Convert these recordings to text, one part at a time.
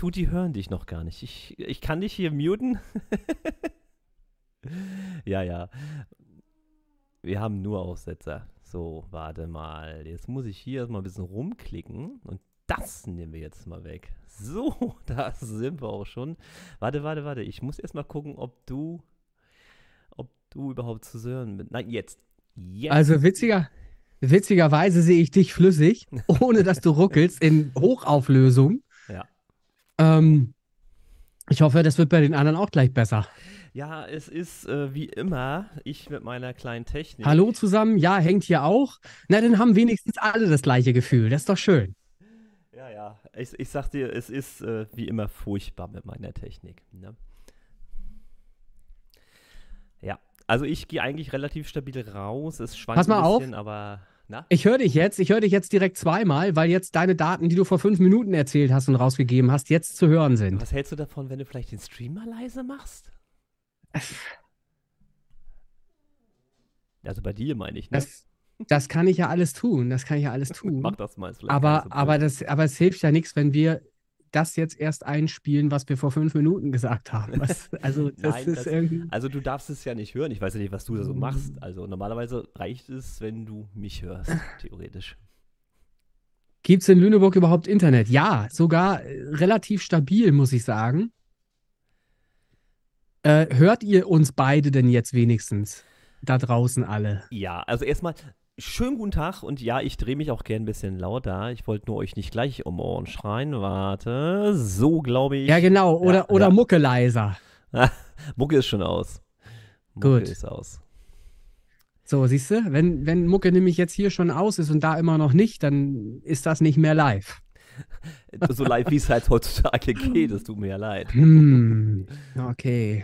die hören dich noch gar nicht. Ich kann dich hier muten. Ja, ja. Wir haben nur Aussetzer. So, warte mal. Jetzt muss ich hier erstmal ein bisschen rumklicken und das nehmen wir jetzt mal weg. So, da sind wir auch schon. Warte. Ich muss erstmal gucken, ob du überhaupt zu hören bist. Nein, jetzt. Also witzigerweise sehe ich dich flüssig, ohne dass du ruckelst, in Hochauflösung. Ja. Ich hoffe, das wird bei den anderen auch gleich besser. Ja, es ist wie immer, ich mit meiner kleinen Technik. Hallo zusammen, ja, hängt hier auch. Na, dann haben wenigstens alle das gleiche Gefühl. Das ist doch schön. Ja, ja. Ich sag dir, es ist wie immer furchtbar mit meiner Technik. Ne? Ja, also ich gehe eigentlich relativ stabil raus. Es schwankt Pass mal ein auf, bisschen, aber na? ich höre dich jetzt direkt zweimal, weil jetzt deine Daten, die du vor 5 Minuten erzählt hast und rausgegeben hast, jetzt zu hören sind. Was hältst du davon, wenn du vielleicht den Stream mal leise machst? Also bei dir meine ich, ne? Das kann ich ja alles tun. Das kann ich ja alles Mach tun. das mal, ist vielleicht gar nicht so blöd. Aber es hilft ja nichts, wenn wir das jetzt erst einspielen, was wir vor 5 Minuten gesagt haben. Also, das Nein, ist irgendwie. also du darfst es ja nicht hören. Ich weiß ja nicht, was du da so machst. Also normalerweise reicht es, wenn du mich hörst, theoretisch. Gibt es in Lüneburg überhaupt Internet? Ja, sogar relativ stabil, muss ich sagen. Hört ihr uns beide denn jetzt wenigstens? Da draußen alle. Ja, also erstmal schönen guten Tag und ja, ich drehe mich auch gern ein bisschen lauter. Ich wollte nur euch nicht gleich um Ohren schreien. Warte, so glaube ich. Ja, genau. Ja, Oder ja. Mucke leiser. Mucke ist schon aus. Mucke Gut. ist aus. So, siehst du, wenn Mucke nämlich jetzt hier schon aus ist und da immer noch nicht, dann ist das nicht mehr live. So live, wie es halt heutzutage geht, es tut mir ja leid. Okay.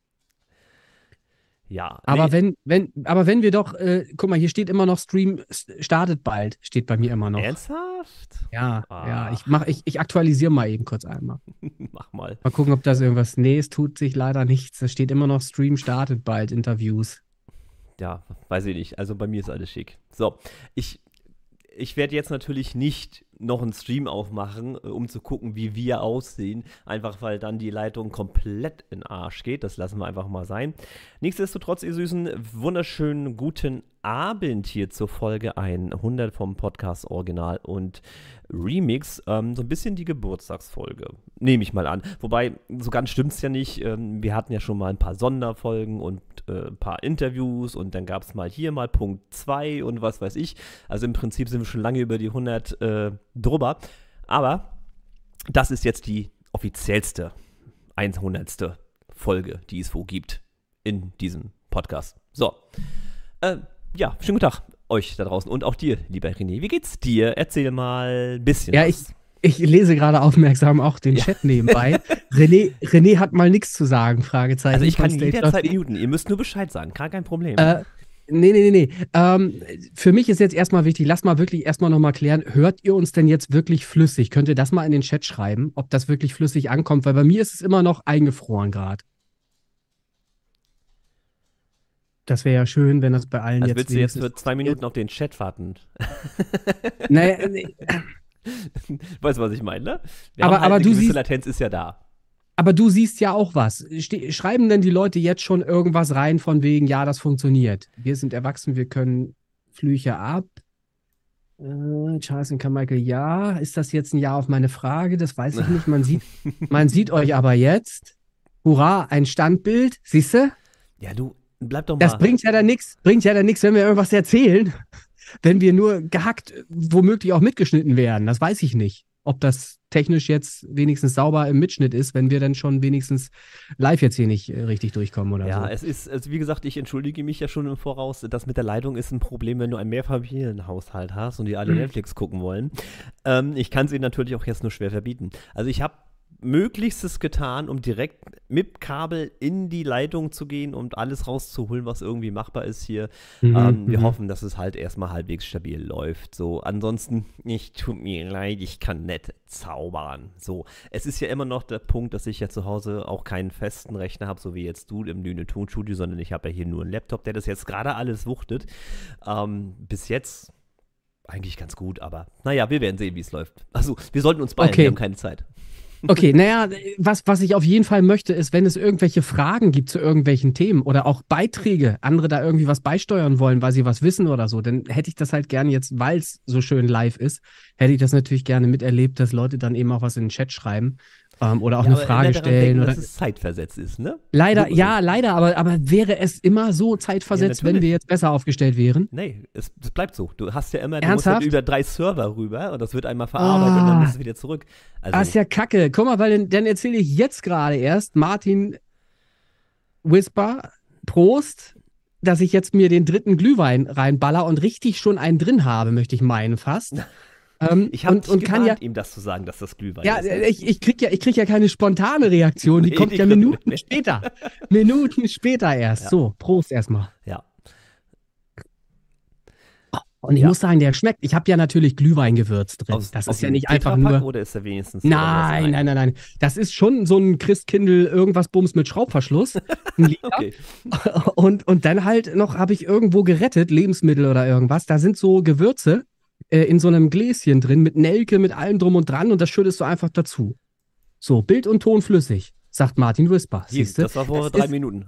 Ja, Aber nee, wenn wir doch, guck mal, hier steht immer noch Stream startet bald, steht bei mir immer noch. ernsthaft? Ja, Ach, ich aktualisiere mal eben kurz einmal. mach mal. Mal gucken, ob das irgendwas. Nee, es tut sich leider nichts. Es steht immer noch Stream startet bald, Interviews. Ja, weiß ich nicht. Also bei mir ist alles schick. So, ich werde jetzt natürlich nicht noch einen Stream aufmachen, um zu gucken, wie wir aussehen. Einfach weil dann die Leitung komplett in den Arsch geht. Das lassen wir einfach mal sein. Nichtsdestotrotz, ihr Süßen, wunderschönen guten Abend hier zur Folge 100 vom Podcast Original und Remix. So ein bisschen die Geburtstagsfolge, nehme ich mal an. Wobei, so ganz stimmt es ja nicht. Wir hatten ja schon mal ein paar Sonderfolgen und ein paar Interviews und dann gab es mal hier mal Punkt 2 und was weiß ich. Also im Prinzip sind wir schon lange über die 100 drüber. Aber das ist jetzt die offiziellste 100. Folge, die es wo gibt in diesem Podcast. So. Ja, schönen guten Tag euch da draußen und auch dir, lieber René. Wie geht's dir? Erzähl mal ein bisschen Ja, was. ich lese gerade aufmerksam auch den Chat nebenbei. René hat mal nichts zu sagen, Fragezeichen. Also ich kann von Stage jederzeit Dot. muten. Ihr müsst nur Bescheid sagen. Kein Problem. Nee. Für mich ist jetzt erstmal wichtig, lass mal wirklich erstmal nochmal klären, hört ihr uns denn jetzt wirklich flüssig? Könnt ihr das mal in den Chat schreiben, ob das wirklich flüssig ankommt? Weil bei mir ist es immer noch eingefroren gerade. Das wäre ja schön, wenn das bei allen Also jetzt willst du jetzt wenigstens für 2 funktioniert. Minuten auf den Chat warten? Nee, Weißt du, was ich meine, ne? Wir haben aber, halt aber eine du gewisse siehst, Latenz, ist ja da. aber du siehst ja auch was. Schreiben denn die Leute jetzt schon irgendwas rein von wegen, ja, das funktioniert? Wir sind erwachsen, wir können Flüche ab. Charles und Carmichael, ja. Ist das jetzt ein Ja auf meine Frage? Das weiß ich nicht. Man sieht euch aber jetzt. Hurra, ein Standbild. Siehst du? Ja, du, bleib doch Das mal. bringt ja dann nichts, wenn wir irgendwas erzählen, wenn wir nur gehackt, womöglich auch mitgeschnitten werden. Das weiß ich nicht. Ob das technisch jetzt wenigstens sauber im Mitschnitt ist, wenn wir dann schon wenigstens live jetzt hier nicht richtig durchkommen oder Ja, so. es ist, also wie gesagt, ich entschuldige mich ja schon im Voraus. Das mit der Leitung ist ein Problem, wenn du einen Mehrfamilienhaushalt hast und die alle Netflix gucken wollen. Ich kann es ihnen natürlich auch jetzt nur schwer verbieten. Also ich habe Möglichstes getan, um direkt mit Kabel in die Leitung zu gehen und alles rauszuholen, was irgendwie machbar ist hier. Wir hoffen, dass es halt erstmal halbwegs stabil läuft. So, ansonsten, tut mir leid, ich kann nicht zaubern. So, es ist ja immer noch der Punkt, dass ich ja zu Hause auch keinen festen Rechner habe, so wie jetzt du im Lüne Tonstudio, sondern ich habe ja hier nur einen Laptop, der das jetzt gerade alles wuchtet. Bis jetzt eigentlich ganz gut, aber naja, wir werden sehen, wie es läuft. Also, wir sollten uns beeilen, wir Okay, haben keine Zeit. Okay, naja, was ich auf jeden Fall möchte, ist, wenn es irgendwelche Fragen gibt zu irgendwelchen Themen oder auch Beiträge, andere da irgendwie was beisteuern wollen, weil sie was wissen oder so, dann hätte ich das halt gerne jetzt, weil es so schön live ist, hätte ich das natürlich gerne miterlebt, dass Leute dann eben auch was in den Chat schreiben oder auch Ja, eine aber immer Frage daran stellen. denken, Oder dass es zeitversetzt ist, ne? leider, Nur so. ja, leider, aber wäre es immer so Ja, zeitversetzt, wenn wir natürlich. jetzt besser aufgestellt wären? Nee, es bleibt so. Du hast ja immer, du musst halt Ernsthaft? über 3 Server rüber und das wird einmal verarbeitet und dann Ah, musst du wieder zurück. ist Also, ja kacke. Guck mal, weil dann erzähle ich jetzt gerade erst Martin Whisper, Prost, dass ich jetzt mir den dritten Glühwein reinballer und richtig schon einen drin habe, möchte ich meinen fast. ich habe dich Und kann ja, gewarnt, ihm das zu sagen, dass das Glühwein ja, ist, ne? ich krieg ja keine spontane Reaktion, die Nee, kommt die ja kommt Minuten nicht. später. Minuten später erst. Ja, So, Prost erstmal. ja, Und ich ja. muss sagen, der schmeckt. Ich habe ja natürlich Glühweingewürz drin. Das Aus ist ja dem nicht einfach Tetrapack nur. oder ist er wenigstens oder was? Nein, nein, nein, nein. Das ist schon so ein Christkindl irgendwas Bums mit Schraubverschluss. Ein Liter. Okay. Und dann halt noch habe ich irgendwo gerettet, Lebensmittel oder irgendwas. Da sind so Gewürze in so einem Gläschen drin mit Nelke, mit allem drum und dran und das schüttest du einfach dazu. So, Bild und Ton flüssig, sagt Martin Whisper. Hier, Siehst du? das war vor Das 3 ist. Minuten.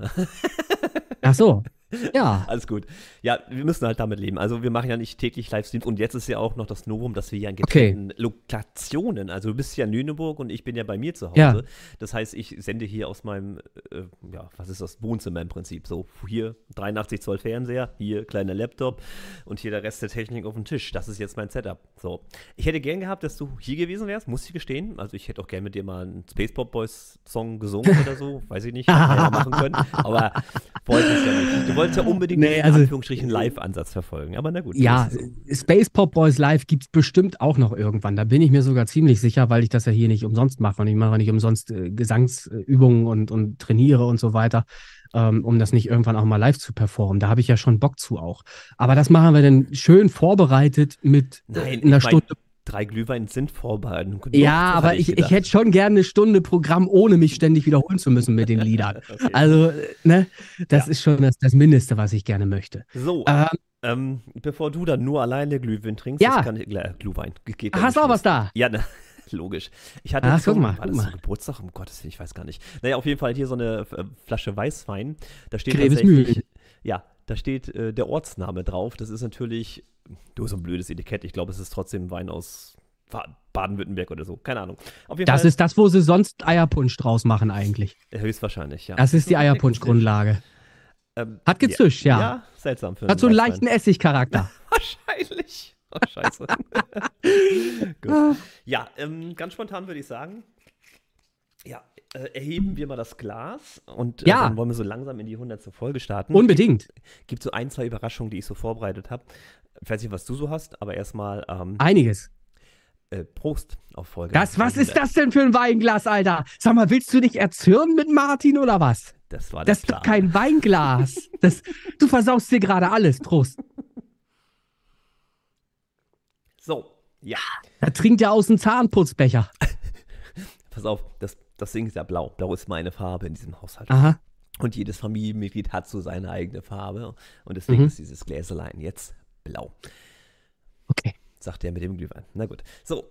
Ach so. Ja. Alles gut. Ja, wir müssen halt damit leben. Also wir machen ja nicht täglich Livestreams und jetzt ist ja auch noch das Novum, dass wir ja in Okay. getrennten Lokationen, also du bist ja in Lüneburg und ich bin ja bei mir zu Ja. Hause. Das heißt, ich sende hier aus meinem, ja, was ist das, Wohnzimmer im Prinzip. So, hier 83 Zoll Fernseher, hier kleiner Laptop und hier der Rest der Technik auf dem Tisch. Das ist jetzt mein Setup. So, ich hätte gern gehabt, dass du hier gewesen wärst, muss ich gestehen. Also ich hätte auch gern mit dir mal einen Space Pop Boys Song gesungen oder so. Weiß ich nicht, hätten wir ja machen können. Aber wollte ich ja nicht. Du wolltest ja unbedingt Nee, diesen also, Anführungsstrichen Live-Ansatz verfolgen. Aber na gut, so ja, ist es. Space Pop Boys Live gibt es bestimmt auch noch irgendwann. Da bin ich mir sogar ziemlich sicher, weil ich das ja hier nicht umsonst mache. Und ich mache nicht umsonst Gesangsübungen und trainiere und so weiter, um das nicht irgendwann auch mal live zu performen. Da habe ich ja schon Bock zu auch. Aber das machen wir dann schön vorbereitet mit Nein, einer ich meine, Stunde. 3 Glühwein sind vorbereitet. Genug, Ja, so aber hatte ich ich gedacht. hätte schon gerne eine Stunde Programm, ohne mich ständig wiederholen zu müssen mit den Liedern. Okay. Also, ne, das Ja. ist schon das Mindeste, was ich gerne möchte. So, bevor du dann nur alleine Glühwein trinkst, das Ja, kann ich, Glühwein, geht bei hast mir du auch was schnell. da? Ja, ne, logisch. Ich hatte Ah, zum, guck mal, war guck das zum mal. Geburtstag? Um Gottes Willen, ich weiß gar nicht. Naja, auf jeden Fall hier so eine Flasche Weißwein. Da steht Grevesmühlen. tatsächlich, ja, da steht der Ortsname drauf. Das ist natürlich, du, so ein blödes Etikett. Ich glaube, es ist trotzdem Wein aus Baden-Württemberg oder so. Keine Ahnung. Auf jeden Das Fall ist das, wo sie sonst Eierpunsch draus machen eigentlich. höchstwahrscheinlich, ja. Das ist die So ein Deckungsfisch. Eierpunsch-Grundlage. Hat Ja, gezischt, ja. ja, seltsam für Hat so einen einen Weißwein. leichten Essigcharakter. Wahrscheinlich. Oh, scheiße. Gut. Ah, Ja, ganz spontan würde ich sagen, ja, erheben wir mal das Glas und Ja, dann wollen wir so langsam in die 100. Folge starten. unbedingt. Gibt so ein, zwei Überraschungen, die ich so vorbereitet habe. Ich weiß nicht, was du so hast, aber erstmal Einiges. Prost auf Folge Was ist 100. das denn für ein Weinglas, Alter? Sag mal, willst du dich erzürnen mit Martin oder was? Das war der Das ist doch Plan. kein Weinglas. Du versaust dir gerade alles. Prost. So, ja, Da trinkt er aus dem Zahnputzbecher. pass auf, das Ding ist ja blau. Blau ist meine Farbe in diesem Haushalt. Aha. Und jedes Familienmitglied hat so seine eigene Farbe. Und deswegen Mhm. ist dieses Gläserlein jetzt blau. Okay. Sagt er mit dem Glühwein. Na gut. So,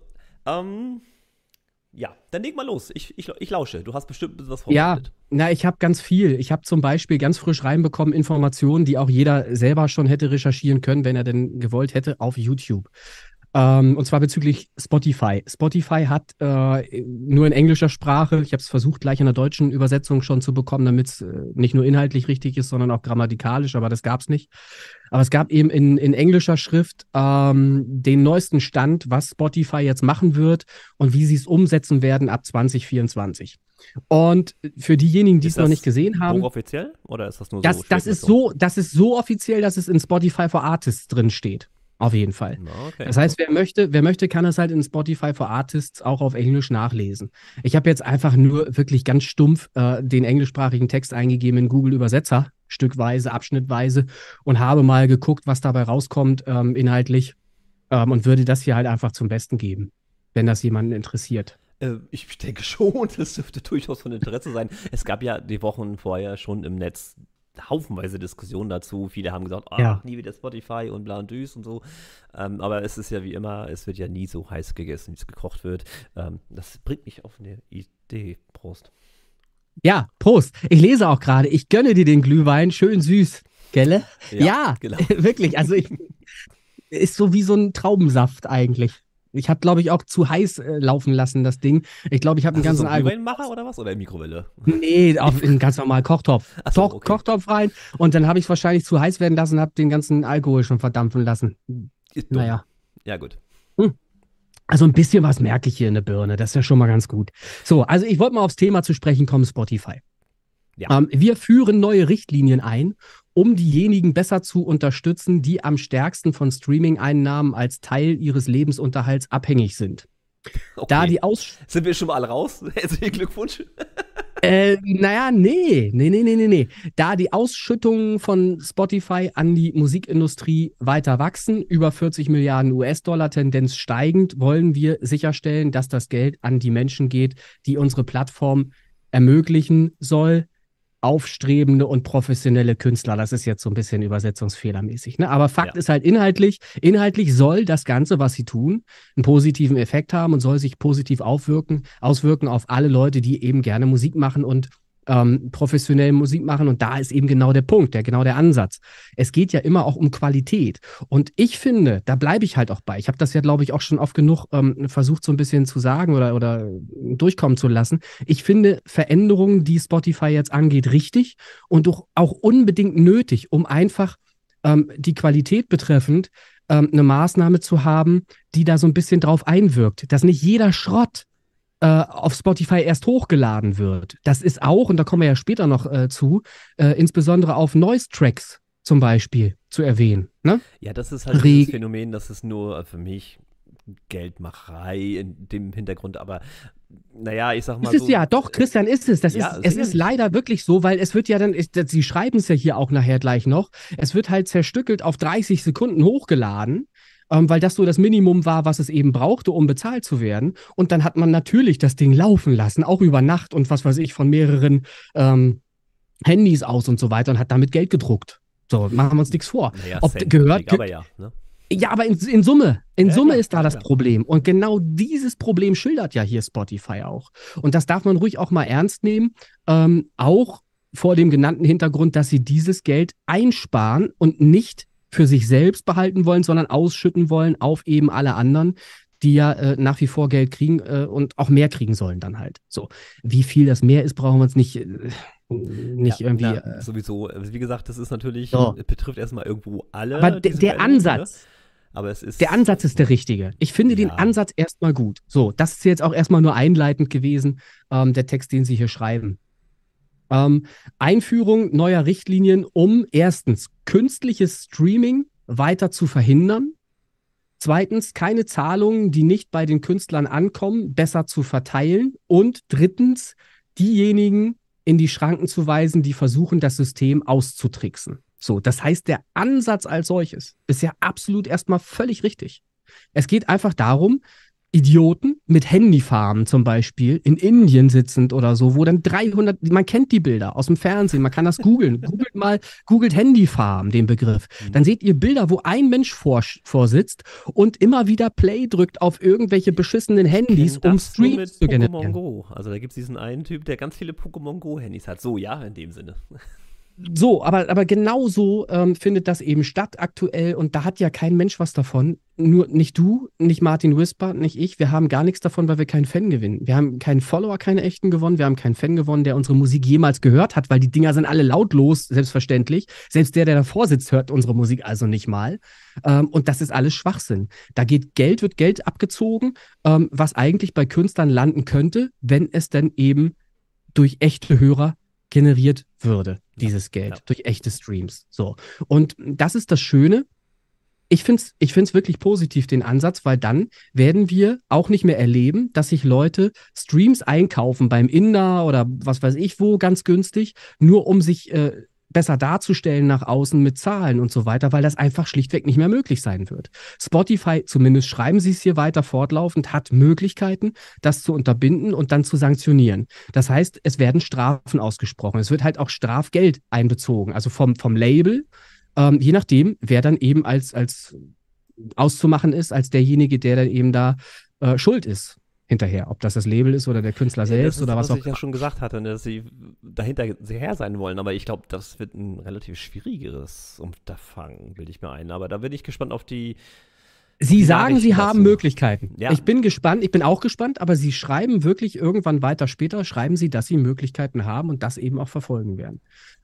ja, dann leg mal los. Ich lausche. Du hast bestimmt ein bisschen was Ja, vorbereitet. na, ich habe ganz viel. Ich habe zum Beispiel ganz frisch reinbekommen Informationen, die auch jeder selber schon hätte recherchieren können, wenn er denn gewollt hätte, auf YouTube. Und zwar bezüglich Spotify. Spotify hat nur in englischer Sprache, ich habe es versucht, gleich in der deutschen Übersetzung schon zu bekommen, damit es nicht nur inhaltlich richtig ist, sondern auch grammatikalisch, aber das gab es nicht. Aber es gab eben in englischer Schrift den neuesten Stand, was Spotify jetzt machen wird und wie sie es umsetzen werden ab 2024. Und für diejenigen, die es Ist noch das nicht gesehen haben, hochoffiziell oder ist das nur so das ist Spekulation? das ist so offiziell, dass es in Spotify for Artists drin steht. Auf jeden Fall. Na, okay. Das heißt, wer möchte, kann es halt in Spotify for Artists auch auf Englisch nachlesen. Ich habe jetzt einfach nur wirklich ganz stumpf den englischsprachigen Text eingegeben in Google Übersetzer, stückweise, abschnittweise, und habe mal geguckt, was dabei rauskommt inhaltlich, und würde das hier halt einfach zum Besten geben, wenn das jemanden interessiert. Ich denke schon, das dürfte durchaus von Interesse sein. Es gab ja die Wochen vorher schon im Netz haufenweise Diskussionen dazu. Viele haben gesagt, Ja. nie wieder Spotify und bla und düs und so. Aber es ist ja wie immer, es wird ja nie so heiß gegessen, wie es gekocht wird. Das bringt mich auf eine Idee. Prost. Ja, Prost. Ich lese auch gerade, ich gönne dir den Glühwein, schön süß. Gelle? Ja, genau. wirklich. Also ist so wie so ein Traubensaft eigentlich. Ich habe, glaube ich, auch zu heiß laufen lassen, das Ding. Ich glaube, ich habe einen Hast du ganzen so einen Glühweinmacher oder was? Oder Mikrowelle? Nee, auf einen ganz normalen Kochtopf. Ach so, okay. Kochtopf rein und dann habe ich es wahrscheinlich zu heiß werden lassen und habe den ganzen Alkohol schon verdampfen lassen. Ist dumm. Naja. Ja, gut. Also ein bisschen was merke ich hier in der Birne. Das ist ja schon mal ganz gut. So, also ich wollte mal aufs Thema zu sprechen kommen, Spotify. Ja. Wir führen neue Richtlinien ein, um diejenigen besser zu unterstützen, die am stärksten von Streaming-Einnahmen als Teil ihres Lebensunterhalts abhängig sind. Okay. Da die Sind wir schon mal alle raus? Herzlichen Glückwunsch. Naja, nee. Da die Ausschüttungen von Spotify an die Musikindustrie weiter wachsen, über 40 Milliarden US-Dollar, Tendenz steigend, wollen wir sicherstellen, dass das Geld an die Menschen geht, die unsere Plattform ermöglichen soll. Aufstrebende und professionelle Künstler. Das ist jetzt so ein bisschen übersetzungsfehlermäßig. Ne? Aber Fakt ist halt inhaltlich soll das Ganze, was sie tun, einen positiven Effekt haben und soll sich positiv auswirken auf alle Leute, die eben gerne Musik machen und professionell Musik machen. Und da ist eben genau der Punkt, genau der Ansatz. Es geht ja immer auch um Qualität. Und ich finde, da bleibe ich halt auch bei. Ich habe das ja, glaube ich, auch schon oft genug versucht, so ein bisschen zu sagen oder durchkommen zu lassen. Ich finde Veränderungen, die Spotify jetzt angeht, richtig und auch unbedingt nötig, um einfach die Qualität betreffend eine Maßnahme zu haben, die da so ein bisschen drauf einwirkt, dass nicht jeder Schrott auf Spotify erst hochgeladen wird. Das ist auch, und da kommen wir ja später noch zu, insbesondere auf Noise-Tracks zum Beispiel zu erwähnen. Ne? Ja, das ist halt dieses Phänomen, das ist nur für mich Geldmacherei in dem Hintergrund, aber naja, ich sag mal so. Ja, doch, Christian, ist es. Es ist leider wirklich so, weil es wird ja dann, Sie schreiben es ja hier auch nachher gleich noch, es wird halt zerstückelt auf 30 Sekunden hochgeladen, weil das so das Minimum war, was es eben brauchte, um bezahlt zu werden. Und dann hat man natürlich das Ding laufen lassen, auch über Nacht und was weiß ich, von mehreren Handys aus und so weiter und hat damit Geld gedruckt. So, machen wir uns nichts vor. Naja, aber ja, ne? Ja, aber in Summe ist da das Problem. Und genau dieses Problem schildert ja hier Spotify auch. Und das darf man ruhig auch mal ernst nehmen, auch vor dem genannten Hintergrund, dass sie dieses Geld einsparen und nicht für sich selbst behalten wollen, sondern ausschütten wollen auf eben alle anderen, die ja nach wie vor Geld kriegen und auch mehr kriegen sollen dann halt. So, wie viel das mehr ist, brauchen wir uns nicht irgendwie. Sowieso, wie gesagt, das ist natürlich, betrifft erstmal irgendwo alle. Aber der Ansatz, aber es ist, der Ansatz ist der richtige. Ich finde den Ansatz erstmal gut. So, das ist jetzt auch erstmal nur einleitend gewesen, der Text, den Sie hier schreiben. Einführung neuer Richtlinien, um erstens künstliches Streaming weiter zu verhindern. Zweitens, keine Zahlungen, die nicht bei den Künstlern ankommen, besser zu verteilen. Und drittens, diejenigen in die Schranken zu weisen, die versuchen, das System auszutricksen. So, das heißt, der Ansatz als solches ist ja absolut erstmal völlig richtig. Es geht einfach darum, Idioten mit Handyfarmen zum Beispiel in Indien sitzend oder so, wo dann 300, man kennt die Bilder aus dem Fernsehen, man kann das googeln. Googelt Handyfarm, den Begriff. Dann seht ihr Bilder, wo ein Mensch vorsitzt und immer wieder Play drückt auf irgendwelche beschissenen Handys, um Streams zu generieren. Go. Also da gibt es diesen einen Typ, der ganz viele Pokémon Go-Handys hat. So, ja, in dem Sinne. So, aber genau so findet das eben statt aktuell und da hat ja kein Mensch was davon. Nur nicht du, nicht Martin Whisper, nicht ich. Wir haben gar nichts davon, weil wir keinen Fan gewinnen. Wir haben keinen Follower, keine echten gewonnen. Wir haben keinen Fan gewonnen, der unsere Musik jemals gehört hat, weil die Dinger sind alle lautlos, selbstverständlich. Selbst der davor sitzt, hört unsere Musik also nicht mal. Und das ist alles Schwachsinn. Da wird Geld abgezogen, was eigentlich bei Künstlern landen könnte, wenn es dann eben durch echte Hörer generiert würde, dieses Geld, durch echte Streams. So. Und das ist das Schöne. Ich find's wirklich positiv, den Ansatz, weil dann werden wir auch nicht mehr erleben, dass sich Leute Streams einkaufen beim Inder oder was weiß ich wo, ganz günstig, nur um sich besser darzustellen nach außen mit Zahlen und so weiter, weil das einfach schlichtweg nicht mehr möglich sein wird. Spotify, zumindest schreiben sie es hier weiter fortlaufend, hat Möglichkeiten, das zu unterbinden und dann zu sanktionieren. Das heißt, es werden Strafen ausgesprochen. Es wird halt auch Strafgeld einbezogen, also vom Label, je nachdem, wer dann eben als auszumachen ist, als derjenige, der dann eben da schuld ist hinterher. Ob das Label ist oder der Künstler selbst das ist, oder was auch ich ja schon gesagt hatte, ne, dass sie dahinter sehr her sein wollen. Aber ich glaube, das wird ein relativ schwierigeres Unterfangen, bilde ich mir ein. Aber da bin ich gespannt auf die Sie sagen, Nachrichten sie haben dazu. Möglichkeiten. Ja. Ich bin gespannt, ich bin auch gespannt, aber sie schreiben wirklich irgendwann weiter später, schreiben sie, dass sie Möglichkeiten haben und das eben auch verfolgen werden.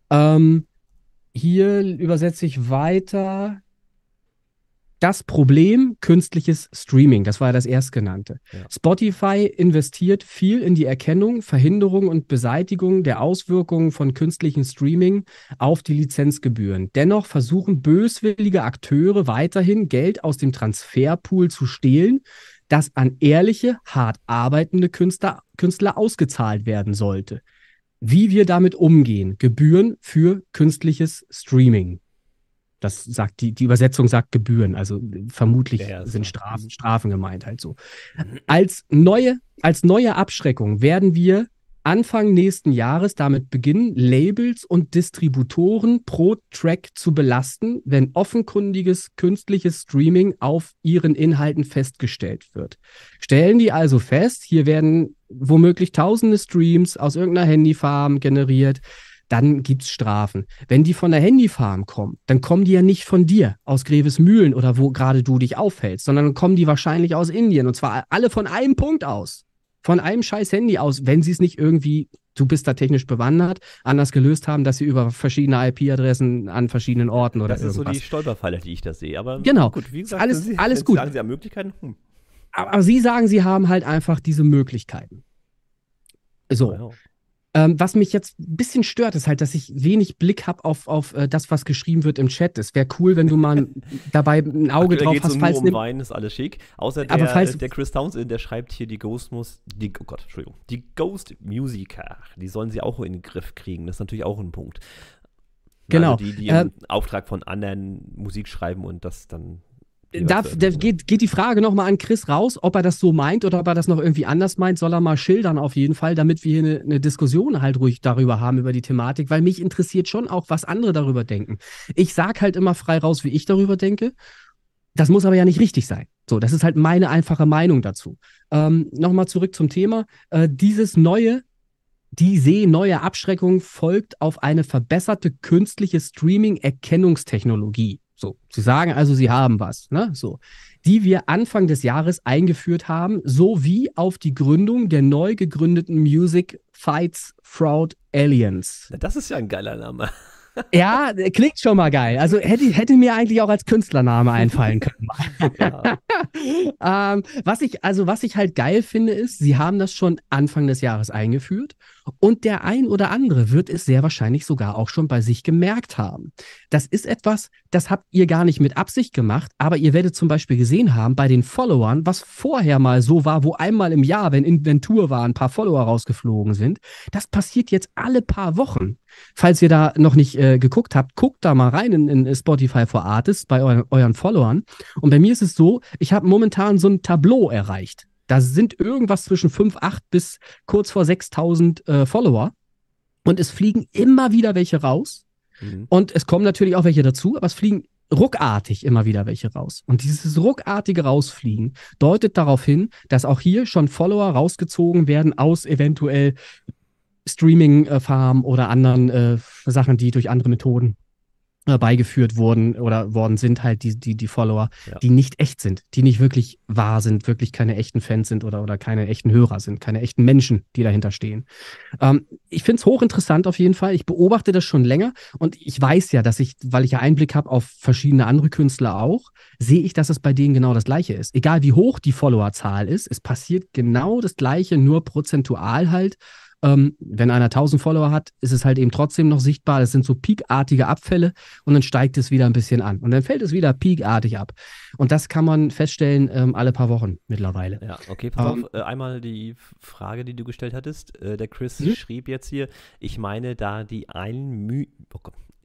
Hier übersetze ich weiter. Das Problem künstliches Streaming, das war ja das erstgenannte. Ja. Spotify investiert viel in die Erkennung, Verhinderung und Beseitigung der Auswirkungen von künstlichem Streaming auf die Lizenzgebühren. Dennoch versuchen böswillige Akteure weiterhin Geld aus dem Transferpool zu stehlen, das an ehrliche, hart arbeitende Künstler ausgezahlt werden sollte. Wie wir damit umgehen, Gebühren für künstliches Streaming. Das sagt die Übersetzung sagt Gebühren, also vermutlich sind Strafen gemeint halt so. Als neue Abschreckung werden wir Anfang nächsten Jahres damit beginnen, Labels und Distributoren pro Track zu belasten, wenn offenkundiges künstliches Streaming auf ihren Inhalten festgestellt wird. Stellen die also fest, hier werden womöglich tausende Streams aus irgendeiner Handyfarm generiert, dann gibt es Strafen. Wenn die von der Handyfarm kommen, dann kommen die ja nicht von dir aus Grevesmühlen oder wo gerade du dich aufhältst, sondern dann kommen die wahrscheinlich aus Indien und zwar alle von einem Punkt aus. Von einem scheiß Handy aus, wenn sie es nicht irgendwie, du bist da technisch bewandert, anders gelöst haben, dass sie über verschiedene IP-Adressen an verschiedenen Orten oder irgendwas. Das ist so die Stolperfalle, die ich da sehe. Aber genau. Gut, wie gesagt, alles gut. Sagen Sie haben Möglichkeiten? Aber Sie sagen, Sie haben halt einfach diese Möglichkeiten. So. Oh, ja. Was mich jetzt ein bisschen stört, ist halt, dass ich wenig Blick habe auf das, was geschrieben wird im Chat. Es wäre cool, wenn du mal dabei ein Auge drauf hast. Falls nur Wein ist alles schick. Außer der Chris Townsend, der schreibt hier die Ghost Musiker, die sollen sie auch in den Griff kriegen. Das ist natürlich auch ein Punkt. Genau. Also die im Auftrag von anderen Musik schreiben und das dann Da geht die Frage nochmal an Chris raus, ob er das so meint oder ob er das noch irgendwie anders meint, soll er mal schildern auf jeden Fall, damit wir hier eine Diskussion halt ruhig darüber haben, über die Thematik, weil mich interessiert schon auch, was andere darüber denken. Ich sag halt immer frei raus, wie ich darüber denke. Das muss aber ja nicht richtig sein. So, das ist halt meine einfache Meinung dazu. Nochmal zurück zum Thema. Diese neue Abschreckung folgt auf eine verbesserte künstliche Streaming-Erkennungstechnologie. So, Sie sagen also, Sie haben was, ne? So, die wir Anfang des Jahres eingeführt haben, sowie auf die Gründung der neu gegründeten Music Fights Fraud Aliens. Das ist ja ein geiler Name. Ja, klingt schon mal geil. Also hätte mir eigentlich auch als Künstlername einfallen können. Was ich halt geil finde, ist, sie haben das schon Anfang des Jahres eingeführt und der ein oder andere wird es sehr wahrscheinlich sogar auch schon bei sich gemerkt haben. Das ist etwas, das habt ihr gar nicht mit Absicht gemacht, aber ihr werdet zum Beispiel gesehen haben bei den Followern, was vorher mal so war, wo einmal im Jahr, wenn Inventur war, ein paar Follower rausgeflogen sind. Das passiert jetzt alle paar Wochen. Falls ihr da noch nicht geguckt habt, guckt da mal rein in Spotify for Artists bei euren Followern. Und bei mir ist es so, ich habe momentan so ein Tableau erreicht. Da sind irgendwas zwischen 5, 8 bis kurz vor 6.000 Follower. Und es fliegen immer wieder welche raus. Mhm. Und es kommen natürlich auch welche dazu, aber es fliegen ruckartig immer wieder welche raus. Und dieses ruckartige Rausfliegen deutet darauf hin, dass auch hier schon Follower rausgezogen werden aus eventuell Streaming-Farmen oder anderen Sachen, die durch andere Methoden beigeführt wurden oder worden sind, halt die Follower, ja, die nicht echt sind, die nicht wirklich wahr sind, wirklich keine echten Fans sind oder keine echten Hörer sind, keine echten Menschen, die dahinter stehen. Ich finde es hochinteressant auf jeden Fall. Ich beobachte das schon länger und ich weiß ja, weil ich ja Einblick habe auf verschiedene andere Künstler auch, sehe ich, dass es bei denen genau das Gleiche ist. Egal wie hoch die Followerzahl ist, es passiert genau das Gleiche, nur prozentual halt. Wenn einer 1000 Follower hat, ist es halt eben trotzdem noch sichtbar. Das sind so peakartige Abfälle und dann steigt es wieder ein bisschen an. Und dann fällt es wieder peakartig ab. Und das kann man feststellen alle paar Wochen mittlerweile. Ja, okay, pass auf. Einmal die Frage, die du gestellt hattest. Der Chris schrieb jetzt hier, ich meine, da die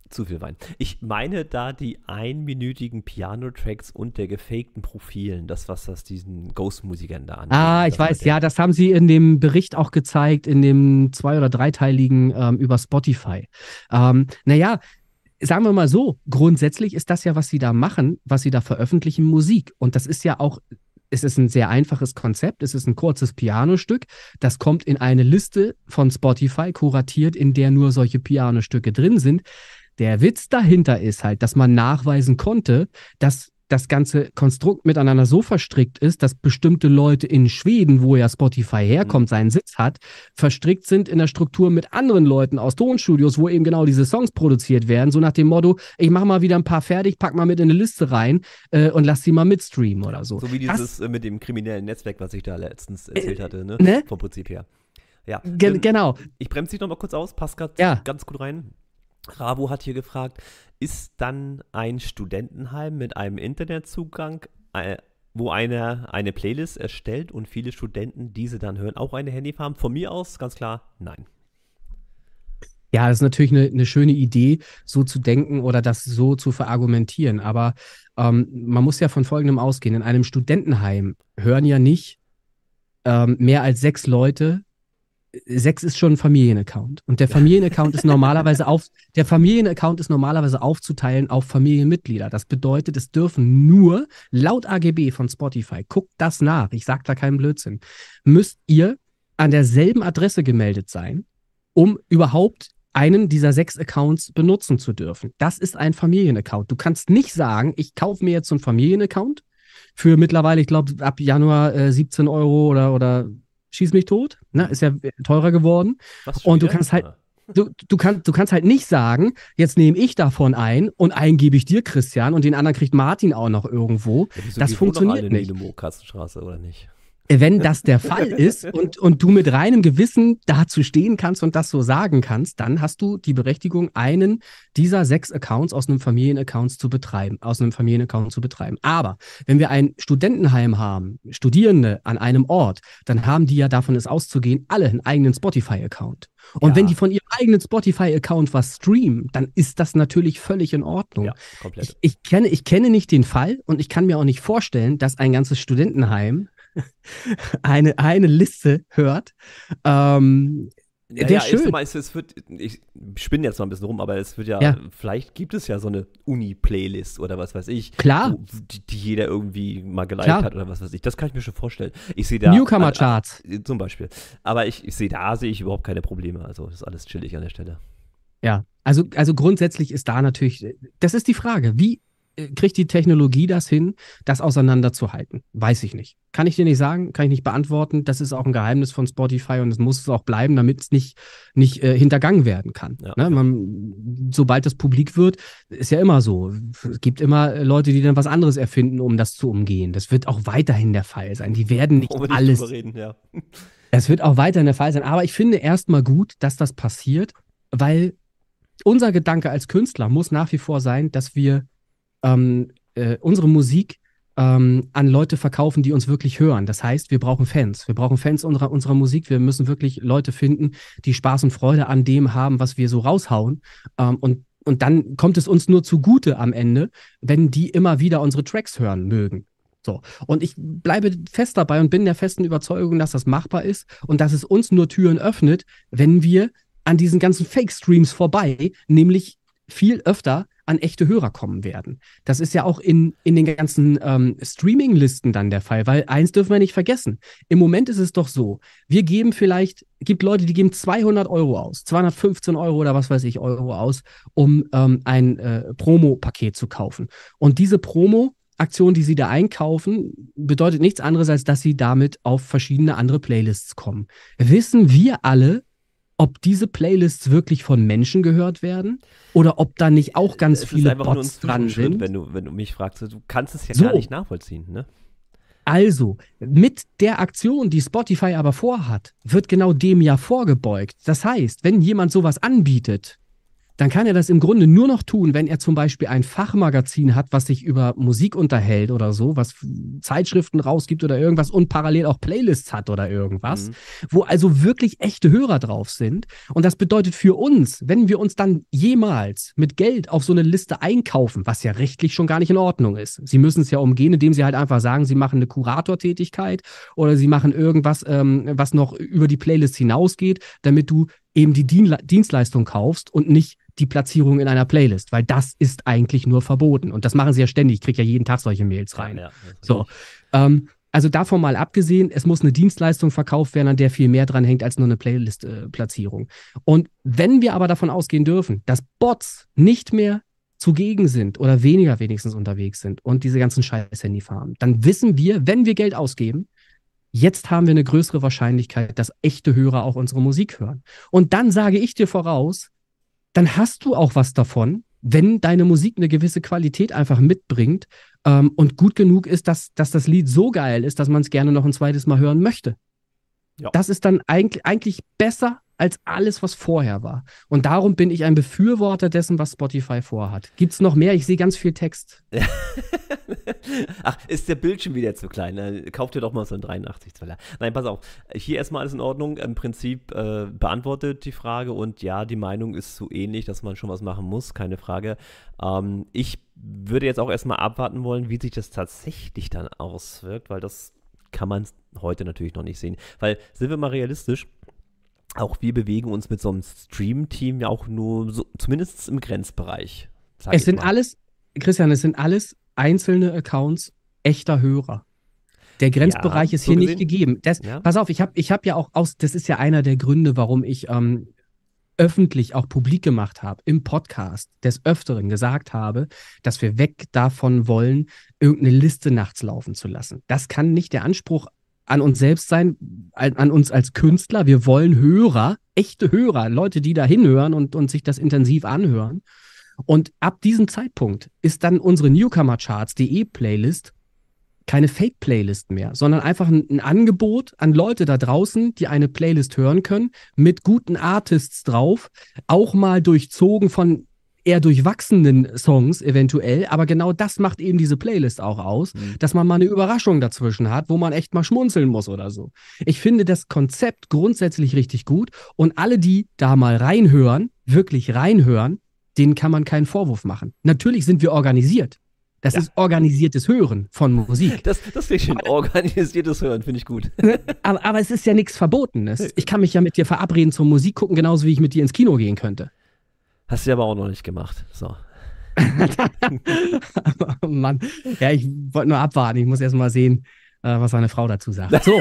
Zu viel Wein. Ich meine da die einminütigen Piano-Tracks und der gefakten Profilen, was das diesen Ghost-Musikern da angeht. Ich weiß, ja, das haben sie in dem Bericht auch gezeigt, in dem 2- oder 3-teiligen über Spotify. Naja, sagen wir mal so, grundsätzlich ist das ja, was sie da machen, was sie da veröffentlichen, Musik. Und das ist ja auch, es ist ein sehr einfaches Konzept, es ist ein kurzes Pianostück, das kommt in eine Liste von Spotify, kuratiert, in der nur solche Pianostücke drin sind. Der Witz dahinter ist halt, dass man nachweisen konnte, dass das ganze Konstrukt miteinander so verstrickt ist, dass bestimmte Leute in Schweden, wo ja Spotify herkommt, seinen Sitz hat, verstrickt sind in der Struktur mit anderen Leuten aus Tonstudios, wo eben genau diese Songs produziert werden, so nach dem Motto, ich mache mal wieder ein paar fertig, pack mal mit in eine Liste rein und lass sie mal mitstreamen oder so. So wie dieses mit dem kriminellen Netzwerk, was ich da letztens erzählt hatte, ne? Vom Prinzip her. Ja. Genau. Ich bremse dich noch mal kurz aus, passt gerade ganz gut rein. Rabo hat hier gefragt, ist dann ein Studentenheim mit einem Internetzugang, wo einer eine Playlist erstellt und viele Studenten diese dann hören, auch eine Handyfarm? Von mir aus ganz klar, nein. Ja, das ist natürlich eine schöne Idee, so zu denken oder das so zu verargumentieren. Aber man muss ja von Folgendem ausgehen. In einem Studentenheim hören ja nicht mehr als 6 Leute. 6 ist schon ein Familienaccount. Und der Familienaccount ist normalerweise aufzuteilen auf Familienmitglieder. Das bedeutet, es dürfen nur, laut AGB von Spotify, guckt das nach, ich sage da keinen Blödsinn, müsst ihr an derselben Adresse gemeldet sein, um überhaupt einen dieser 6 Accounts benutzen zu dürfen. Das ist ein Familienaccount. Du kannst nicht sagen, ich kaufe mir jetzt so einen Familienaccount für mittlerweile, ich glaube, ab Januar 17 Euro oder schieß mich tot, ne? Ist ja teurer geworden. Und du kannst halt, du kannst halt nicht sagen, jetzt nehme ich davon ein und einen gebe ich dir, Christian, und den anderen kriegt Martin auch noch irgendwo. Ja, das funktioniert nicht. In der Kassenstraße, oder nicht? Wenn das der Fall ist und du mit reinem Gewissen dazu stehen kannst und das so sagen kannst, dann hast du die Berechtigung, einen dieser 6 Accounts aus einem Familienaccount zu betreiben. Aber wenn wir ein Studentenheim haben, Studierende an einem Ort, dann haben die ja, davon ist auszugehen, alle einen eigenen Spotify-Account. Und wenn die von ihrem eigenen Spotify-Account was streamen, dann ist das natürlich völlig in Ordnung. Ja, komplett. Ich kenne nicht den Fall und ich kann mir auch nicht vorstellen, dass ein ganzes Studentenheim eine Liste hört. Schön. Ich spinne jetzt mal ein bisschen rum, aber es wird vielleicht gibt es ja so eine Uni-Playlist oder was weiß ich. Klar. Die jeder irgendwie mal geliked hat oder was weiß ich. Das kann ich mir schon vorstellen. Ich sehe da Newcomer-Charts. Zum Beispiel. Aber ich sehe ich überhaupt keine Probleme. Also das ist alles chillig an der Stelle. Ja, also grundsätzlich ist da natürlich, das ist die Frage, wie kriegt die Technologie das hin, das auseinanderzuhalten? Weiß ich nicht. Kann ich dir nicht sagen, kann ich nicht beantworten. Das ist auch ein Geheimnis von Spotify und es muss es auch bleiben, damit es nicht hintergangen werden kann. Ja. Ne? Sobald das publik wird, ist ja immer so. Es gibt immer Leute, die dann was anderes erfinden, um das zu umgehen. Das wird auch weiterhin der Fall sein. Die werden nicht alles. Drüber reden, ja. Das wird auch weiterhin der Fall sein. Aber ich finde erstmal gut, dass das passiert, weil unser Gedanke als Künstler muss nach wie vor sein, dass wir unsere Musik an Leute verkaufen, die uns wirklich hören. Das heißt, wir brauchen Fans. Wir brauchen Fans unserer Musik. Wir müssen wirklich Leute finden, die Spaß und Freude an dem haben, was wir so raushauen. Und dann kommt es uns nur zugute am Ende, wenn die immer wieder unsere Tracks hören mögen. So. Und ich bleibe fest dabei und bin der festen Überzeugung, dass das machbar ist und dass es uns nur Türen öffnet, wenn wir an diesen ganzen Fake-Streams vorbei, nämlich viel öfter an echte Hörer kommen werden. Das ist ja auch in den ganzen Streaming-Listen dann der Fall, weil eins dürfen wir nicht vergessen. Im Moment ist es doch so, gibt Leute, die geben 200 Euro aus, 215 Euro oder was weiß ich Euro aus, um ein Promo-Paket zu kaufen. Und diese Promo-Aktion, die sie da einkaufen, bedeutet nichts anderes, als dass sie damit auf verschiedene andere Playlists kommen. Wissen wir alle, ob diese Playlists wirklich von Menschen gehört werden oder ob da nicht auch ganz viele Bots dran sind. Wenn du mich fragst, du kannst es ja gar nicht nachvollziehen, ne? Also, mit der Aktion, die Spotify aber vorhat, wird genau dem ja vorgebeugt. Das heißt, wenn jemand sowas anbietet, dann kann er das im Grunde nur noch tun, wenn er zum Beispiel ein Fachmagazin hat, was sich über Musik unterhält oder so, was Zeitschriften rausgibt oder irgendwas und parallel auch Playlists hat oder irgendwas, wo also wirklich echte Hörer drauf sind. Und das bedeutet für uns, wenn wir uns dann jemals mit Geld auf so eine Liste einkaufen, was ja rechtlich schon gar nicht in Ordnung ist. Sie müssen es ja umgehen, indem sie halt einfach sagen, sie machen eine Kuratortätigkeit oder sie machen irgendwas, was noch über die Playlist hinausgeht, damit du eben die Dienstleistung kaufst und nicht die Platzierung in einer Playlist, weil das ist eigentlich nur verboten. Und das machen sie ja ständig. Ich kriege ja jeden Tag solche Mails rein. Ja, so. Also davon mal abgesehen, es muss eine Dienstleistung verkauft werden, an der viel mehr dran hängt als nur eine Playlist-Platzierung. Und wenn wir aber davon ausgehen dürfen, dass Bots nicht mehr zugegen sind oder weniger wenigstens unterwegs sind und diese ganzen Scheiß-Handyfarmen, dann wissen wir, wenn wir Geld ausgeben, jetzt haben wir eine größere Wahrscheinlichkeit, dass echte Hörer auch unsere Musik hören. Und dann sage ich dir voraus, dann hast du auch was davon, wenn deine Musik eine gewisse Qualität einfach mitbringt und gut genug ist, dass das Lied so geil ist, dass man es gerne noch ein zweites Mal hören möchte. Ja. Das ist dann eigentlich besser als alles, was vorher war. Und darum bin ich ein Befürworter dessen, was Spotify vorhat. Gibt es noch mehr? Ich sehe ganz viel Text. Ach, ist der Bildschirm wieder zu klein? Kauft dir doch mal so einen 83 Zoller. Nein, pass auf. Hier erstmal alles in Ordnung. Im Prinzip beantwortet die Frage und ja, die Meinung ist so ähnlich, dass man schon was machen muss, keine Frage. Ich würde jetzt auch erstmal abwarten wollen, wie sich das tatsächlich dann auswirkt, weil das kann man heute natürlich noch nicht sehen. Weil, sind wir mal realistisch, auch wir bewegen uns mit so einem Stream-Team ja auch nur so, zumindest im Grenzbereich. Es sind alles, Christian, es sind alles einzelne Accounts echter Hörer. Der Grenzbereich ist so hier nicht gegeben. Pass auf, ich hab ja auch das ist ja einer der Gründe, warum ich öffentlich auch publik gemacht habe, im Podcast des Öfteren gesagt habe, dass wir weg davon wollen, irgendeine Liste nachts laufen zu lassen. Das kann nicht der Anspruch an uns selbst sein, an uns als Künstler. Wir wollen Hörer, echte Hörer, Leute, die da hinhören und sich das intensiv anhören. Und ab diesem Zeitpunkt ist dann unsere Newcomer-Charts.de Playlist keine Fake-Playlist mehr, sondern einfach ein Angebot an Leute da draußen, die eine Playlist hören können, mit guten Artists drauf, auch mal durchzogen von eher durchwachsenen Songs eventuell, aber genau das macht eben diese Playlist auch aus, dass man mal eine Überraschung dazwischen hat, wo man echt mal schmunzeln muss oder so. Ich finde das Konzept grundsätzlich richtig gut und alle, die da mal reinhören, wirklich reinhören, denen kann man keinen Vorwurf machen. Natürlich sind wir organisiert. Das ist organisiertes Hören von Musik. Das finde ich schön. Organisiertes Hören finde ich gut. Aber es ist ja nichts Verbotenes. Ich kann mich ja mit dir verabreden zum Musik gucken, genauso wie ich mit dir ins Kino gehen könnte. Hast du aber auch noch nicht gemacht. So. Mann. Ja, ich wollte nur abwarten. Ich muss erst mal sehen, was seine Frau dazu sagt. So.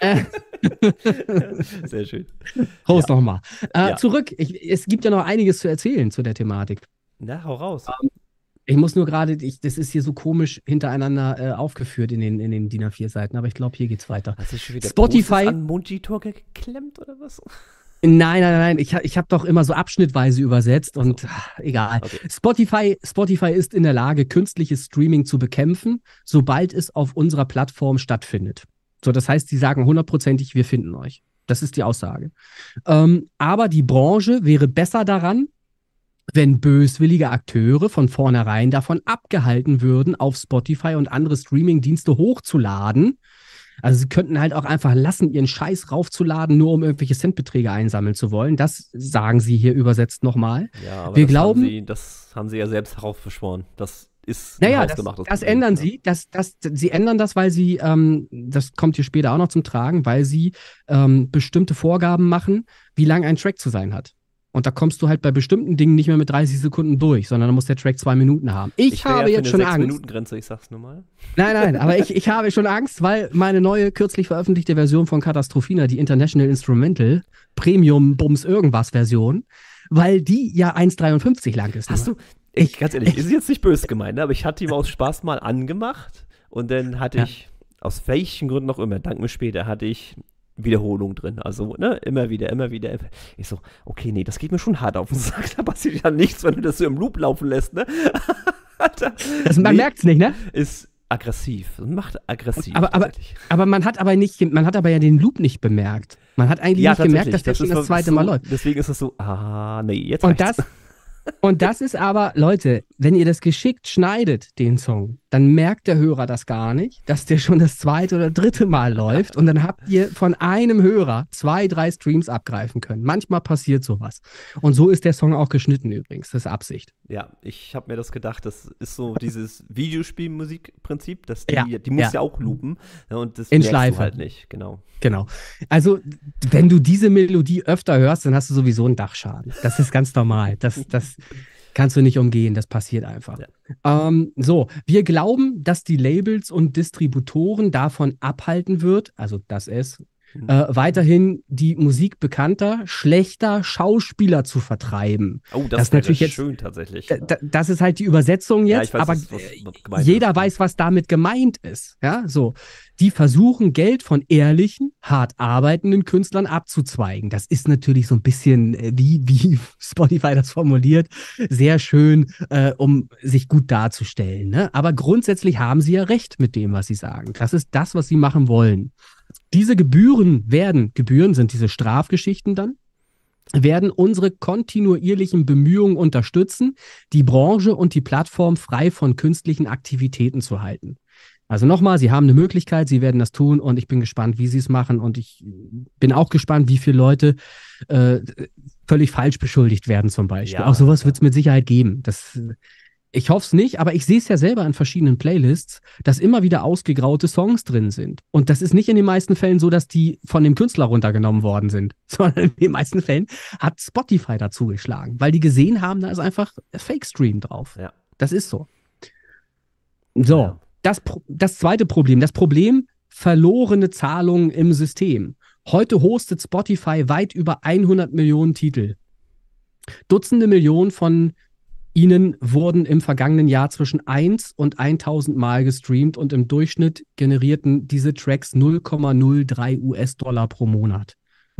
Sehr schön. Prost nochmal. Zurück. Es gibt ja noch einiges zu erzählen zu der Thematik. Na, hau raus. Ich muss nur gerade, das ist hier so komisch hintereinander aufgeführt in den DIN A4-Seiten, aber ich glaube, hier geht's weiter. Hast du schon wieder Spotify an Monitor geklemmt oder was? Nein. Ich hab doch immer so abschnittweise übersetzt und egal. Okay. Spotify ist in der Lage, künstliches Streaming zu bekämpfen, sobald es auf unserer Plattform stattfindet. So, das heißt, sie sagen 100%ig, wir finden euch. Das ist die Aussage. Aber die Branche wäre besser daran, wenn böswillige Akteure von vornherein davon abgehalten würden, auf Spotify und andere Streaming-Dienste hochzuladen. Also sie könnten halt auch einfach lassen, ihren Scheiß raufzuladen, nur um irgendwelche Centbeträge einsammeln zu wollen. Das sagen sie hier übersetzt nochmal. Ja, aber das haben sie ja selbst heraufbeschworen. Das ist das ändern sie. Sie ändern das, weil sie, das kommt hier später auch noch zum Tragen, weil sie bestimmte Vorgaben machen, wie lang ein Track zu sein hat. Und da kommst du halt bei bestimmten Dingen nicht mehr mit 30 Sekunden durch, sondern da muss der Track 2 Minuten haben. Ich habe jetzt schon Angst. 6-Minuten-Grenze, ich sag's nur mal. Nein, aber ich habe schon Angst, weil meine neue, kürzlich veröffentlichte Version von Katastrophina, die International Instrumental Premium-Bums-Irgendwas-Version, weil die ja 1,53 lang ist. Hast du, ganz ehrlich, ist jetzt nicht böse gemeint, ne? Aber ich hatte ihm aus Spaß mal angemacht und dann hatte ich, aus welchen Gründen auch immer, dank mir später, hatte ich Wiederholung drin. Also, ne, immer wieder. Ich so, okay, nee, das geht mir schon hart auf den Sack. Da passiert ja nichts, wenn du das so im Loop laufen lässt, ne? Man merkt's nicht, ne? Ist aggressiv. Macht aggressiv. Aber man hat aber ja den Loop nicht bemerkt. Man hat eigentlich nicht gemerkt, dass der schon das zweite Mal läuft. Deswegen ist es so, nee, jetzt und Und das ist aber, Leute, wenn ihr das geschickt schneidet, den Song, dann merkt der Hörer das gar nicht, dass der schon das zweite oder dritte Mal läuft und dann habt ihr von einem Hörer 2, 3 Streams abgreifen können. Manchmal passiert sowas. Und so ist der Song auch geschnitten übrigens, das ist Absicht. Ja, ich habe mir das gedacht, das ist so dieses Videospielmusikprinzip, dass Ja, die muss ja. ja auch loopen, ja, und das In merkst Schleife. du halt nicht, genau. Genau. Also, wenn du diese Melodie öfter hörst, dann hast du sowieso einen Dachschaden. Das ist ganz normal. Das kannst du nicht umgehen. Das passiert einfach. Ja. So, wir glauben, dass die Labels und Distributoren davon abhalten wird, also dass es weiterhin die Musik bekannter, schlechter Schauspieler zu vertreiben. Oh, Das das wäre natürlich jetzt schön tatsächlich. das ist halt die Übersetzung Ja, jetzt, ich weiß, aber was gemeint jeder ist. weiß, was damit gemeint ist. Ja, so. Die versuchen, Geld von ehrlichen, hart arbeitenden Künstlern abzuzweigen. Das ist natürlich so ein bisschen, wie Spotify das formuliert, sehr schön, um sich gut darzustellen. Ne? Aber grundsätzlich haben sie ja recht mit dem, was sie sagen. Das ist das, was sie machen wollen. Diese Gebühren sind diese Strafgeschichten dann, werden unsere kontinuierlichen Bemühungen unterstützen, die Branche und die Plattform frei von künstlichen Aktivitäten zu halten. Also nochmal, Sie haben eine Möglichkeit, Sie werden das tun und ich bin gespannt, wie Sie es machen und ich bin auch gespannt, wie viele Leute völlig falsch beschuldigt werden zum Beispiel. Ja, auch sowas ja. wird es mit Sicherheit geben. Ich hoffe es nicht, aber ich sehe es ja selber in verschiedenen Playlists, dass immer wieder ausgegraute Songs drin sind. Und das ist nicht in den meisten Fällen so, dass die von dem Künstler runtergenommen worden sind, sondern in den meisten Fällen hat Spotify dazu geschlagen, weil die gesehen haben, da ist einfach Fake-Stream drauf. Ja. Das ist so. So, Ja. das zweite Problem. Das Problem, verlorene Zahlungen im System. Heute hostet Spotify weit über 100 Millionen Titel. Dutzende Millionen von ihnen wurden im vergangenen Jahr zwischen 1 und 1000 Mal gestreamt und im Durchschnitt generierten diese Tracks 0,03 US-Dollar pro Monat.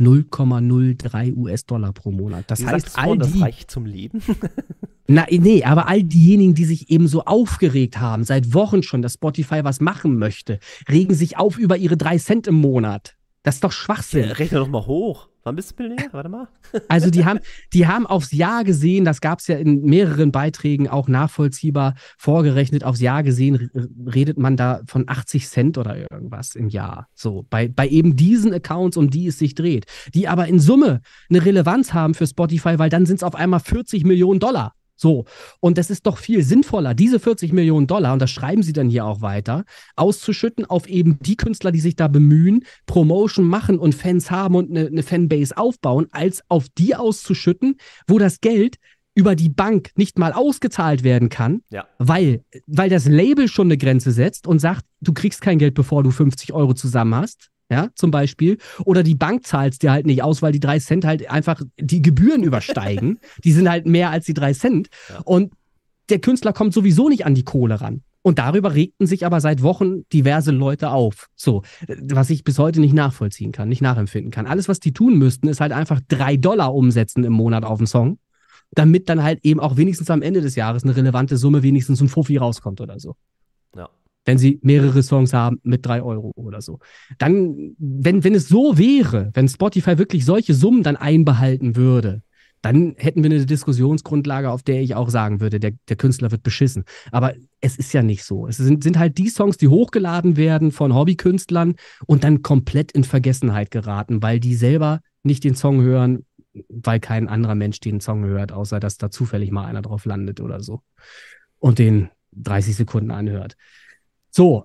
0,03 US-Dollar pro Monat. Das heißt, das reicht zum Leben. Nee, aber all diejenigen, die sich eben so aufgeregt haben, seit Wochen schon, dass Spotify was machen möchte, regen sich auf über ihre 3 Cent im Monat. Das ist doch Schwachsinn. Rechne doch mal hoch. Wann bist du Millionär? Warte mal. Also die haben aufs Jahr gesehen, das gab es ja in mehreren Beiträgen auch nachvollziehbar vorgerechnet, aufs Jahr gesehen redet man da von 80 Cent oder irgendwas im Jahr. So, bei eben diesen Accounts, um die es sich dreht, die aber in Summe eine Relevanz haben für Spotify, weil dann sind es auf einmal 40 Millionen Dollar. So, und das ist doch viel sinnvoller, diese 40 Millionen Dollar, und das schreiben sie dann hier auch weiter, auszuschütten auf eben die Künstler, die sich da bemühen, Promotion machen und Fans haben und eine Fanbase aufbauen, als auf die auszuschütten, wo das Geld über die Bank nicht mal ausgezahlt werden kann, Ja. weil das Label schon eine Grenze setzt und sagt, du kriegst kein Geld, bevor du 50 Euro zusammen hast. Ja, zum Beispiel. Oder die Bank zahlt es dir halt nicht aus, weil die 3 Cent halt einfach die Gebühren übersteigen. Die sind halt mehr als die 3 Cent. Ja. Und der Künstler kommt sowieso nicht an die Kohle ran. Und darüber regten sich aber seit Wochen diverse Leute auf. So, was ich bis heute nicht nachvollziehen kann, nicht nachempfinden kann. Alles, was die tun müssten, ist halt einfach $3 umsetzen im Monat auf den Song, damit dann halt eben auch wenigstens am Ende des Jahres eine relevante Summe, wenigstens ein Fuffi rauskommt oder so. Ja. Wenn sie mehrere Songs haben mit 3 Euro oder so. Dann, wenn es so wäre, wenn Spotify wirklich solche Summen dann einbehalten würde, dann hätten wir eine Diskussionsgrundlage, auf der ich auch sagen würde, der Künstler wird beschissen. Aber es ist ja nicht so. Es sind halt die Songs, die hochgeladen werden von Hobbykünstlern und dann komplett in Vergessenheit geraten, weil die selber nicht den Song hören, weil kein anderer Mensch den Song hört, außer dass da zufällig mal einer drauf landet oder so und den 30 Sekunden anhört. So,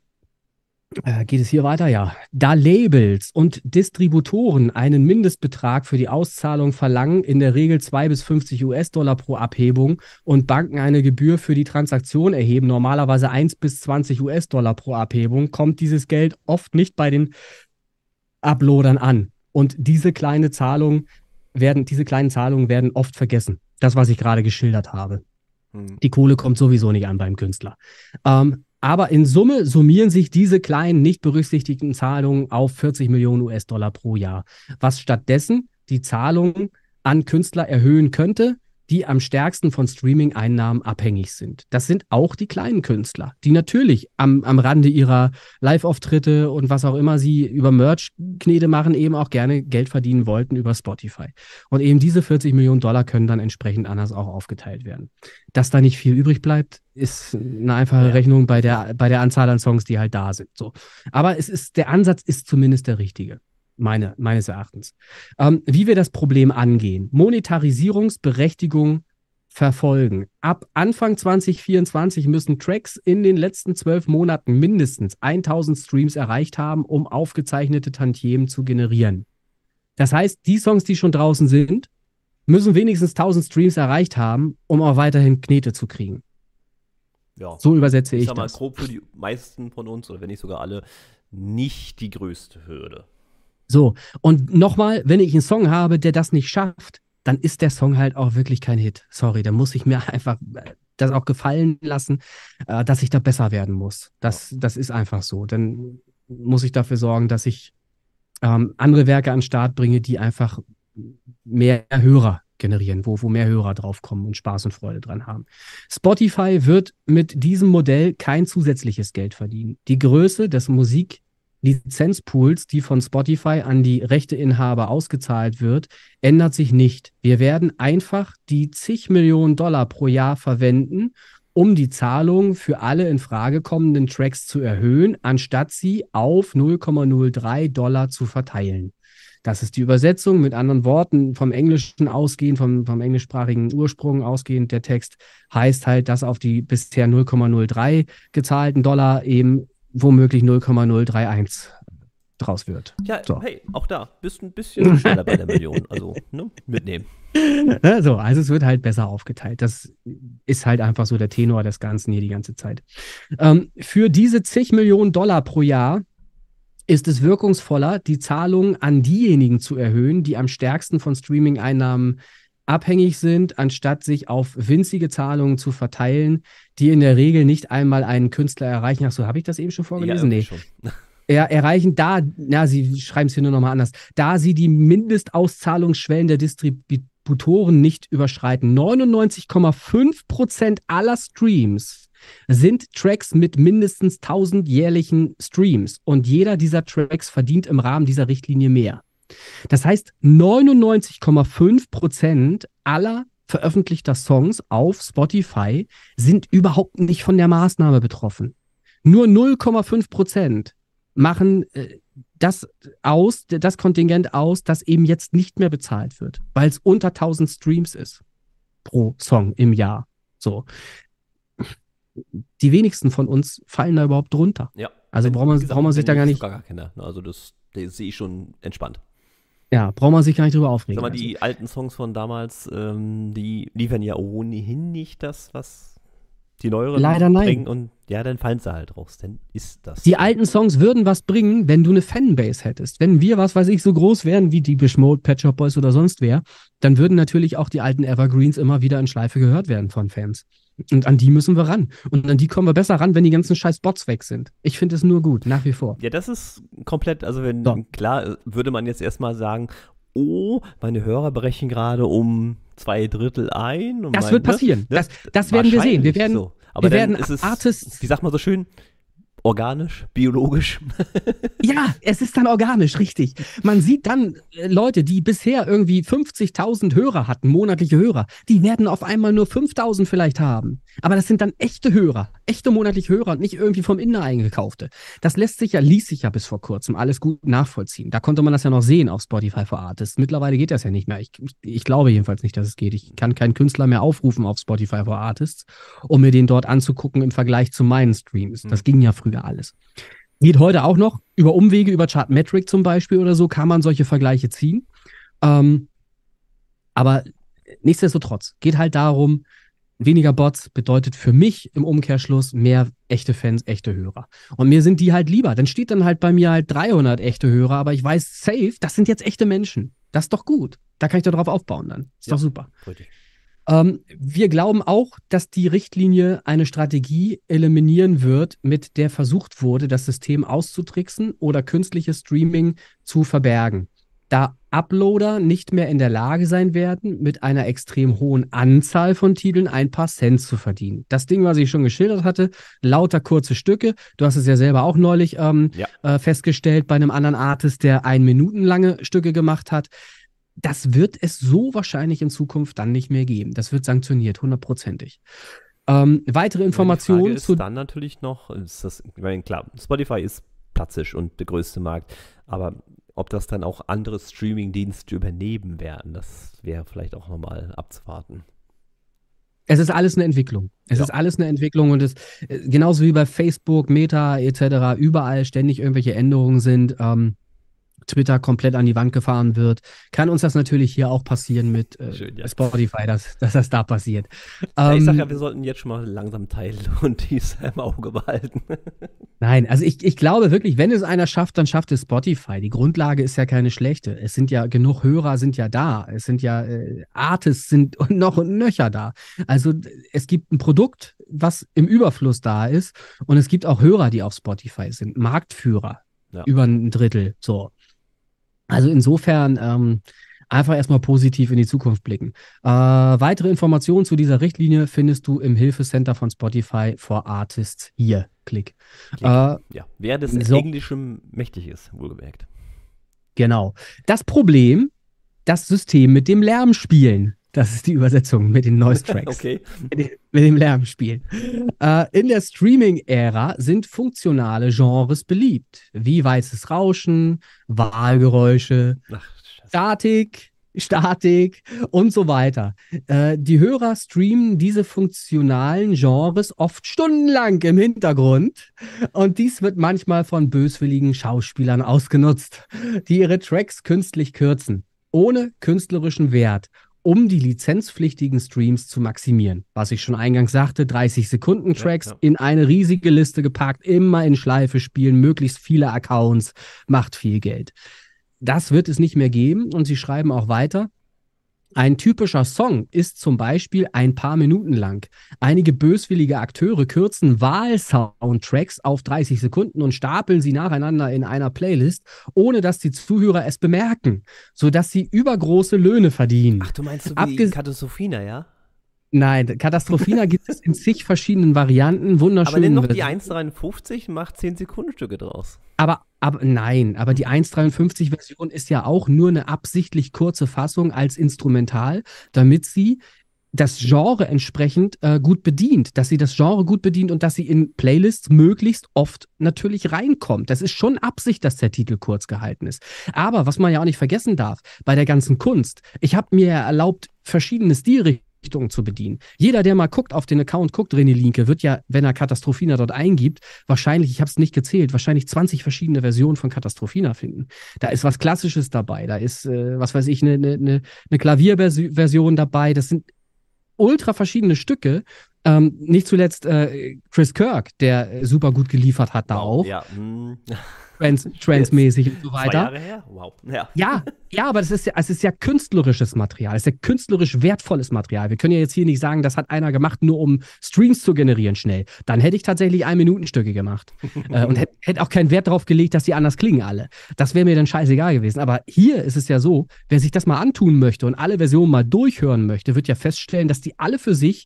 geht es hier weiter? Ja. Da Labels und Distributoren einen Mindestbetrag für die Auszahlung verlangen, in der Regel 2 bis 50 US-Dollar pro Abhebung, und Banken eine Gebühr für die Transaktion erheben, normalerweise 1 bis 20 US-Dollar pro Abhebung, kommt dieses Geld oft nicht bei den Uploadern an. Und diese kleinen Zahlungen werden oft vergessen. Das, was ich gerade geschildert habe. Die Kohle kommt sowieso nicht an beim Künstler. Aber in Summe summieren sich diese kleinen, nicht berücksichtigten Zahlungen auf 40 Millionen US-Dollar pro Jahr, was stattdessen die Zahlungen an Künstler erhöhen könnte, die am stärksten von Streaming-Einnahmen abhängig sind. Das sind auch die kleinen Künstler, die natürlich am Rande ihrer Live-Auftritte und was auch immer sie über Merch-Knete machen, eben auch gerne Geld verdienen wollten über Spotify. Und eben diese 40 Millionen Dollar können dann entsprechend anders auch aufgeteilt werden. Dass da nicht viel übrig bleibt, ist eine einfache Rechnung bei der Anzahl an Songs, die halt da sind. So. Aber der Ansatz ist zumindest der richtige. Meines Erachtens. Wie wir das Problem angehen. Monetarisierungsberechtigung verfolgen. Ab Anfang 2024 müssen Tracks in den letzten 12 Monaten mindestens 1000 Streams erreicht haben, um aufgezeichnete Tantiemen zu generieren. Das heißt, die Songs, die schon draußen sind, müssen wenigstens 1000 Streams erreicht haben, um auch weiterhin Knete zu kriegen. Ja. So übersetze ich sag mal, das. Grob für die meisten von uns, oder wenn nicht sogar alle, nicht die größte Hürde. So, und nochmal, wenn ich einen Song habe, der das nicht schafft, dann ist der Song halt auch wirklich kein Hit. Sorry, da muss ich mir einfach das auch gefallen lassen, dass ich da besser werden muss. Das ist einfach so. Dann muss ich dafür sorgen, dass ich andere Werke an den Start bringe, die einfach mehr Hörer generieren, wo mehr Hörer draufkommen und Spaß und Freude dran haben. Spotify wird mit diesem Modell kein zusätzliches Geld verdienen. Die Größe des Lizenzpools, die von Spotify an die Rechteinhaber ausgezahlt wird, ändert sich nicht. Wir werden einfach die zig Millionen Dollar pro Jahr verwenden, um die Zahlung für alle in Frage kommenden Tracks zu erhöhen, anstatt sie auf 0,03 Dollar zu verteilen. Das ist die Übersetzung, mit anderen Worten, vom Englischen ausgehend, vom englischsprachigen Ursprung ausgehend, der Text heißt halt, dass auf die bisher 0,03 gezahlten Dollar eben womöglich 0,031 draus wird. Ja, so. Hey, auch da, bist ein bisschen schneller bei der Million, also mitnehmen. So, also es wird halt besser aufgeteilt. Das ist halt einfach so der Tenor des Ganzen hier die ganze Zeit. Für diese zig Millionen Dollar pro Jahr ist es wirkungsvoller, die Zahlungen an diejenigen zu erhöhen, die am stärksten von Streaming-Einnahmen abhängig sind, anstatt sich auf winzige Zahlungen zu verteilen, die in der Regel nicht einmal einen Künstler erreichen. Ach so, habe ich das eben schon vorgelesen? Ja, nee. Schon. Erreichen sie schreiben es hier nur nochmal anders, da sie die Mindestauszahlungsschwellen der Distributoren nicht überschreiten. 99,5% aller Streams sind Tracks mit mindestens 1000 jährlichen Streams und jeder dieser Tracks verdient im Rahmen dieser Richtlinie mehr. Das heißt, 99,5% aller veröffentlichter Songs auf Spotify sind überhaupt nicht von der Maßnahme betroffen. Nur 0,5% machen das Kontingent aus, das eben jetzt nicht mehr bezahlt wird, weil es unter 1000 Streams ist pro Song im Jahr. So. Die wenigsten von uns fallen da überhaupt drunter. Ja. Also braucht man sich da gar nicht. Also das sehe ich schon entspannt. Ja, braucht man sich gar nicht drüber aufregen. Sag mal, die alten Songs von damals, die liefern ja ohnehin nicht das, was die neueren Leider bringen. nein. Und ja, dann fallen sie halt raus. Dann ist das. Die alten Songs würden was bringen, wenn du eine Fanbase hättest. Wenn wir, was weiß ich, so groß wären wie die Depeche Mode, Pet Shop Boys oder sonst wer, dann würden natürlich auch die alten Evergreens immer wieder in Schleife gehört werden von Fans. Und an die müssen wir ran. Und an die kommen wir besser ran, wenn die ganzen scheiß Bots weg sind. Ich finde es nur gut, nach wie vor. Ja, das ist komplett, also klar, würde man jetzt erstmal sagen, oh, meine Hörer brechen gerade um 2/3 ein. Und das wird passieren. Das werden wir sehen. Wir werden, so. Aber wir dann werden ist es, Artists. wie sagt man so schön, organisch, biologisch. Ja, es ist dann organisch, richtig. Man sieht dann Leute, die bisher irgendwie 50.000 Hörer hatten, monatliche Hörer, die werden auf einmal nur 5.000 vielleicht haben. Aber das sind dann echte Hörer, echte monatliche Hörer und nicht irgendwie vom Inder eingekaufte. Das ließ sich ja bis vor kurzem alles gut nachvollziehen. Da konnte man das ja noch sehen auf Spotify for Artists. Mittlerweile geht das ja nicht mehr. Ich glaube jedenfalls nicht, dass es geht. Ich kann keinen Künstler mehr aufrufen auf Spotify for Artists, um mir den dort anzugucken im Vergleich zu meinen Streams. Das ging ja früher alles. Geht heute auch noch. Über Umwege, über Chartmetric zum Beispiel oder so, kann man solche Vergleiche ziehen. Aber nichtsdestotrotz geht halt darum, weniger Bots bedeutet für mich im Umkehrschluss mehr echte Fans, echte Hörer. Und mir sind die halt lieber. Dann steht dann halt bei mir halt 300 echte Hörer, aber ich weiß safe, das sind jetzt echte Menschen. Das ist doch gut. Da kann ich doch drauf aufbauen dann. Ist doch super. Richtig. Wir glauben auch, dass die Richtlinie eine Strategie eliminieren wird, mit der versucht wurde, das System auszutricksen oder künstliches Streaming zu verbergen. Da Uploader nicht mehr in der Lage sein werden, mit einer extrem hohen Anzahl von Titeln ein paar Cent zu verdienen. Das Ding, was ich schon geschildert hatte, lauter kurze Stücke. Du hast es ja selber auch neulich festgestellt bei einem anderen Artist, der 1 Minuten lange Stücke gemacht hat. Das wird es so wahrscheinlich in Zukunft dann nicht mehr geben. Das wird sanktioniert, 100%ig. Weitere Informationen Die Frage ist dann natürlich noch, ich meine, klar, Spotify ist platzig und der größte Markt, aber ob das dann auch andere Streaming-Dienste übernehmen werden, das wäre vielleicht auch nochmal abzuwarten. Es ist alles eine Entwicklung. Es ist alles eine Entwicklung und es genauso wie bei Facebook, Meta etc. überall ständig irgendwelche Änderungen sind. Twitter komplett an die Wand gefahren wird, kann uns das natürlich hier auch passieren mit Spotify, dass das da passiert. Ich sage ja, wir sollten jetzt schon mal langsam teilen und dies im Auge behalten. Nein, also ich glaube wirklich, wenn es einer schafft, dann schafft es Spotify. Die Grundlage ist ja keine schlechte. Es sind ja genug Hörer sind ja da. Es sind ja Artists sind noch und nöcher da. Also es gibt ein Produkt, was im Überfluss da ist und es gibt auch Hörer, die auf Spotify sind. Marktführer. Ja. Über 1/3. So. Also insofern einfach erstmal positiv in die Zukunft blicken. Weitere Informationen zu dieser Richtlinie findest du im Hilfecenter von Spotify for Artists hier. Klick. Wer des Englischen mächtig ist, wohlgemerkt. Genau. Das Problem, das System mit dem Lärmspielen. Das ist die Übersetzung mit den Noise-Tracks. Okay. Mit dem Lärmspielen. In der Streaming-Ära sind funktionale Genres beliebt, wie weißes Rauschen, Wahlgeräusche, Statik und so weiter. Die Hörer streamen diese funktionalen Genres oft stundenlang im Hintergrund und dies wird manchmal von böswilligen Schauspielern ausgenutzt, die ihre Tracks künstlich kürzen, ohne künstlerischen Wert, um die lizenzpflichtigen Streams zu maximieren. Was ich schon eingangs sagte, 30-Sekunden-Tracks in eine riesige Liste gepackt, immer in Schleife spielen, möglichst viele Accounts, macht viel Geld. Das wird es nicht mehr geben und sie schreiben auch weiter. Ein typischer Song ist zum Beispiel ein paar Minuten lang. Einige böswillige Akteure kürzen Wahl-Soundtracks auf 30 Sekunden und stapeln sie nacheinander in einer Playlist, ohne dass die Zuhörer es bemerken, sodass sie übergroße Löhne verdienen. Ach, du meinst so wie Katastrophina, ja? Nein, Katastrophina gibt es in zig verschiedenen Varianten, wunderschön. Aber nimm noch die 1,53, macht 10-Sekunden-Stücke draus. Aber die 1,53-Version ist ja auch nur eine absichtlich kurze Fassung als Instrumental, damit sie das Genre entsprechend gut bedient, dass sie das Genre gut bedient und dass sie in Playlists möglichst oft natürlich reinkommt. Das ist schon Absicht, dass der Titel kurz gehalten ist. Aber was man ja auch nicht vergessen darf, bei der ganzen Kunst, ich habe mir erlaubt, verschiedene Stilrichtungen zu bedienen. Jeder, der mal auf den Account guckt, René Linke, wird ja, wenn er Katastrophina dort eingibt, wahrscheinlich, ich habe es nicht gezählt, wahrscheinlich 20 verschiedene Versionen von Katastrophina finden. Da ist was Klassisches dabei, da ist, was weiß ich, eine Klavierversion dabei, das sind ultra verschiedene Stücke. Nicht zuletzt Chris Kirk, der super gut geliefert hat da auch. Ja. Trance-mäßig und so weiter. 2 Jahre her? Wow. Ja, aber es ist ja künstlerisches Material. Es ist ja künstlerisch wertvolles Material. Wir können ja jetzt hier nicht sagen, das hat einer gemacht, nur um Streams zu generieren schnell. Dann hätte ich tatsächlich 1-Minuten-Stücke gemacht. Und hätte auch keinen Wert darauf gelegt, dass die anders klingen alle. Das wäre mir dann scheißegal gewesen. Aber hier ist es ja so, wer sich das mal antun möchte und alle Versionen mal durchhören möchte, wird ja feststellen, dass die alle für sich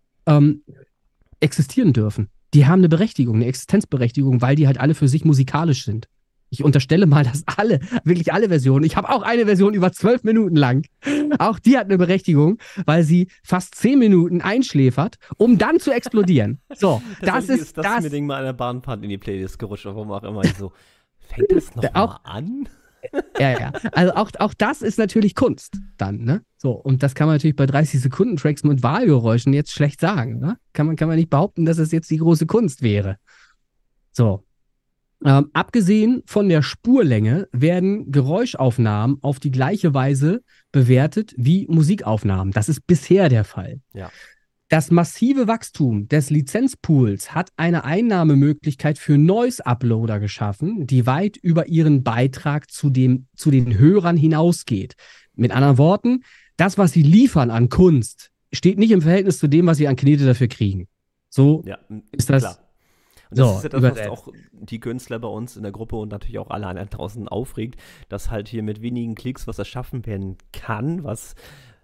existieren dürfen. Die haben eine Berechtigung, eine Existenzberechtigung, weil die halt alle für sich musikalisch sind. Ich unterstelle mal, dass wirklich alle Versionen, ich habe auch eine Version über 12 Minuten lang, auch die hat eine Berechtigung, weil sie fast 10 Minuten einschläfert, um dann zu explodieren. So, das ist mir Ding mal an der Bahnfahrt in die Playlist gerutscht, warum auch immer. So, fängt das noch mal an? Ja. Also auch das ist natürlich Kunst dann, ne? So, und das kann man natürlich bei 30-Sekunden-Tracks mit Wahlgeräuschen jetzt schlecht sagen, ne? Kann man nicht behaupten, dass es jetzt die große Kunst wäre. So. Abgesehen von der Spurlänge werden Geräuschaufnahmen auf die gleiche Weise bewertet wie Musikaufnahmen. Das ist bisher der Fall. Ja. Das massive Wachstum des Lizenzpools hat eine Einnahmemöglichkeit für Noise-Uploader geschaffen, die weit über ihren Beitrag zu den Hörern hinausgeht. Mit anderen Worten, das, was sie liefern an Kunst, steht nicht im Verhältnis zu dem, was sie an Knete dafür kriegen. So ist das. Klar. Das So, ist ja das, was übersetzt. auch die Künstler bei uns in der Gruppe und natürlich auch alle anderen draußen aufregt, dass halt hier mit wenigen Klicks was erschaffen werden kann, was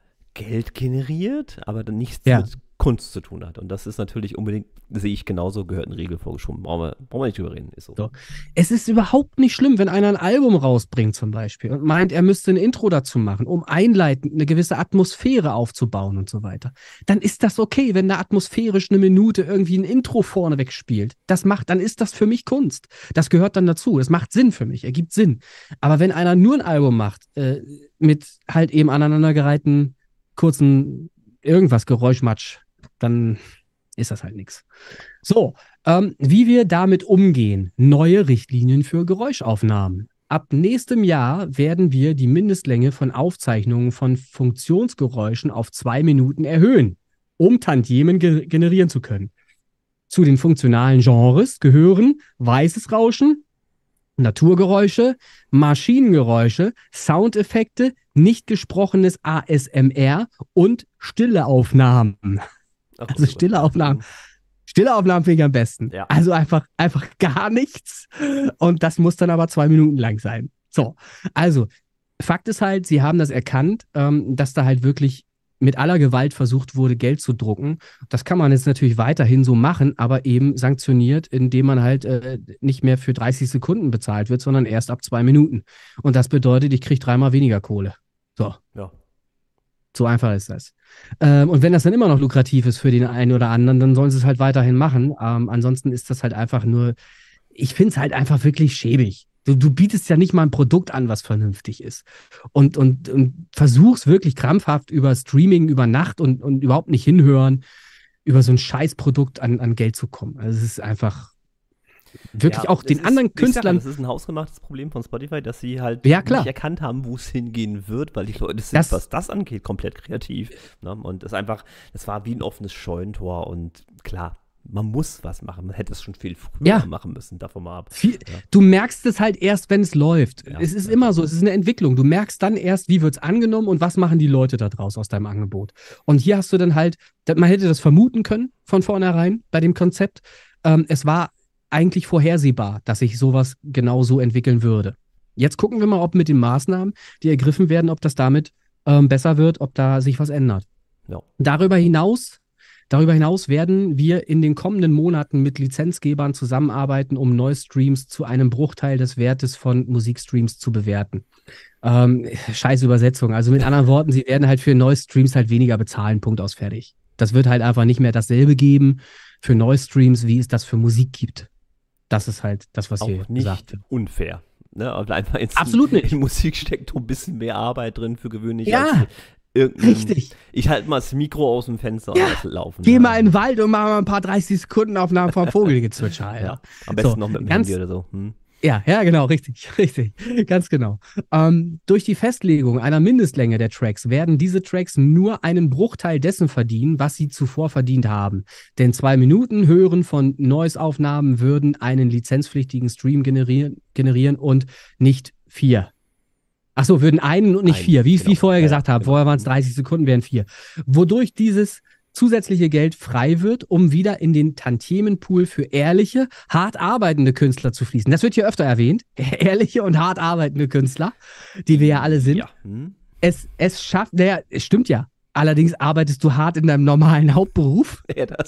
Geld generiert, aber dann nichts Ja. mit Kunst zu tun hat. Und das ist natürlich unbedingt, sehe ich genauso, gehört in Regel vorgeschoben. Brauchen wir nicht drüber reden, ist so. So. Es ist überhaupt nicht schlimm, wenn einer ein Album rausbringt zum Beispiel und meint, er müsste ein Intro dazu machen, um einleitend eine gewisse Atmosphäre aufzubauen und so weiter. Dann ist das okay, wenn da atmosphärisch eine Minute irgendwie ein Intro vorneweg spielt. Dann ist das für mich Kunst. Das gehört dann dazu. Es macht Sinn für mich, ergibt Sinn. Aber wenn einer nur ein Album macht, mit halt eben aneinandergereihten kurzen irgendwas Geräuschmatsch, dann ist das halt nichts. So, wie wir damit umgehen. Neue Richtlinien für Geräuschaufnahmen. Ab nächstem Jahr werden wir die Mindestlänge von Aufzeichnungen von Funktionsgeräuschen auf 2 Minuten erhöhen, um Tantiemen generieren zu können. Zu den funktionalen Genres gehören weißes Rauschen, Naturgeräusche, Maschinengeräusche, Soundeffekte, nicht gesprochenes ASMR und stille Aufnahmen. Ach, Also stille Aufnahmen. Stille Aufnahmen finde ich am besten. Ja. Also einfach gar nichts. Und das muss dann aber 2 Minuten lang sein. So, also Fakt ist halt, sie haben das erkannt, dass da halt wirklich mit aller Gewalt versucht wurde, Geld zu drucken. Das kann man jetzt natürlich weiterhin so machen, aber eben sanktioniert, indem man halt nicht mehr für 30 Sekunden bezahlt wird, sondern erst ab 2 Minuten. Und das bedeutet, ich kriege 3-mal weniger Kohle. So. Ja. So einfach ist das. Und wenn das dann immer noch lukrativ ist für den einen oder anderen, dann sollen sie es halt weiterhin machen. Ansonsten ist das halt einfach nur, ich finde es halt einfach wirklich schäbig. Du bietest ja nicht mal ein Produkt an, was vernünftig ist. Und versuchst wirklich krampfhaft über Streaming, über Nacht und überhaupt nicht hinhören, über so ein Scheißprodukt an Geld zu kommen. Also es ist einfach wirklich auch den anderen Künstlern. Das ist ein hausgemachtes Problem von Spotify, dass sie halt Ja, klar. nicht erkannt haben, wo es hingehen wird, weil die Leute sind, was das angeht, komplett kreativ. Ne? Und es war wie ein offenes Scheunentor und klar, man muss was machen. Man hätte es schon viel früher machen müssen, davon mal ab. Du merkst es halt erst, wenn es läuft. Ja. Es ist immer so, es ist eine Entwicklung. Du merkst dann erst, wie wird es angenommen und was machen die Leute da draus aus deinem Angebot. Und hier hast du dann halt, man hätte das vermuten können von vornherein bei dem Konzept. Es war eigentlich vorhersehbar, dass sich sowas genau so entwickeln würde. Jetzt gucken wir mal, ob mit den Maßnahmen, die ergriffen werden, ob das damit besser wird, ob da sich was ändert. Ja. Darüber hinaus werden wir in den kommenden Monaten mit Lizenzgebern zusammenarbeiten, um Noise-Streams zu einem Bruchteil des Wertes von Musikstreams zu bewerten. Scheiß Übersetzung. Also mit anderen Worten, sie werden halt für Noise-Streams halt weniger bezahlen, Punkt aus, fertig. Das wird halt einfach nicht mehr dasselbe geben für Noise-Streams, wie es das für Musik gibt. Das ist halt das, was hier gesagt wird. Unfair. Ne? Aber einfach Absolut nicht. In Musik steckt ein bisschen mehr Arbeit drin für gewöhnlich. Ja, richtig. Ich halte mal das Mikro aus dem Fenster und lasse laufen. Geh mal in den Wald und mach mal ein paar 30-Sekunden-Aufnahmen vom Vogelgezwitscher, Alter. Ja, am besten noch mit dem Handy oder so. Ja, genau, richtig, ganz genau. Durch die Festlegung einer Mindestlänge der Tracks werden diese Tracks nur einen Bruchteil dessen verdienen, was sie zuvor verdient haben. Denn 2 Minuten Hören von Noise-Aufnahmen würden einen lizenzpflichtigen Stream generieren und nicht 4. Achso, würden einen und nicht 4, wie ich vorher gesagt habe. Vorher waren es 30 Sekunden, wären 4. Wodurch dieses zusätzliche Geld frei wird, um wieder in den Tantiemenpool für ehrliche, hart arbeitende Künstler zu fließen. Das wird hier öfter erwähnt. Ehrliche und hart arbeitende Künstler, die wir ja alle sind. Ja. Es schafft, es stimmt ja. Allerdings arbeitest du hart in deinem normalen Hauptberuf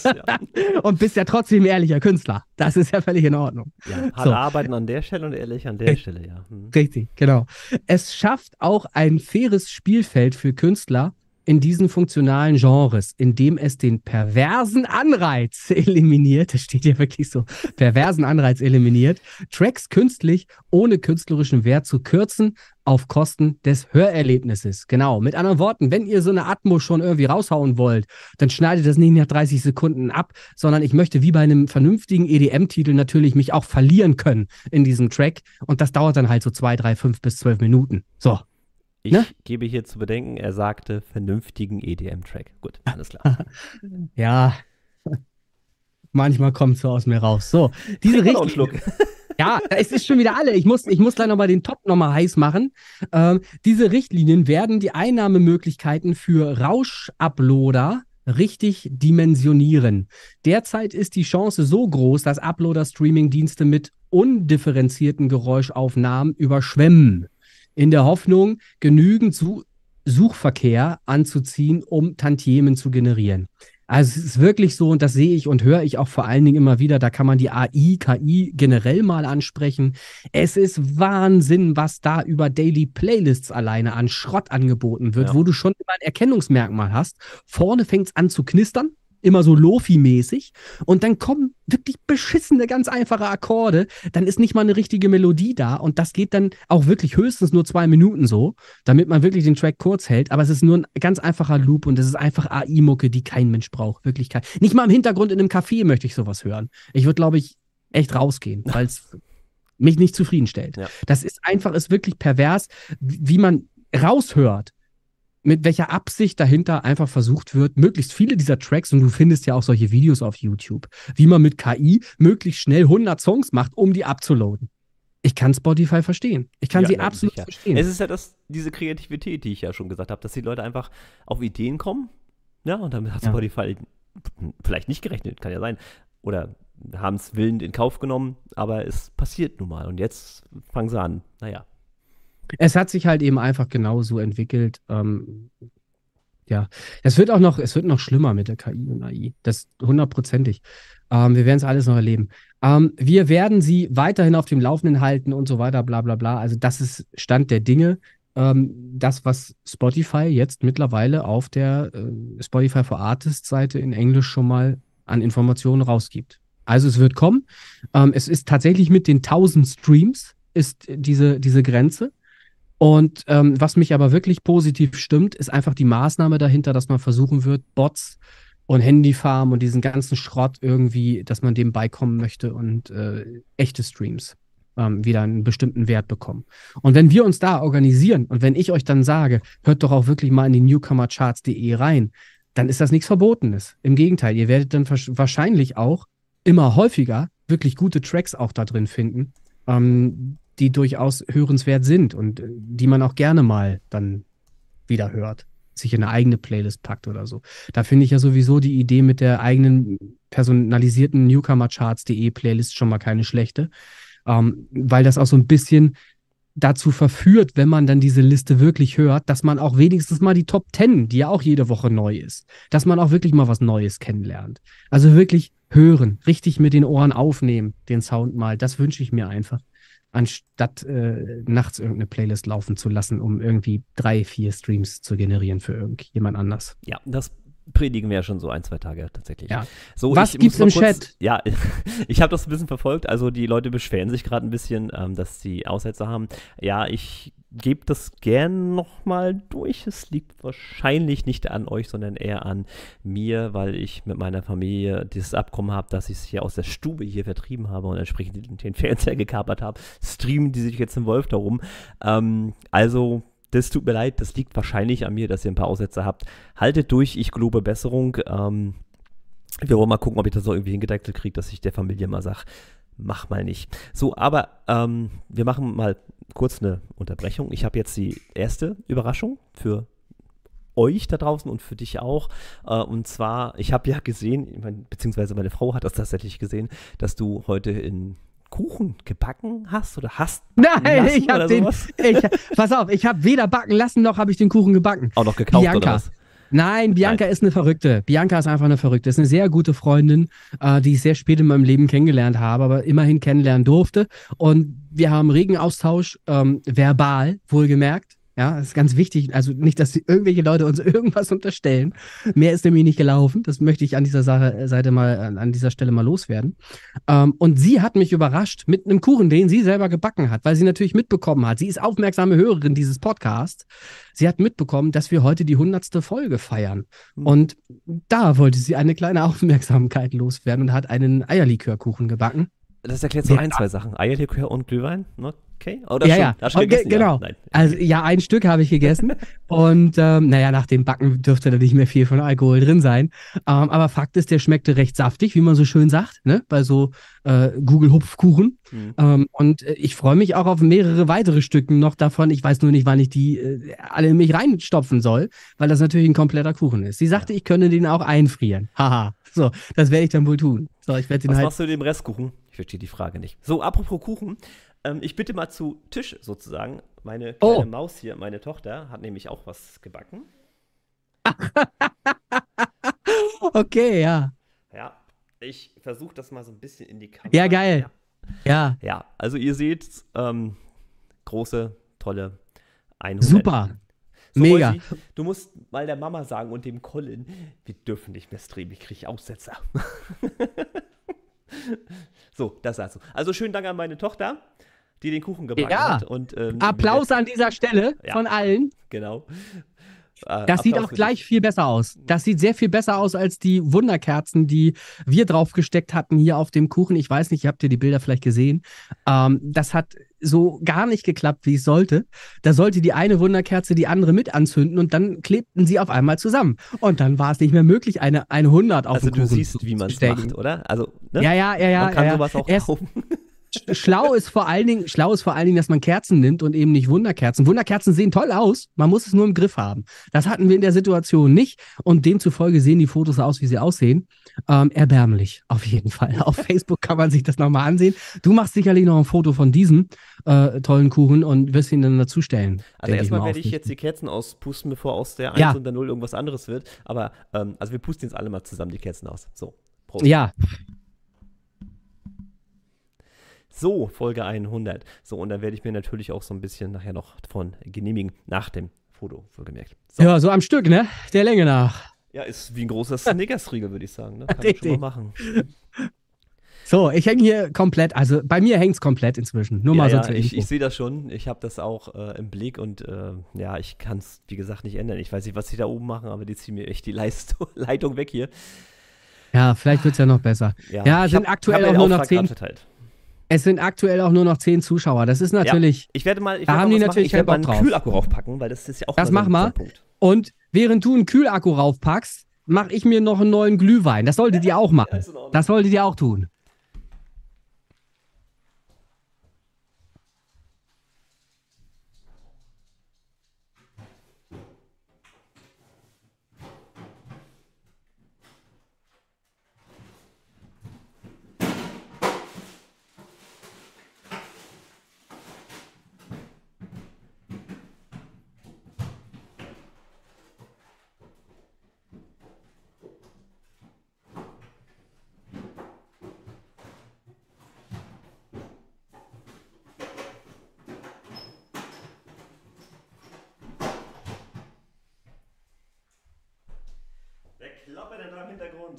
und bist ja trotzdem ehrlicher Künstler. Das ist ja völlig in Ordnung. Ja, hart arbeiten an der Stelle und ehrlich an der Stelle, ja. Richtig, genau. Es schafft auch ein faires Spielfeld für Künstler in diesen funktionalen Genres, indem es den perversen Anreiz eliminiert, das steht ja wirklich so, perversen Anreiz eliminiert, Tracks künstlich ohne künstlerischen Wert zu kürzen auf Kosten des Hörerlebnisses. Genau, mit anderen Worten, wenn ihr so eine Atmo schon irgendwie raushauen wollt, dann schneidet das nicht nach 30 Sekunden ab, sondern ich möchte wie bei einem vernünftigen EDM-Titel natürlich mich auch verlieren können in diesem Track und das dauert dann halt so 2, 3, 5 bis 12 Minuten. So. Ich gebe hier zu bedenken, er sagte vernünftigen EDM-Track. Gut, alles klar. Ja, manchmal kommt es so aus mir raus. So, diese Richtlinie. Ja, es ist schon wieder alle. Ich muss gleich nochmal den Top nochmal heiß machen. Diese Richtlinien werden die Einnahmemöglichkeiten für Rauschuploader richtig dimensionieren. Derzeit ist die Chance so groß, dass Uploader-Streaming-Dienste mit undifferenzierten Geräuschaufnahmen überschwemmen, in der Hoffnung, genügend Suchverkehr anzuziehen, um Tantiemen zu generieren. Also es ist wirklich so, und das sehe ich und höre ich auch vor allen Dingen immer wieder, da kann man die AI, KI generell mal ansprechen. Es ist Wahnsinn, was da über Daily Playlists alleine an Schrott angeboten wird, wo du schon immer ein Erkennungsmerkmal hast. Vorne fängt es an zu knistern, immer so Lofi-mäßig, und dann kommen wirklich beschissene, ganz einfache Akkorde, dann ist nicht mal eine richtige Melodie da, und das geht dann auch wirklich höchstens nur 2 Minuten so, damit man wirklich den Track kurz hält, aber es ist nur ein ganz einfacher Loop und es ist einfach AI-Mucke, die kein Mensch braucht, wirklich kein. Nicht mal im Hintergrund in einem Café möchte ich sowas hören. Ich würde, glaube ich, echt rausgehen, weil es mich nicht zufriedenstellt. Ja. Das ist einfach, ist wirklich pervers, wie man raushört, mit welcher Absicht dahinter einfach versucht wird, möglichst viele dieser Tracks, und du findest ja auch solche Videos auf YouTube, wie man mit KI möglichst schnell 100 Songs macht, um die abzuladen. Ich kann Spotify verstehen. Ich kann sie absolut verstehen. Es ist ja diese Kreativität, die ich ja schon gesagt habe, dass die Leute einfach auf Ideen kommen, ja, und damit hat Spotify vielleicht nicht gerechnet, kann ja sein, oder haben es willend in Kauf genommen, aber es passiert nun mal, und jetzt fangen sie an, naja. Es hat sich halt eben einfach genauso entwickelt. Ja, es wird noch schlimmer mit der KI und AI. Das 100%ig. Wir werden es alles noch erleben. Wir werden sie weiterhin auf dem Laufenden halten und so weiter, bla bla bla. Also das ist Stand der Dinge. Das, was Spotify jetzt mittlerweile auf der Spotify for Artists Seite in Englisch schon mal an Informationen rausgibt. Also es wird kommen. Es ist tatsächlich mit den 1000 Streams ist diese Grenze. Und was mich aber wirklich positiv stimmt, ist einfach die Maßnahme dahinter, dass man versuchen wird, Bots und Handyfarm und diesen ganzen Schrott irgendwie, dass man dem beikommen möchte und echte Streams wieder einen bestimmten Wert bekommen. Und wenn wir uns da organisieren und wenn ich euch dann sage, hört doch auch wirklich mal in die newcomercharts.de rein, dann ist das nichts Verbotenes. Im Gegenteil, ihr werdet dann wahrscheinlich auch immer häufiger wirklich gute Tracks auch da drin finden, die durchaus hörenswert sind und die man auch gerne mal dann wieder hört, sich in eine eigene Playlist packt oder so. Da finde ich ja sowieso die Idee mit der eigenen personalisierten newcomercharts.de Playlist schon mal keine schlechte, weil das auch so ein bisschen dazu verführt, wenn man dann diese Liste wirklich hört, dass man auch wenigstens mal die Top 10, die ja auch jede Woche neu ist, dass man auch wirklich mal was Neues kennenlernt. Also wirklich hören, richtig mit den Ohren aufnehmen, den Sound mal, das wünsche ich mir einfach, anstatt nachts irgendeine Playlist laufen zu lassen, um irgendwie 3, 4 Streams zu generieren für irgendjemand anders. Ja, das predigen wir ja schon so 1, 2 Tage tatsächlich. Ja. So, was gibt's im Chat? Ja, ich habe das ein bisschen verfolgt. Also die Leute beschweren sich gerade ein bisschen, dass sie Aussetzer haben. Ja, ich gebe das gern nochmal durch. Es liegt wahrscheinlich nicht an euch, sondern eher an mir, weil ich mit meiner Familie dieses Abkommen habe, dass ich es hier aus der Stube hier vertrieben habe und entsprechend den Fernseher gekapert habe. Streamen die sich jetzt im Wolf darum. Also das tut mir leid, das liegt wahrscheinlich an mir, dass ihr ein paar Aussätze habt. Haltet durch, ich gelobe Besserung. Wir wollen mal gucken, ob ich das so irgendwie hingedeckelt kriege, dass ich der Familie mal sage, mach mal nicht. So, aber wir machen mal kurz eine Unterbrechung. Ich habe jetzt die erste Überraschung für euch da draußen und für dich auch. Und zwar, ich habe ja gesehen, beziehungsweise meine Frau hat das tatsächlich gesehen, dass du heute in Kuchen gebacken hast oder hast? Nein, ich habe den. Pass auf, ich habe weder backen lassen noch habe ich den Kuchen gebacken. Auch noch gekauft Bianca. Oder was? Nein, Bianca ist eine Verrückte. Bianca ist einfach eine Verrückte. Ist eine sehr gute Freundin, die ich sehr spät in meinem Leben kennengelernt habe, aber immerhin kennenlernen durfte. Und wir haben regen Austausch, verbal, wohlgemerkt. Ja, das ist ganz wichtig. Also nicht, dass irgendwelche Leute uns irgendwas unterstellen. Mehr ist nämlich nicht gelaufen. Das möchte ich an dieser an dieser Stelle mal loswerden. Und sie hat mich überrascht mit einem Kuchen, den sie selber gebacken hat, weil sie natürlich mitbekommen hat. Sie ist aufmerksame Hörerin dieses Podcasts. Sie hat mitbekommen, dass wir heute die 100. Folge feiern. Und da wollte sie eine kleine Aufmerksamkeit loswerden und hat einen Eierlikörkuchen gebacken. Das erklärt so Wir- ein, zwei Sachen. Eierlikör und Glühwein, okay. Oder Ja, schon, ja, hast du schon okay, gegessen? genau. Ja, nein. Also ja, ein Stück habe ich gegessen und naja, nach dem Backen dürfte da nicht mehr viel von Alkohol drin sein. Aber Fakt ist, der schmeckte recht saftig, wie man so schön sagt, ne? Bei so Google-Hupfkuchen. Hm. Und ich freue mich auch auf mehrere weitere Stücken noch davon. Ich weiß nur nicht, wann ich die alle in mich reinstopfen soll, weil das natürlich ein kompletter Kuchen ist. Sie sagte, Ja. ich könne den auch einfrieren. Haha. So, das werde ich dann wohl tun. So, ich werde den Was halt. machst du mit dem Restkuchen? Ich verstehe die Frage nicht. So, apropos Kuchen. Ich bitte mal zu Tisch sozusagen. Meine kleine Oh, Maus hier, meine Tochter, hat nämlich auch was gebacken. okay, ja. Ja, ich versuche das mal so ein bisschen in die Ja, Kamera. geil. Ja, Ja, ja, also ihr seht, große, tolle 100. super. So, Mega. Mäusi, du musst mal der Mama sagen und dem Colin, wir dürfen nicht mehr streamen, ich kriege Aussetzer. So, das dazu. Also schönen Dank an meine Tochter, die den Kuchen gebacken Ja, hat. Und, Applaus an dieser Stelle Ja. von allen. Genau. Das sieht Applaus auch für gleich dich. viel besser aus. Das sieht sehr viel besser aus als die Wunderkerzen, die wir draufgesteckt hatten hier auf dem Kuchen. Ich weiß nicht, habt ihr die Bilder vielleicht gesehen? Das hat so gar nicht geklappt, wie es sollte. Da sollte die eine Wunderkerze die andere mit anzünden und dann klebten sie auf einmal zusammen. Und dann war es nicht mehr möglich, eine 100 auf Also den du Kuchen siehst, wie man es stecken. macht, oder? Also, ne? Ja, ja, ja, ja. Man kann ja. sowas auch Erst, kaufen. schlau ist vor allen Dingen, dass man Kerzen nimmt und eben nicht Wunderkerzen. Wunderkerzen sehen toll aus, man muss es nur im Griff haben. Das hatten wir in der Situation nicht und demzufolge sehen die Fotos aus, wie sie aussehen. Erbärmlich, auf jeden Fall. Auf Facebook kann man sich das nochmal ansehen. Du machst sicherlich noch ein Foto von diesem tollen Kuchen und wirst ihn dann dazustellen. Also erstmal werde ich jetzt die Kerzen auspusten, bevor aus der 1 Ja. und der 0 irgendwas anderes wird. Aber, also wir pusten jetzt alle mal zusammen die Kerzen aus. So, Prost. Ja, So, Folge 100. So, und dann werde ich mir natürlich auch so ein bisschen nachher noch von genehmigen, nach dem Foto, wohlgemerkt. So. ja, so am Stück, ne? Der Länge nach. Ja, ist wie ein großer Snickers-Riegel, würde ich sagen. Ne? Kann man Richtig. schon mal machen. So, ich hänge hier komplett, also bei mir hängt es komplett inzwischen. Nur Ja, mal so ja, zur ich Info. sehe das schon. Ich habe das auch im Blick und ja, ich kann es, wie gesagt, nicht ändern. Ich weiß nicht, was sie da oben machen, aber die ziehen mir echt die Leitung weg hier. Ja, vielleicht wird es ja noch besser. Ja, ich sind hab aktuell den auch nur noch Auftrag 10. grad verteilt. Es sind aktuell auch nur noch 10 Zuschauer. Das ist natürlich. Ich werde mal, Da haben die natürlich ich werde mal keinen einen Bock drauf. Kühlaku raufpacken, weil das ist ja auch Das mal mach so mal. ein Punkt. Und während du einen Kühlakku raufpackst, mache ich mir noch einen neuen Glühwein. Das solltet ihr auch Ja, machen. ist in Ordnung. Das solltet ihr auch tun. Wer klappert denn da im Hintergrund?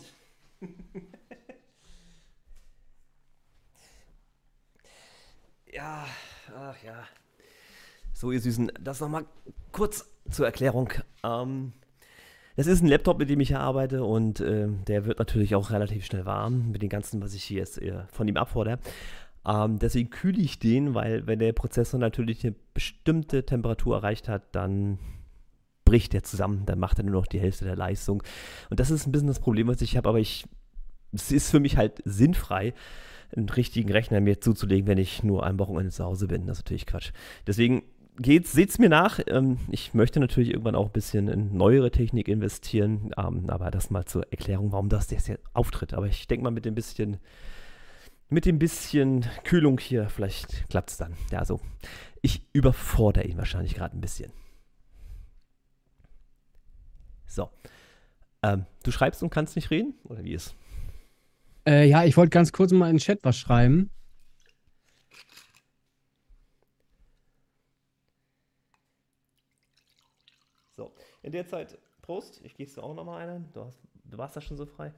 Ja, ach ja. So, ihr Süßen, das nochmal kurz zur Erklärung. Das ist ein Laptop, mit dem ich hier arbeite und der wird natürlich auch relativ schnell warm mit dem Ganzen, was ich hier jetzt von ihm abfordere. Deswegen kühle ich den, weil wenn der Prozessor natürlich eine bestimmte Temperatur erreicht hat, dann bricht der zusammen, dann macht er nur noch die Hälfte der Leistung. Und das ist ein bisschen das Problem, was ich habe, aber es ist für mich halt sinnfrei, einen richtigen Rechner mir zuzulegen, wenn ich nur am Wochenende zu Hause bin. Das ist natürlich Quatsch. Deswegen seht's mir nach. Ich möchte natürlich irgendwann auch ein bisschen in neuere Technik investieren, aber das mal zur Erklärung, warum das jetzt hier auftritt. Aber ich denke mal, mit dem bisschen Kühlung hier, vielleicht klappt es dann. Ja, also ich überfordere ihn wahrscheinlich gerade ein bisschen. So. Du schreibst und kannst nicht reden? Oder wie ist? Ja, ich wollte ganz kurz mal in den Chat was schreiben. So. In der Zeit, Prost. Ich gieße auch nochmal einen. Du warst da schon so frei.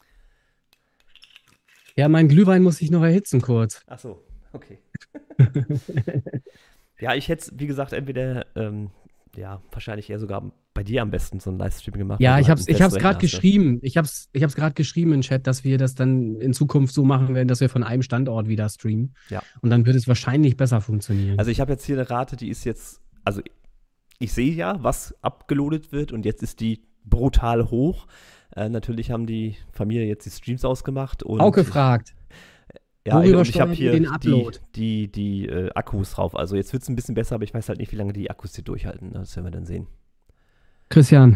Ja, mein Glühwein muss ich noch erhitzen kurz. Ach so, okay. Ja, ich hätte es, wie gesagt, entweder ja, wahrscheinlich eher sogar bei dir am besten so ein Livestream gemacht, weil Ja, du ich halt hab's, einen ich hab's festen gerade Rechner hast, ne? geschrieben. Ich hab's gerade geschrieben im Chat, dass wir das dann in Zukunft so machen werden, dass wir von einem Standort wieder streamen. Ja. Und dann wird es wahrscheinlich besser funktionieren. Also ich habe jetzt hier eine Rate, die ist jetzt, also ich sehe ja, was abgeloadet wird und jetzt ist die brutal hoch. Natürlich haben die Familie jetzt die Streams ausgemacht und Auch gefragt. ja, Worüber und ich habe steuern wir hier den Upload? die Akkus drauf. Also jetzt wird es ein bisschen besser, aber ich weiß halt nicht, wie lange die Akkus hier durchhalten. Ne? Das werden wir dann sehen. Christian,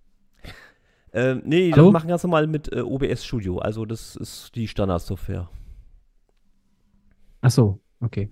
Nee, hallo? das machen ganz normal mit OBS Studio. Also das ist die Standardsoftware. Ach so, okay.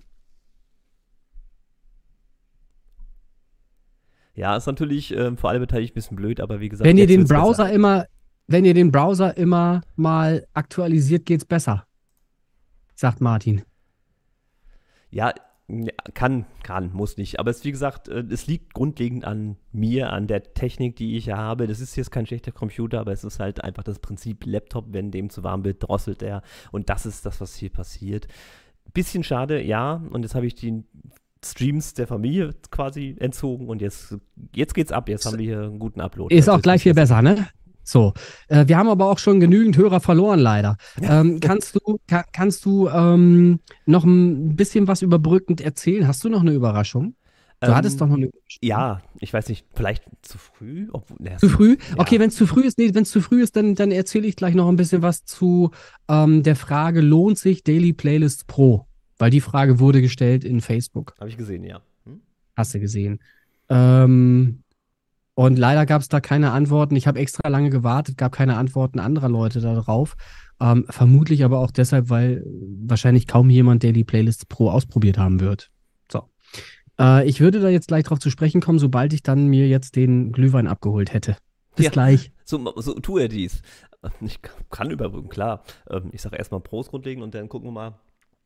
Ja, ist natürlich für alle Beteiligten ein bisschen blöd, aber wie gesagt, Wenn ihr jetzt den wird's besser. Browser immer, wenn ihr den Browser immer mal aktualisiert, geht's besser, sagt Martin. Ja, kann, muss nicht. Aber es, wie gesagt, es liegt grundlegend an mir, an der Technik, die ich habe. Das ist jetzt kein schlechter Computer, aber es ist halt einfach das Prinzip Laptop, wenn dem zu warm wird, drosselt er. Und das ist das, was hier passiert. Bisschen schade, ja. Und jetzt habe ich die Streams der Familie quasi entzogen und jetzt geht's ab. Jetzt haben wir hier einen guten Upload. Ist Also auch jetzt gleich muss viel ich besser, ne? So, wir haben aber auch schon genügend Hörer verloren, leider. Kannst du noch ein bisschen was überbrückend erzählen? Hast du noch eine Überraschung? Du hattest doch noch eine Überraschung. Ja, ich weiß nicht, vielleicht zu früh? Zu früh? Okay, Ja. wenn es zu früh ist, nee, wenn es zu früh ist, dann erzähle ich gleich noch ein bisschen was zu der Frage, lohnt sich Daily Playlists Pro? Weil die Frage wurde gestellt in Facebook. Habe ich gesehen, ja. Hast du gesehen. Und leider gab es da keine Antworten. Ich habe extra lange gewartet, gab keine Antworten anderer Leute darauf. Vermutlich aber auch deshalb, weil wahrscheinlich kaum jemand Daily Playlists Pro ausprobiert haben wird. So. Ich würde da jetzt gleich drauf zu sprechen kommen, sobald ich dann mir jetzt den Glühwein abgeholt hätte. Bis Ja. gleich. So tue er dies. Ich kann überbrücken, klar. Ich sage erstmal Pros grundlegend und dann gucken wir mal.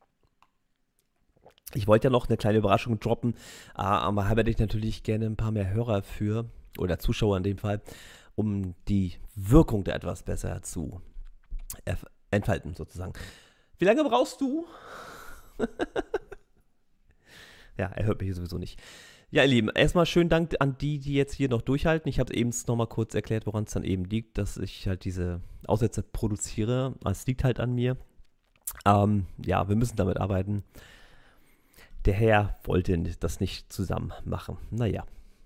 Ich wollte ja noch eine kleine Überraschung droppen, aber habe ich natürlich gerne ein paar mehr Hörer für, oder Zuschauer in dem Fall, um die Wirkung da etwas besser zu entfalten, sozusagen. Wie lange brauchst du? Ja, er hört mich sowieso nicht. Ja, ihr Lieben, erstmal schönen Dank an die jetzt hier noch durchhalten. Ich habe eben nochmal kurz erklärt, woran es dann eben liegt, dass ich halt diese Aussätze produziere. Es liegt halt an mir. Ja, wir müssen damit arbeiten. Der Herr wollte das nicht zusammen machen. Naja.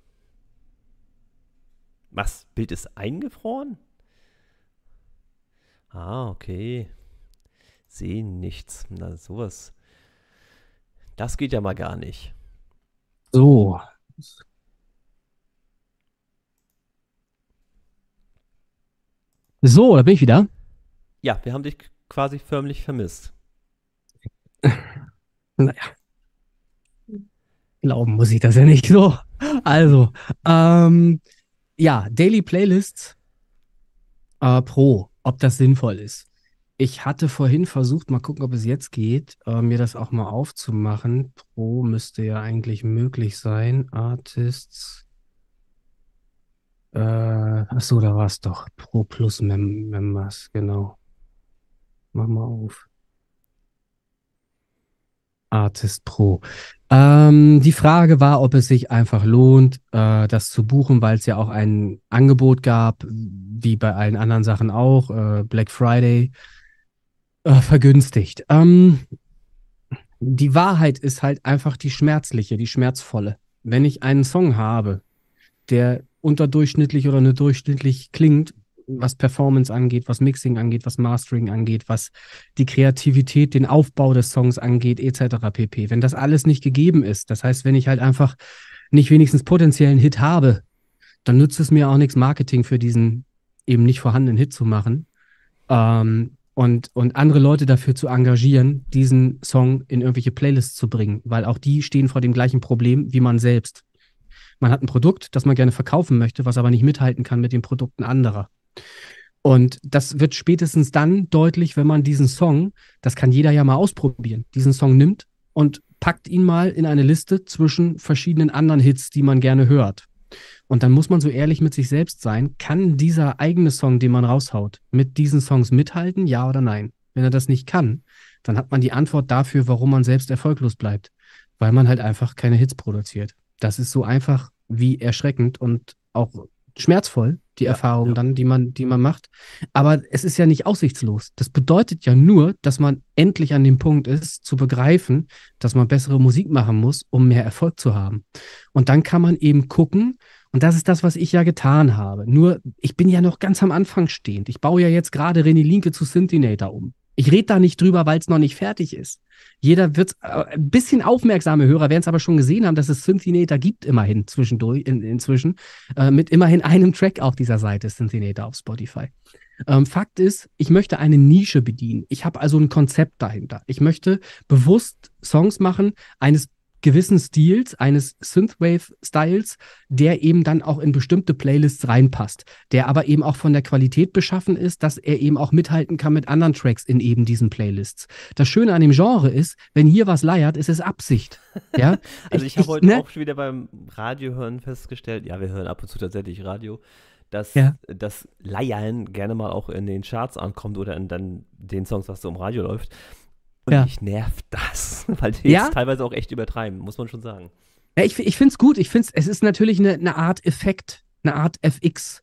Was? Bild ist eingefroren? Okay. Sehen nichts. Na, sowas. Das geht ja mal gar nicht. So. So, da bin ich wieder. Ja, wir haben dich quasi förmlich vermisst. Naja. Glauben muss ich das ja nicht so. Also, ja, Daily Playlists Pro, ob das sinnvoll ist. Ich hatte vorhin versucht, mal gucken, ob es jetzt geht, mir das auch mal aufzumachen. Pro müsste ja eigentlich möglich sein. Artists. Achso, da war es doch. Pro Plus Members, genau. Mach mal auf. Artist Pro. Die Frage war, ob es sich einfach lohnt, das zu buchen, weil es ja auch ein Angebot gab, wie bei allen anderen Sachen auch, Black Friday, vergünstigt. Die Wahrheit ist halt einfach die schmerzliche, die schmerzvolle. Wenn ich einen Song habe, der unterdurchschnittlich oder nur durchschnittlich klingt, was Performance angeht, was Mixing angeht, was Mastering angeht, was die Kreativität, den Aufbau des Songs angeht, etc. pp. Wenn das alles nicht gegeben ist, das heißt, wenn ich halt einfach nicht wenigstens potenziellen Hit habe, dann nützt es mir auch nichts, Marketing für diesen eben nicht vorhandenen Hit zu machen und andere Leute dafür zu engagieren, diesen Song in irgendwelche Playlists zu bringen, weil auch die stehen vor dem gleichen Problem wie man selbst. Man hat ein Produkt, das man gerne verkaufen möchte, was aber nicht mithalten kann mit den Produkten anderer. Und das wird spätestens dann deutlich, wenn man diesen Song, das kann jeder ja mal ausprobieren, diesen Song nimmt und packt ihn mal in eine Liste zwischen verschiedenen anderen Hits, die man gerne hört. Und dann muss man so ehrlich mit sich selbst sein, kann dieser eigene Song, den man raushaut, mit diesen Songs mithalten, ja oder nein? Wenn er das nicht kann, dann hat man die Antwort dafür, warum man selbst erfolglos bleibt. Weil man halt einfach keine Hits produziert. Das ist so einfach, wie erschreckend und auch schmerzvoll, die Ja, Erfahrung ja. dann, die man macht. Aber es ist ja nicht aussichtslos. Das bedeutet ja nur, dass man endlich an dem Punkt ist, zu begreifen, dass man bessere Musik machen muss, um mehr Erfolg zu haben. Und dann kann man eben gucken, und das ist das, was ich ja getan habe. Nur, ich bin ja noch ganz am Anfang stehend. Ich baue ja jetzt gerade René Linke zu Synthinator um. Ich rede da nicht drüber, weil es noch nicht fertig ist. Jeder wird, ein bisschen aufmerksame Hörer werden es aber schon gesehen haben, dass es Synthinator gibt immerhin zwischendurch, inzwischen, mit immerhin einem Track auf dieser Seite, Synthinator auf Spotify. Fakt ist, ich möchte eine Nische bedienen. Ich habe also ein Konzept dahinter. Ich möchte bewusst Songs machen eines gewissen Stils, eines Synthwave-Styles, der eben dann auch in bestimmte Playlists reinpasst, der aber eben auch von der Qualität beschaffen ist, dass er eben auch mithalten kann mit anderen Tracks in eben diesen Playlists. Das Schöne an dem Genre ist, wenn hier was leiert, ist es Absicht. Ja? Also ich habe heute auch schon wieder beim Radiohören festgestellt, ja, wir hören ab und zu tatsächlich Radio, dass Ja. das Leiern gerne mal auch in den Charts ankommt oder in dann den Songs, was so im Radio läuft. Und Ja. mich nervt das, weil die Ja? es teilweise auch echt übertreiben, muss man schon sagen. Ja, ich finde es gut. Es ist natürlich eine Art Effekt, eine Art FX,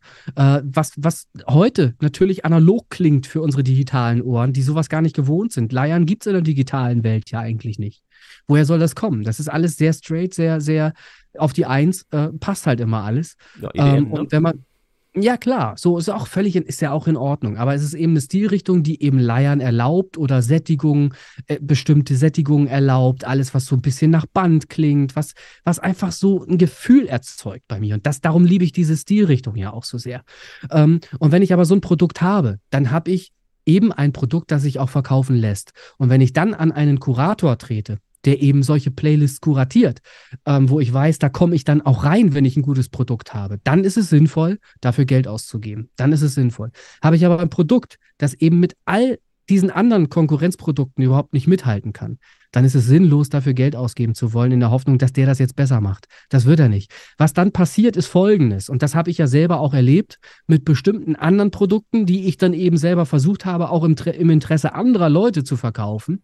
was heute natürlich analog klingt für unsere digitalen Ohren, die sowas gar nicht gewohnt sind. Leiern gibt es in der digitalen Welt ja eigentlich nicht. Woher soll das kommen? Das ist alles sehr straight, sehr, sehr auf die Eins, passt halt immer alles. Ja, EDM, ne? Und wenn man, ja klar, so ist auch ist ja auch in Ordnung. Aber es ist eben eine Stilrichtung, die eben Leiern erlaubt oder Sättigung, bestimmte Sättigungen erlaubt, alles, was so ein bisschen nach Band klingt, was einfach so ein Gefühl erzeugt bei mir. Und darum liebe ich diese Stilrichtung ja auch so sehr. Und wenn ich aber so ein Produkt habe, dann habe ich eben ein Produkt, das sich auch verkaufen lässt. Und wenn ich dann an einen Kurator trete, der eben solche Playlists kuratiert, wo ich weiß, da komme ich dann auch rein, wenn ich ein gutes Produkt habe. Dann ist es sinnvoll, dafür Geld auszugeben. Dann ist es sinnvoll. Habe ich aber ein Produkt, das eben mit all diesen anderen Konkurrenzprodukten überhaupt nicht mithalten kann, dann ist es sinnlos, dafür Geld ausgeben zu wollen, in der Hoffnung, dass der das jetzt besser macht. Das wird er nicht. Was dann passiert, ist Folgendes, und das habe ich ja selber auch erlebt mit bestimmten anderen Produkten, die ich dann eben selber versucht habe, auch im Interesse anderer Leute zu verkaufen,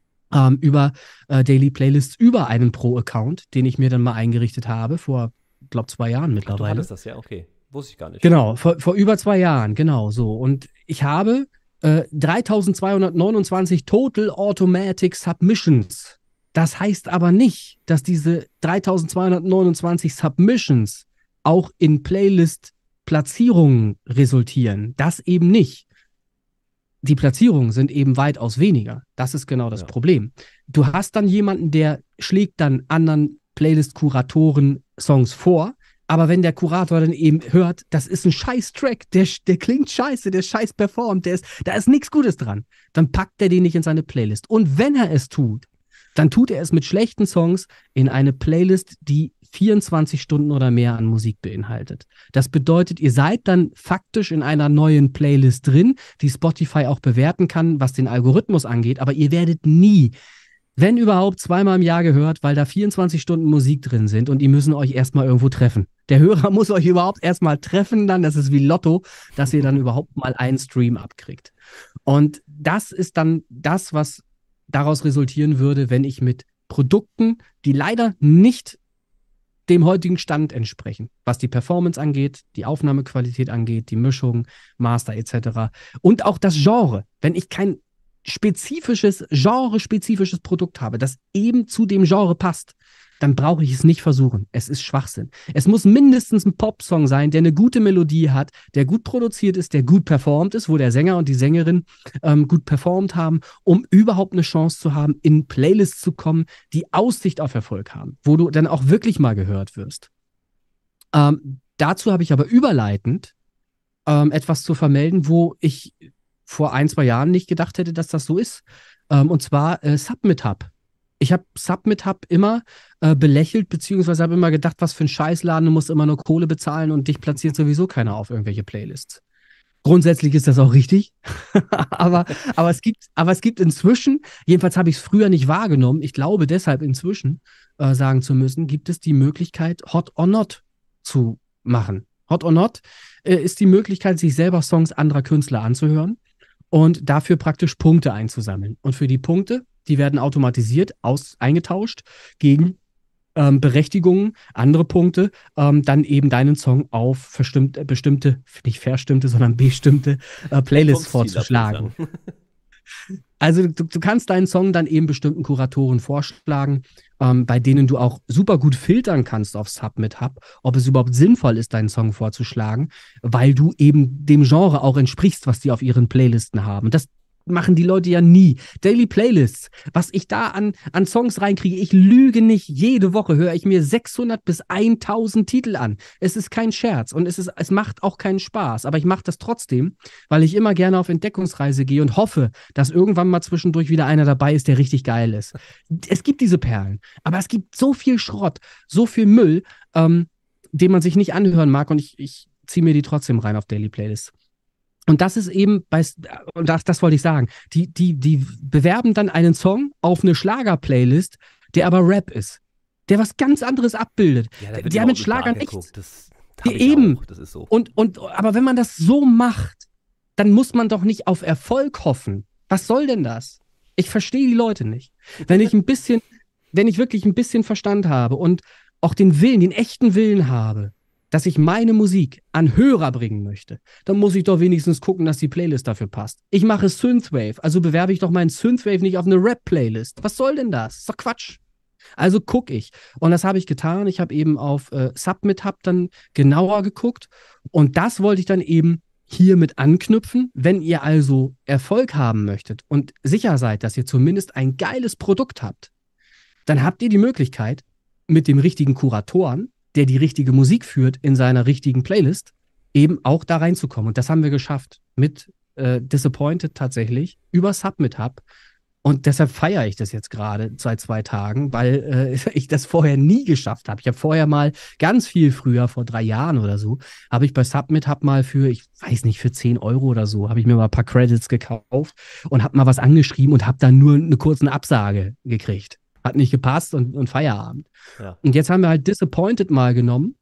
über Daily Playlists über einen Pro-Account, den ich mir dann mal eingerichtet habe, vor, glaube 2 Jahren Ach, du mittlerweile. hattest das, ja, okay. Wusste ich gar nicht. Genau, vor über 2 Jahren, genau so. Und ich habe 3229 Total Automatic Submissions. Das heißt aber nicht, dass diese 3229 Submissions auch in Playlist-Platzierungen resultieren. Das eben nicht. Die Platzierungen sind eben weitaus weniger. Das ist genau das Ja. Problem. Du hast dann jemanden, der schlägt dann anderen Playlist-Kuratoren Songs vor, aber wenn der Kurator dann eben hört, das ist ein Scheiß-Track, der klingt scheiße, der scheiß performt, da ist nichts Gutes dran, dann packt er den nicht in seine Playlist. Und wenn er es tut, dann tut er es mit schlechten Songs in eine Playlist, die 24 Stunden oder mehr an Musik beinhaltet. Das bedeutet, ihr seid dann faktisch in einer neuen Playlist drin, die Spotify auch bewerten kann, was den Algorithmus angeht, aber ihr werdet nie, wenn überhaupt, 2-mal im Jahr gehört, weil da 24 Stunden Musik drin sind und die müssen euch erstmal irgendwo treffen. Der Hörer muss euch überhaupt erstmal treffen, dann, das ist wie Lotto, dass ihr dann überhaupt mal einen Stream abkriegt. Und das ist dann das, was daraus resultieren würde, wenn ich mit Produkten, die leider nicht dem heutigen Stand entsprechen, was die Performance angeht, die Aufnahmequalität angeht, die Mischung, Master etc. Und auch das Genre. Wenn ich kein genrespezifisches Produkt habe, das eben zu dem Genre passt, dann brauche ich es nicht versuchen. Es ist Schwachsinn. Es muss mindestens ein Popsong sein, der eine gute Melodie hat, der gut produziert ist, der gut performt ist, wo der Sänger und die Sängerin gut performt haben, um überhaupt eine Chance zu haben, in Playlists zu kommen, die Aussicht auf Erfolg haben, wo du dann auch wirklich mal gehört wirst. Dazu habe ich aber überleitend etwas zu vermelden, wo ich vor 1-2 Jahren nicht gedacht hätte, dass das so ist. Und zwar Submit Hub. Ich habe Submit Hub immer belächelt, beziehungsweise habe immer gedacht, was für ein Scheißladen, du musst immer nur Kohle bezahlen und dich platziert sowieso keiner auf irgendwelche Playlists. Grundsätzlich ist das auch richtig, aber es gibt inzwischen, jedenfalls habe ich es früher nicht wahrgenommen, ich glaube deshalb inzwischen sagen zu müssen, gibt es die Möglichkeit, Hot or Not zu machen. Hot or Not ist die Möglichkeit, sich selber Songs anderer Künstler anzuhören und dafür praktisch Punkte einzusammeln. Und für die Punkte, die werden automatisiert eingetauscht gegen Berechtigungen, andere Punkte, dann eben deinen Song auf bestimmte, nicht verstimmte, sondern bestimmte Hängt vom Playlists Stil ab, würde ich sagen. vorzuschlagen. Also du kannst deinen Song dann eben bestimmten Kuratoren vorschlagen, bei denen du auch super gut filtern kannst auf Submit Hub, ob es überhaupt sinnvoll ist, deinen Song vorzuschlagen, weil du eben dem Genre auch entsprichst, was die auf ihren Playlisten haben. Das machen die Leute ja nie. Daily Playlists, was ich da an Songs reinkriege, ich lüge nicht. Jede Woche höre ich mir 600 bis 1000 Titel an. Es ist kein Scherz und es macht auch keinen Spaß. Aber ich mache das trotzdem, weil ich immer gerne auf Entdeckungsreise gehe und hoffe, dass irgendwann mal zwischendurch wieder einer dabei ist, der richtig geil ist. Es gibt diese Perlen, aber es gibt so viel Schrott, so viel Müll, den man sich nicht anhören mag und ich ziehe mir die trotzdem rein auf Daily Playlists. Und das ist eben und das wollte ich sagen, die bewerben dann einen Song auf eine Schlager-Playlist, der aber Rap ist, der was ganz anderes abbildet. Ja, da wird Die haben mit überhaupt nicht Schlager nachgeguckt. nichts. Das habe ich Eben. auch. Das ist so. Aber wenn man das so macht, dann muss man doch nicht auf Erfolg hoffen. Was soll denn das? Ich verstehe die Leute nicht. Wenn ich wirklich ein bisschen Verstand habe und auch den Willen, den echten Willen habe, dass ich meine Musik an Hörer bringen möchte, dann muss ich doch wenigstens gucken, dass die Playlist dafür passt. Ich mache Synthwave, also bewerbe ich doch meinen Synthwave nicht auf eine Rap-Playlist. Was soll denn das? Ist doch Quatsch. Also gucke ich. Und das habe ich getan. Ich habe eben auf Submit Hub dann genauer geguckt. Und das wollte ich dann eben hier mit anknüpfen. Wenn ihr also Erfolg haben möchtet und sicher seid, dass ihr zumindest ein geiles Produkt habt, dann habt ihr die Möglichkeit, mit dem richtigen Kuratoren, der die richtige Musik führt in seiner richtigen Playlist, eben auch da reinzukommen. Und das haben wir geschafft mit Disappointed tatsächlich über Submit Hub. Und deshalb feiere ich das jetzt gerade seit 2 Tagen, weil ich das vorher nie geschafft habe. Ich habe vorher mal ganz viel früher, vor 3 Jahren oder so, habe ich bei Submit Hub mal für, ich weiß nicht, für 10 Euro oder so, habe ich mir mal ein paar Credits gekauft und habe mal was angeschrieben und habe dann nur eine kurze Absage gekriegt. Hat nicht gepasst und Feierabend. Ja. Und jetzt haben wir halt Disappointed mal genommen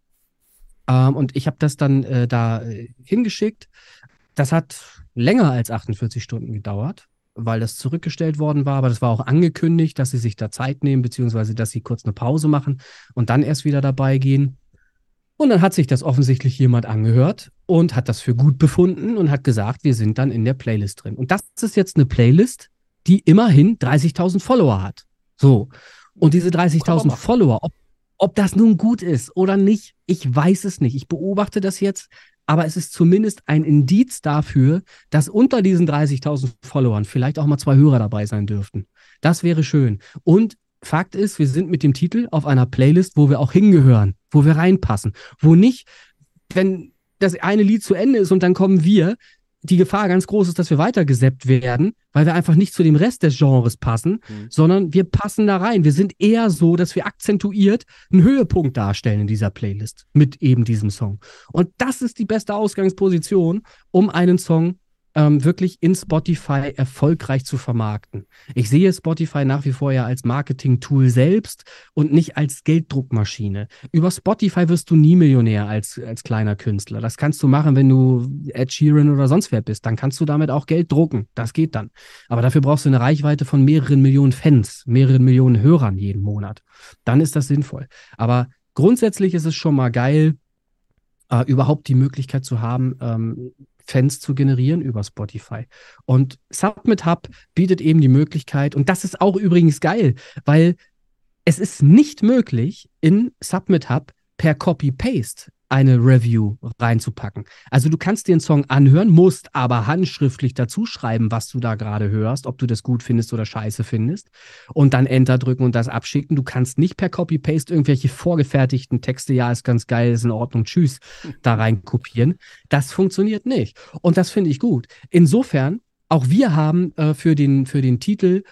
und ich habe das dann da hingeschickt. Das hat länger als 48 Stunden gedauert, weil das zurückgestellt worden war, aber das war auch angekündigt, dass sie sich da Zeit nehmen, beziehungsweise dass sie kurz eine Pause machen und dann erst wieder dabei gehen. Und dann hat sich das offensichtlich jemand angehört und hat das für gut befunden und hat gesagt, wir sind dann in der Playlist drin. Und das ist jetzt eine Playlist, die immerhin 30.000 Follower hat. So. Und diese 30.000 Follower, ob das nun gut ist oder nicht, ich weiß es nicht. Ich beobachte das jetzt, aber es ist zumindest ein Indiz dafür, dass unter diesen 30.000 Followern vielleicht auch mal 2 Hörer dabei sein dürften. Das wäre schön. Und Fakt ist, wir sind mit dem Titel auf einer Playlist, wo wir auch hingehören, wo wir reinpassen, wo nicht, wenn das eine Lied zu Ende ist und dann kommen wir, die Gefahr ganz groß ist, dass wir weitergesappt werden, weil wir einfach nicht zu dem Rest des Genres passen, sondern wir passen da rein. Wir sind eher so, dass wir akzentuiert einen Höhepunkt darstellen in dieser Playlist mit eben diesem Song. Und das ist die beste Ausgangsposition, um einen Song wirklich in Spotify erfolgreich zu vermarkten. Ich sehe Spotify nach wie vor ja als Marketing-Tool selbst und nicht als Gelddruckmaschine. Über Spotify wirst du nie Millionär als kleiner Künstler. Das kannst du machen, wenn du Ed Sheeran oder sonst wer bist. Dann kannst du damit auch Geld drucken. Das geht dann. Aber dafür brauchst du eine Reichweite von mehreren Millionen Fans, mehreren Millionen Hörern jeden Monat. Dann ist das sinnvoll. Aber grundsätzlich ist es schon mal geil, überhaupt die Möglichkeit zu haben, Fans zu generieren über Spotify. Und Submit Hub bietet eben die Möglichkeit, und das ist auch übrigens geil, weil es ist nicht möglich, in Submit Hub per Copy-Paste eine Review reinzupacken. Also du kannst dir einen Song anhören, musst aber handschriftlich dazu schreiben, was du da gerade hörst, ob du das gut findest oder scheiße findest und dann Enter drücken und das abschicken. Du kannst nicht per Copy-Paste irgendwelche vorgefertigten Texte, ja, ist ganz geil, ist in Ordnung, tschüss, da rein kopieren. Das funktioniert nicht. Und das finde ich gut. Insofern, auch wir haben für den Titel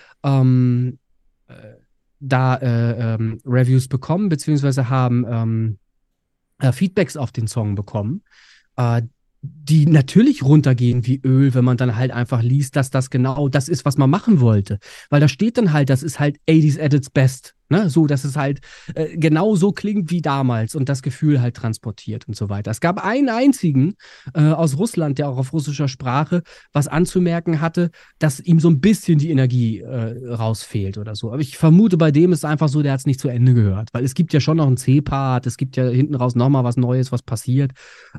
Reviews bekommen, beziehungsweise haben Feedbacks auf den Song bekommen. die natürlich runtergehen wie Öl, wenn man dann halt einfach liest, dass das genau das ist, was man machen wollte. Weil da steht dann halt, das ist halt 80s at its best. Ne? So, dass es halt genau so klingt wie damals und das Gefühl halt transportiert und so weiter. Es gab einen einzigen aus Russland, der auch auf russischer Sprache was anzumerken hatte, dass ihm so ein bisschen die Energie rausfehlt oder so. Aber ich vermute, bei dem ist es einfach so, der hat es nicht zu Ende gehört. Weil es gibt ja schon noch einen C-Part, es gibt ja hinten raus nochmal was Neues, was passiert.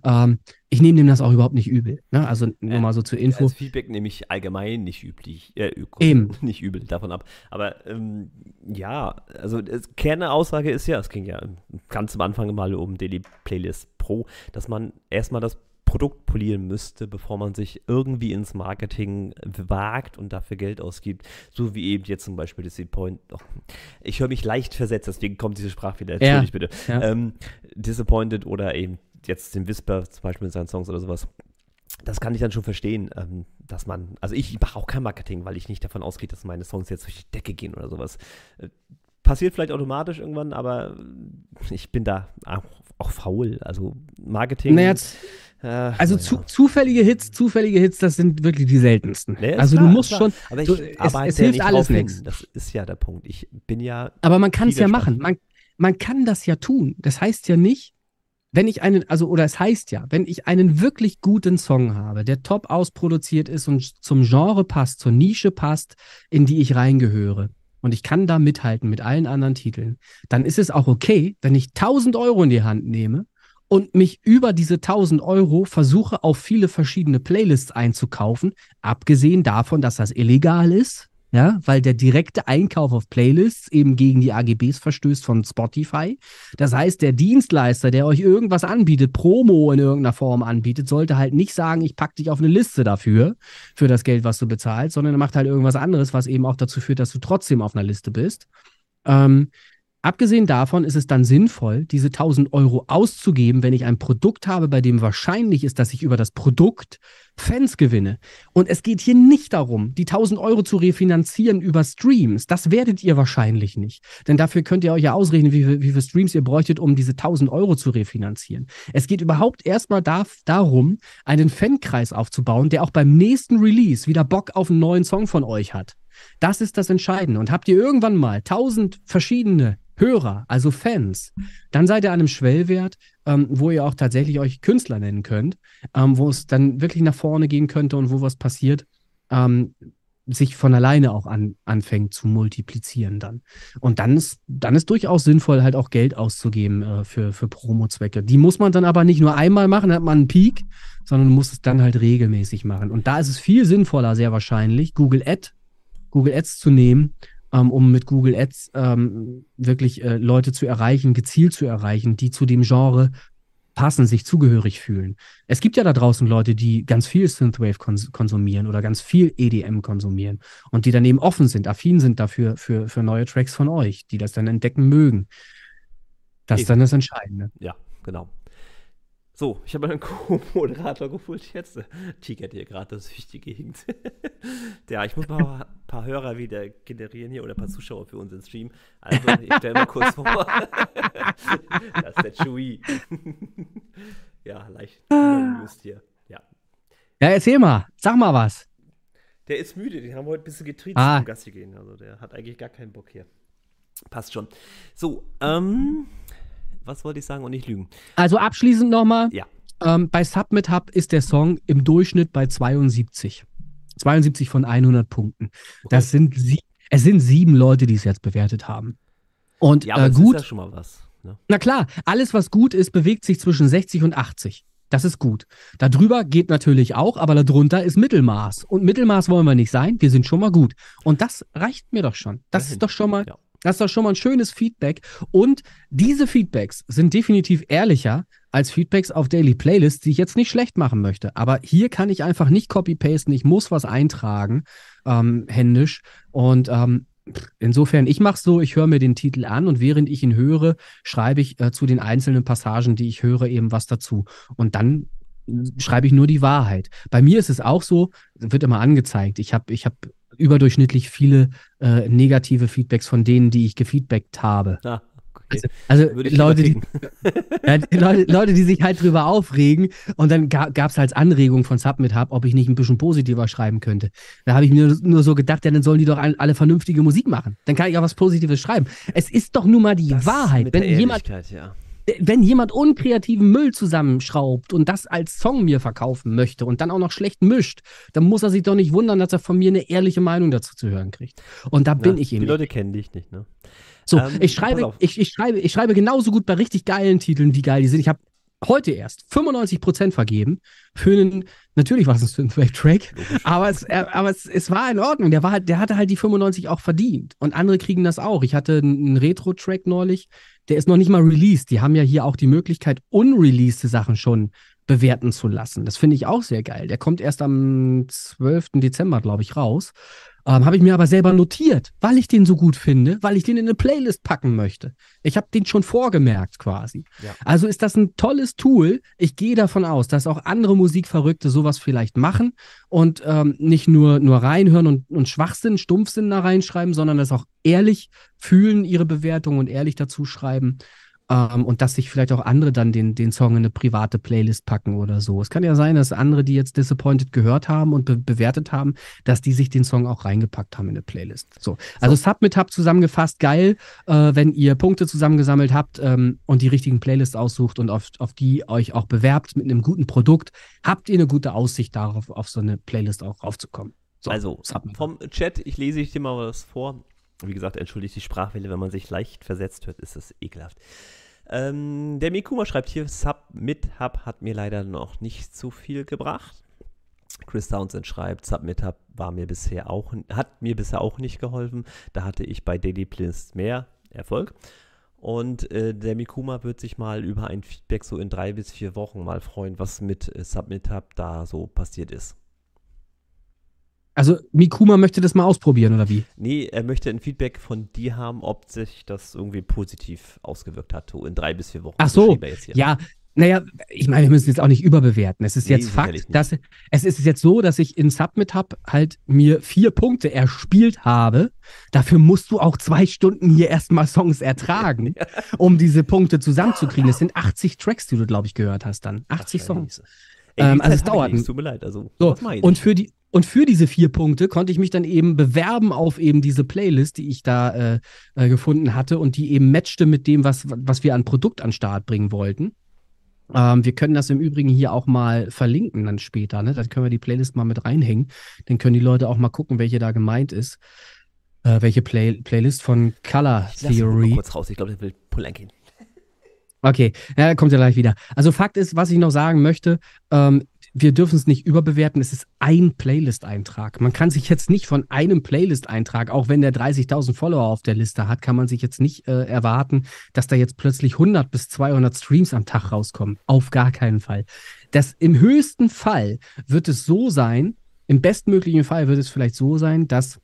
Ich nehme dem das auch überhaupt nicht übel. Ne? Also nur mal so zur Info. Als Feedback nehme ich allgemein nicht üblich, Eben. nicht übel davon ab. Aber ja, also Kernaussage ist ja, es ging ja ganz am Anfang mal um Daily Playlist Pro, dass man erstmal das Produkt polieren müsste, bevor man sich irgendwie ins Marketing wagt und dafür Geld ausgibt. So wie eben jetzt zum Beispiel das Point. Oh, ich höre mich leicht versetzt, deswegen kommt diese Sprachfehler. Entschuldigt bitte. Ja. Disappointed oder eben jetzt den Whisper zum Beispiel in seinen Songs oder sowas. Das kann ich dann schon verstehen, dass man, also ich mache auch kein Marketing, weil ich nicht davon ausgehe, dass meine Songs jetzt durch die Decke gehen oder sowas. Passiert vielleicht automatisch irgendwann, aber ich bin da auch faul. Also Marketing. Naja, also zufällige Hits, das sind wirklich die seltensten. Nee, also klar, du musst klar. schon, aber es hilft alles nichts. Das ist ja der Punkt. Ich bin ja. Aber man kann es ja machen. Man kann das ja tun. Das heißt ja nicht, wenn ich es heißt ja, wenn ich einen wirklich guten Song habe, der top ausproduziert ist und zum Genre passt, zur Nische passt, in die ich reingehöre, und ich kann da mithalten mit allen anderen Titeln, dann ist es auch okay, wenn ich 1.000 Euro in die Hand nehme und mich über diese 1.000 Euro versuche, auf viele verschiedene Playlists einzukaufen, abgesehen davon, dass das illegal ist, ja, weil der direkte Einkauf auf Playlists eben gegen die AGBs verstößt von Spotify. Das heißt, der Dienstleister, der euch irgendwas anbietet, Promo in irgendeiner Form anbietet, sollte halt nicht sagen, ich packe dich auf eine Liste dafür, für das Geld, was du bezahlst, sondern er macht halt irgendwas anderes, was eben auch dazu führt, dass du trotzdem auf einer Liste bist. Abgesehen davon ist es dann sinnvoll, diese 1.000 Euro auszugeben, wenn ich ein Produkt habe, bei dem wahrscheinlich ist, dass ich über das Produkt Fans gewinne. Und es geht hier nicht darum, die 1.000 Euro zu refinanzieren über Streams. Das werdet ihr wahrscheinlich nicht. Denn dafür könnt ihr euch ja ausrechnen, wie viele Streams ihr bräuchtet, um diese 1.000 Euro zu refinanzieren. Es geht überhaupt erstmal darum, einen Fankreis aufzubauen, der auch beim nächsten Release wieder Bock auf einen neuen Song von euch hat. Das ist das Entscheidende. Und habt ihr irgendwann mal 1.000 verschiedene Hörer, also Fans, dann seid ihr an einem Schwellwert, wo ihr auch tatsächlich euch Künstler nennen könnt, wo es dann wirklich nach vorne gehen könnte und wo was passiert, sich von alleine auch anfängt zu multiplizieren dann. Und dann ist durchaus sinnvoll, halt auch Geld auszugeben für Promo-Zwecke. Die muss man dann aber nicht nur einmal machen, dann hat man einen Peak, sondern muss es dann halt regelmäßig machen. Und da ist es viel sinnvoller, sehr wahrscheinlich, Google Ads zu nehmen, um mit Google Ads wirklich Leute zu erreichen, gezielt zu erreichen, die zu dem Genre passen, sich zugehörig fühlen. Es gibt ja da draußen Leute, die ganz viel Synthwave konsumieren oder ganz viel EDM konsumieren und die dann eben offen sind, affin sind dafür für neue Tracks von euch, die das dann entdecken mögen. Das ist dann das Entscheidende. Ja, genau. So, ich habe einen Co-Moderator geholt jetzt. Tigert hier gerade das durch die Gegend. Ja, ich muss mal ein paar Hörer wieder generieren hier oder ein paar Zuschauer für unseren Stream. Also, ich stelle mal kurz vor. Das ist der Chewie. Ja, leicht just hier. Ja, erzähl mal. Sag mal was. Der ist müde. Den haben wir heute ein bisschen getriezt zum Gassi gehen. Also, der hat eigentlich gar keinen Bock hier. Passt schon. So, was wollte ich sagen und nicht lügen? Also abschließend nochmal. Ja. Bei Submit Hub ist der Song im Durchschnitt bei 72. 72 von 100 Punkten. Okay. Es sind 7 Leute, die es jetzt bewertet haben. Und ja, aber gut. Das ist ja schon mal was. Ne? Na klar, alles, was gut ist, bewegt sich zwischen 60 und 80. Das ist gut. Darüber geht natürlich auch, aber darunter ist Mittelmaß. Und Mittelmaß wollen wir nicht sein. Wir sind schon mal gut. Und das reicht mir doch schon. Das ist doch schon mal. Ja. Das ist doch schon mal ein schönes Feedback. Und diese Feedbacks sind definitiv ehrlicher als Feedbacks auf Daily Playlists, die ich jetzt nicht schlecht machen möchte. Aber hier kann ich einfach nicht copy-pasten. Ich muss was eintragen, händisch. Und insofern, ich mache es so, ich höre mir den Titel an und während ich ihn höre, schreibe ich zu den einzelnen Passagen, die ich höre, eben was dazu. Und dann schreibe ich nur die Wahrheit. Bei mir ist es auch so, wird immer angezeigt. Ich hab überdurchschnittlich viele negative Feedbacks von denen, die ich gefeedbackt habe. Ah, okay. okay. Also Würde ich Leute, lieber ja, Leute, die sich halt drüber aufregen und dann gab es halt Anregungen von Submit Hub, ob ich nicht ein bisschen positiver schreiben könnte. Da habe ich mir nur so gedacht, ja, dann sollen die doch alle vernünftige Musik machen. Dann kann ich auch was Positives schreiben. Es ist doch nun mal die das Wahrheit. mit der Ehrlichkeit, ja. Wenn jemand unkreativen Müll zusammenschraubt und das als Song mir verkaufen möchte und dann auch noch schlecht mischt, dann muss er sich doch nicht wundern, dass er von mir eine ehrliche Meinung dazu zu hören kriegt. Und da bin ich eben. Die Leute kennen dich nicht, ne? So, ich schreibe genauso gut bei richtig geilen Titeln, wie geil die sind. Ich habe heute erst 95% vergeben für einen, natürlich war es ein Synthwave-Track, aber es war in Ordnung. Der hatte halt die 95 auch verdient. Und andere kriegen das auch. Ich hatte einen Retro-Track neulich, der ist noch nicht mal released. Die haben ja hier auch die Möglichkeit, unreleased Sachen schon bewerten zu lassen. Das finde ich auch sehr geil. Der kommt erst am 12. Dezember, glaube ich, raus. Habe ich mir aber selber notiert, weil ich den so gut finde, weil ich den in eine Playlist packen möchte. Ich habe den schon vorgemerkt quasi. Ja. Also ist das ein tolles Tool. Ich gehe davon aus, dass auch andere Musikverrückte sowas vielleicht machen und nicht nur reinhören und Schwachsinn, Stumpfsinn da reinschreiben, sondern das auch ehrlich fühlen, ihre Bewertung und ehrlich dazu schreiben. Und dass sich vielleicht auch andere dann den Song in eine private Playlist packen oder so. Es kann ja sein, dass andere, die jetzt Disappointed gehört haben und bewertet haben, dass die sich den Song auch reingepackt haben in eine Playlist. So. Also Submit Hub zusammengefasst, geil, wenn ihr Punkte zusammengesammelt habt und die richtigen Playlists aussucht und auf die euch auch bewerbt mit einem guten Produkt, habt ihr eine gute Aussicht darauf, auf so eine Playlist auch raufzukommen. So, also vom Chat, ich lese dir mal was vor. Wie gesagt, entschuldigt die Sprachwelle, wenn man sich leicht versetzt hört, ist das ekelhaft. Der Mikuma schreibt hier, Submit Hub hat mir leider noch nicht so viel gebracht. Chris Townsend schreibt, Submit Hub hat mir bisher auch nicht geholfen. Da hatte ich bei Daily Playlist mehr Erfolg. Und der Mikuma wird sich mal über ein Feedback so in 3 bis 4 Wochen mal freuen, was mit Submit Hub da so passiert ist. Also Mikuma möchte das mal ausprobieren, oder wie? Nee, er möchte ein Feedback von dir haben, ob sich das irgendwie positiv ausgewirkt hat, so in 3 bis 4 Wochen. Ach so, ja, naja, ich meine, wir müssen jetzt auch nicht überbewerten. Es ist jetzt Fakt, dass es ist jetzt so, dass ich in Submit Hub halt mir 4 Punkte erspielt habe. Dafür musst du auch 2 Stunden hier erstmal Songs ertragen, um diese Punkte zusammenzukriegen. Es sind 80 Tracks, die du, glaube ich, gehört hast dann. 80 Songs. Also es dauert. Es tut mir leid, also so, und für diese 4 Punkte konnte ich mich dann eben bewerben auf eben diese Playlist, die ich da gefunden hatte und die eben matchte mit dem, was wir an Produkt an den Start bringen wollten. Wir können das im Übrigen hier auch mal verlinken dann später, ne? Dann können wir die Playlist mal mit reinhängen. Dann können die Leute auch mal gucken, welche da gemeint ist. Welche Playlist von Color Theory. Ich mal kurz raus, ich glaube, der will pullern gehen. Okay, ja, kommt ja gleich wieder. Also Fakt ist, was ich noch sagen möchte, wir dürfen es nicht überbewerten, es ist ein Playlist-Eintrag. Man kann sich jetzt nicht von einem Playlist-Eintrag, auch wenn der 30.000 Follower auf der Liste hat, kann man sich jetzt nicht erwarten, dass da jetzt plötzlich 100 bis 200 Streams am Tag rauskommen. Auf gar keinen Fall. Im höchsten Fall wird es so sein, im bestmöglichen Fall wird es vielleicht so sein, dass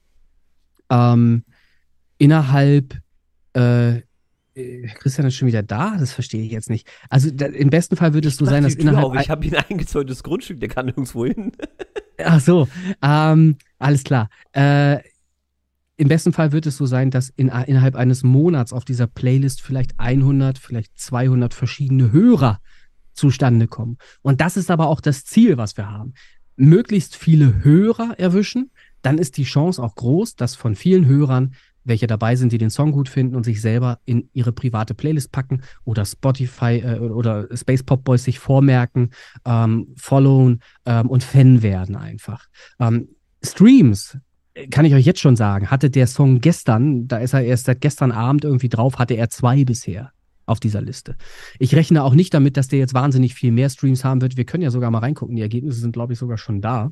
innerhalb Christian ist schon wieder da? Das verstehe ich jetzt nicht. Also im besten Fall würde es so sein, dass innerhalb... Ich habe ihn eingezäuntes Grundstück, der kann nirgendwo hin. Ach so, alles klar. Im besten Fall wird es so sein, dass innerhalb eines Monats auf dieser Playlist vielleicht 100, vielleicht 200 verschiedene Hörer zustande kommen. Und das ist aber auch das Ziel, was wir haben. Möglichst viele Hörer erwischen, dann ist die Chance auch groß, dass von vielen Hörern welche dabei sind, die den Song gut finden und sich selber in ihre private Playlist packen oder Spotify oder Space Pop Boys sich vormerken, followen und Fan werden einfach. Streams, kann ich euch jetzt schon sagen, hatte der Song gestern, da ist er erst seit gestern Abend irgendwie drauf, hatte er 2 bisher auf dieser Liste. Ich rechne auch nicht damit, dass der jetzt wahnsinnig viel mehr Streams haben wird. Wir können ja sogar mal reingucken. Die Ergebnisse sind, glaube ich, sogar schon da.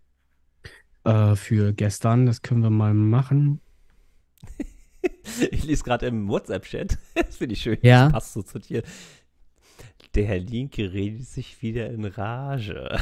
Für gestern. Das können wir mal machen. Ich lese gerade im WhatsApp-Chat. Das finde ich schön. Ja. Das passt so zu dir. Der Herr Linke redet sich wieder in Rage.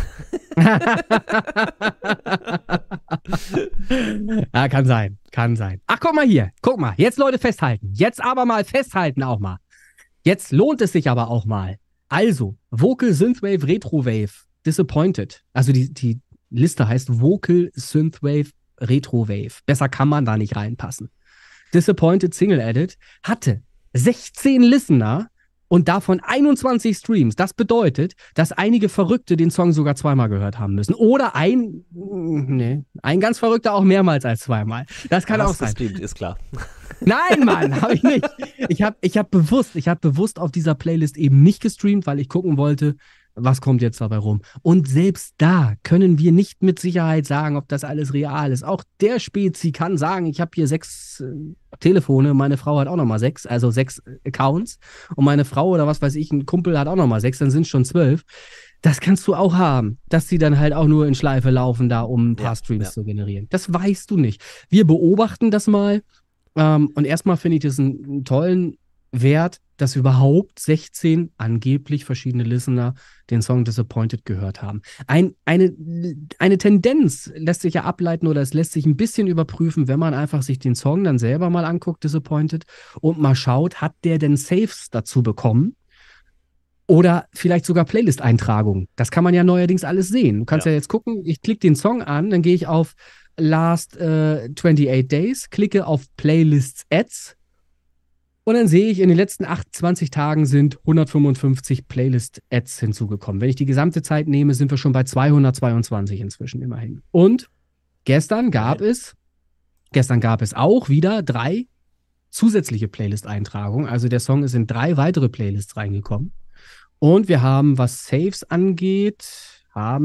Ja, kann sein. Ach, guck mal hier. Guck mal. Jetzt, Leute, festhalten. Jetzt aber mal festhalten auch mal. Jetzt lohnt es sich aber auch mal. Also, Vocal Synthwave Retrowave Disappointed. Also die Liste heißt Vocal Synthwave Retrowave. Besser kann man da nicht reinpassen. Disappointed Single Edit hatte 16 Listener und davon 21 Streams. Das bedeutet, dass einige Verrückte den Song sogar zweimal gehört haben müssen. Oder ein ganz Verrückter auch mehrmals als zweimal. Das kann auch sein. Gestreamt, ist klar. Nein, Mann, habe ich nicht. Ich hab bewusst auf dieser Playlist eben nicht gestreamt, weil ich gucken wollte, was kommt jetzt dabei rum. Und selbst da können wir nicht mit Sicherheit sagen, ob das alles real ist. Auch der Spezi kann sagen, ich habe hier 6 Telefone, meine Frau hat auch nochmal 6, also 6 Accounts. Und meine Frau oder was weiß ich, ein Kumpel hat auch nochmal 6, dann sind es schon 12. Das kannst du auch haben, dass sie dann halt auch nur in Schleife laufen, da um ein paar Streams zu generieren. Das weißt du nicht. Wir beobachten das mal. Und erstmal finde ich das einen tollen Wert, dass überhaupt 16 angeblich verschiedene Listener den Song Disappointed gehört haben. Eine Tendenz lässt sich ja ableiten oder es lässt sich ein bisschen überprüfen, wenn man einfach sich den Song dann selber mal anguckt, Disappointed, und mal schaut, hat der denn Saves dazu bekommen? Oder vielleicht sogar Playlist-Eintragungen. Das kann man ja neuerdings alles sehen. Du kannst ja jetzt gucken, ich klicke den Song an, dann gehe ich auf Last 28 Days, klicke auf Playlists Ads und dann sehe ich, in den letzten 28 Tagen sind 155 Playlist-Ads hinzugekommen. Wenn ich die gesamte Zeit nehme, sind wir schon bei 222 inzwischen immerhin. Und gestern gab es auch wieder 3 zusätzliche Playlist-Eintragungen. Also der Song ist in 3 weitere Playlists reingekommen. Und wir haben, was Saves angeht,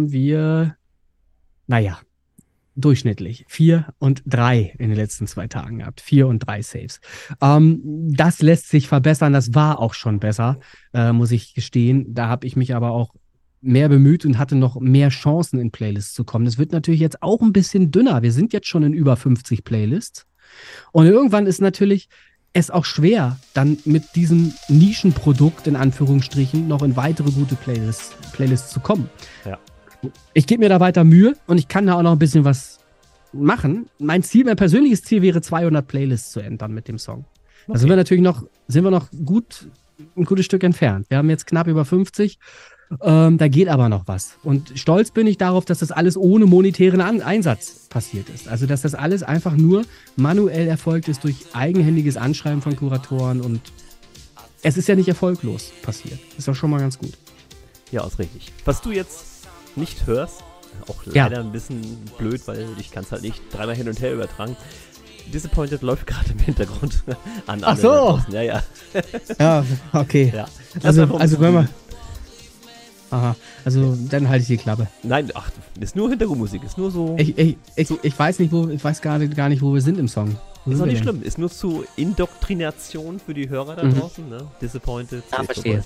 durchschnittlich 4 und 3 in den letzten 2 Tagen gehabt. 4 und 3 Saves. Das lässt sich verbessern. Das war auch schon besser, muss ich gestehen. Da habe ich mich aber auch mehr bemüht und hatte noch mehr Chancen, in Playlists zu kommen. Das wird natürlich jetzt auch ein bisschen dünner. Wir sind jetzt schon in über 50 Playlists. Und irgendwann ist natürlich es auch schwer, dann mit diesem Nischenprodukt, in Anführungsstrichen, noch in weitere gute Playlists zu kommen. Ja. Ich gebe mir da weiter Mühe und ich kann da auch noch ein bisschen was machen. Mein persönliches Ziel wäre, 200 Playlists zu ändern mit dem Song. Okay. Da sind wir noch ein gutes Stück entfernt. Wir haben jetzt knapp über 50. Da geht aber noch was. Und stolz bin ich darauf, dass das alles ohne monetären Einsatz passiert ist. Also, dass das alles einfach nur manuell erfolgt ist durch eigenhändiges Anschreiben von Kuratoren. Und es ist ja nicht erfolglos passiert. Ist doch schon mal ganz gut. Ja, ist richtig. Was du jetzt nicht hörst, auch leider ein bisschen blöd, weil ich kann es halt nicht 3-mal hin und her übertragen. Disappointed läuft gerade im Hintergrund an. Ach so! Ja. Ja, okay. Ja. Also wenn man... Aha, also dann halte ich die Klappe. Nein, ist nur Hintergrundmusik, ist nur so... Ich weiß gar nicht, wo wir sind im Song. Ist doch nicht schlimm, ist nur zu Indoktrination für die Hörer da draußen, ne? Disappointed. Verstehe.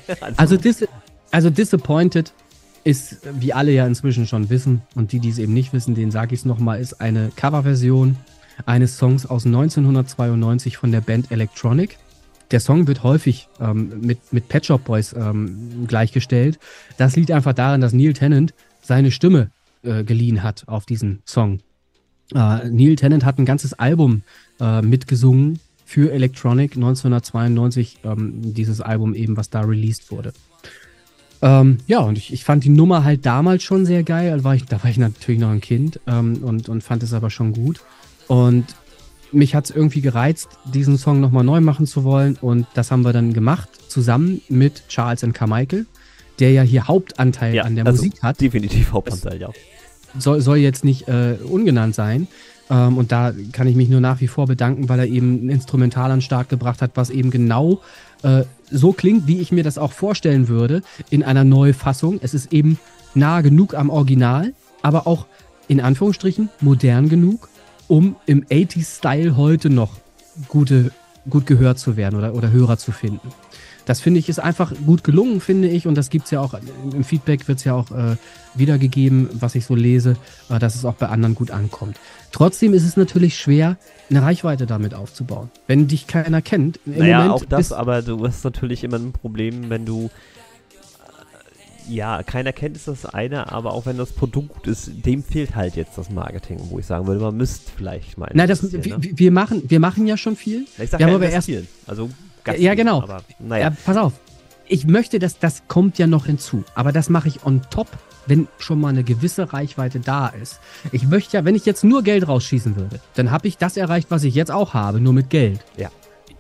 Also Disappointed ist, wie alle ja inzwischen schon wissen, und die es eben nicht wissen, denen sage ich es nochmal, ist eine Coverversion eines Songs aus 1992 von der Band Electronic. Der Song wird häufig mit Pet Shop Boys gleichgestellt. Das liegt einfach daran, dass Neil Tennant seine Stimme geliehen hat auf diesen Song. Neil Tennant hat ein ganzes Album mitgesungen für Electronic 1992, dieses Album eben, was da released wurde. Und ich fand die Nummer halt damals schon sehr geil. Da war ich natürlich noch ein Kind und fand es aber schon gut. Und mich hat es irgendwie gereizt, diesen Song nochmal neu machen zu wollen. Und das haben wir dann gemacht, zusammen mit Charles & Carmichael, der ja hier Hauptanteil an der Musik hat. Definitiv Hauptanteil, ja. Soll jetzt nicht ungenannt sein. Und da kann ich mich nur nach wie vor bedanken, weil er eben ein Instrumental an den Start gebracht hat, was eben genau so klingt, wie ich mir das auch vorstellen würde, in einer Neufassung. Es ist eben nah genug am Original, aber auch in Anführungsstrichen modern genug, um im 80s-Style heute noch gut gehört zu werden oder Hörer zu finden. Das finde ich ist einfach gut gelungen, finde ich, und das gibt es ja auch, im Feedback wird es ja auch wiedergegeben, was ich so lese, dass es auch bei anderen gut ankommt. Trotzdem ist es natürlich schwer, eine Reichweite damit aufzubauen, wenn dich keiner kennt. Auch das, aber du hast natürlich immer ein Problem, wenn du keiner kennt, ist das eine, aber auch wenn das Produkt gut ist, dem fehlt halt jetzt das Marketing, wo ich sagen würde, man müsste vielleicht mal wir machen ja schon viel. Ich sag ja investieren, also ja, genau. Aber, naja. Ja, pass auf. Ich möchte, das kommt ja noch hinzu. Aber das mache ich on top, wenn schon mal eine gewisse Reichweite da ist. Ich möchte ja, wenn ich jetzt nur Geld rausschießen würde, dann habe ich das erreicht, was ich jetzt auch habe, nur mit Geld. Ja.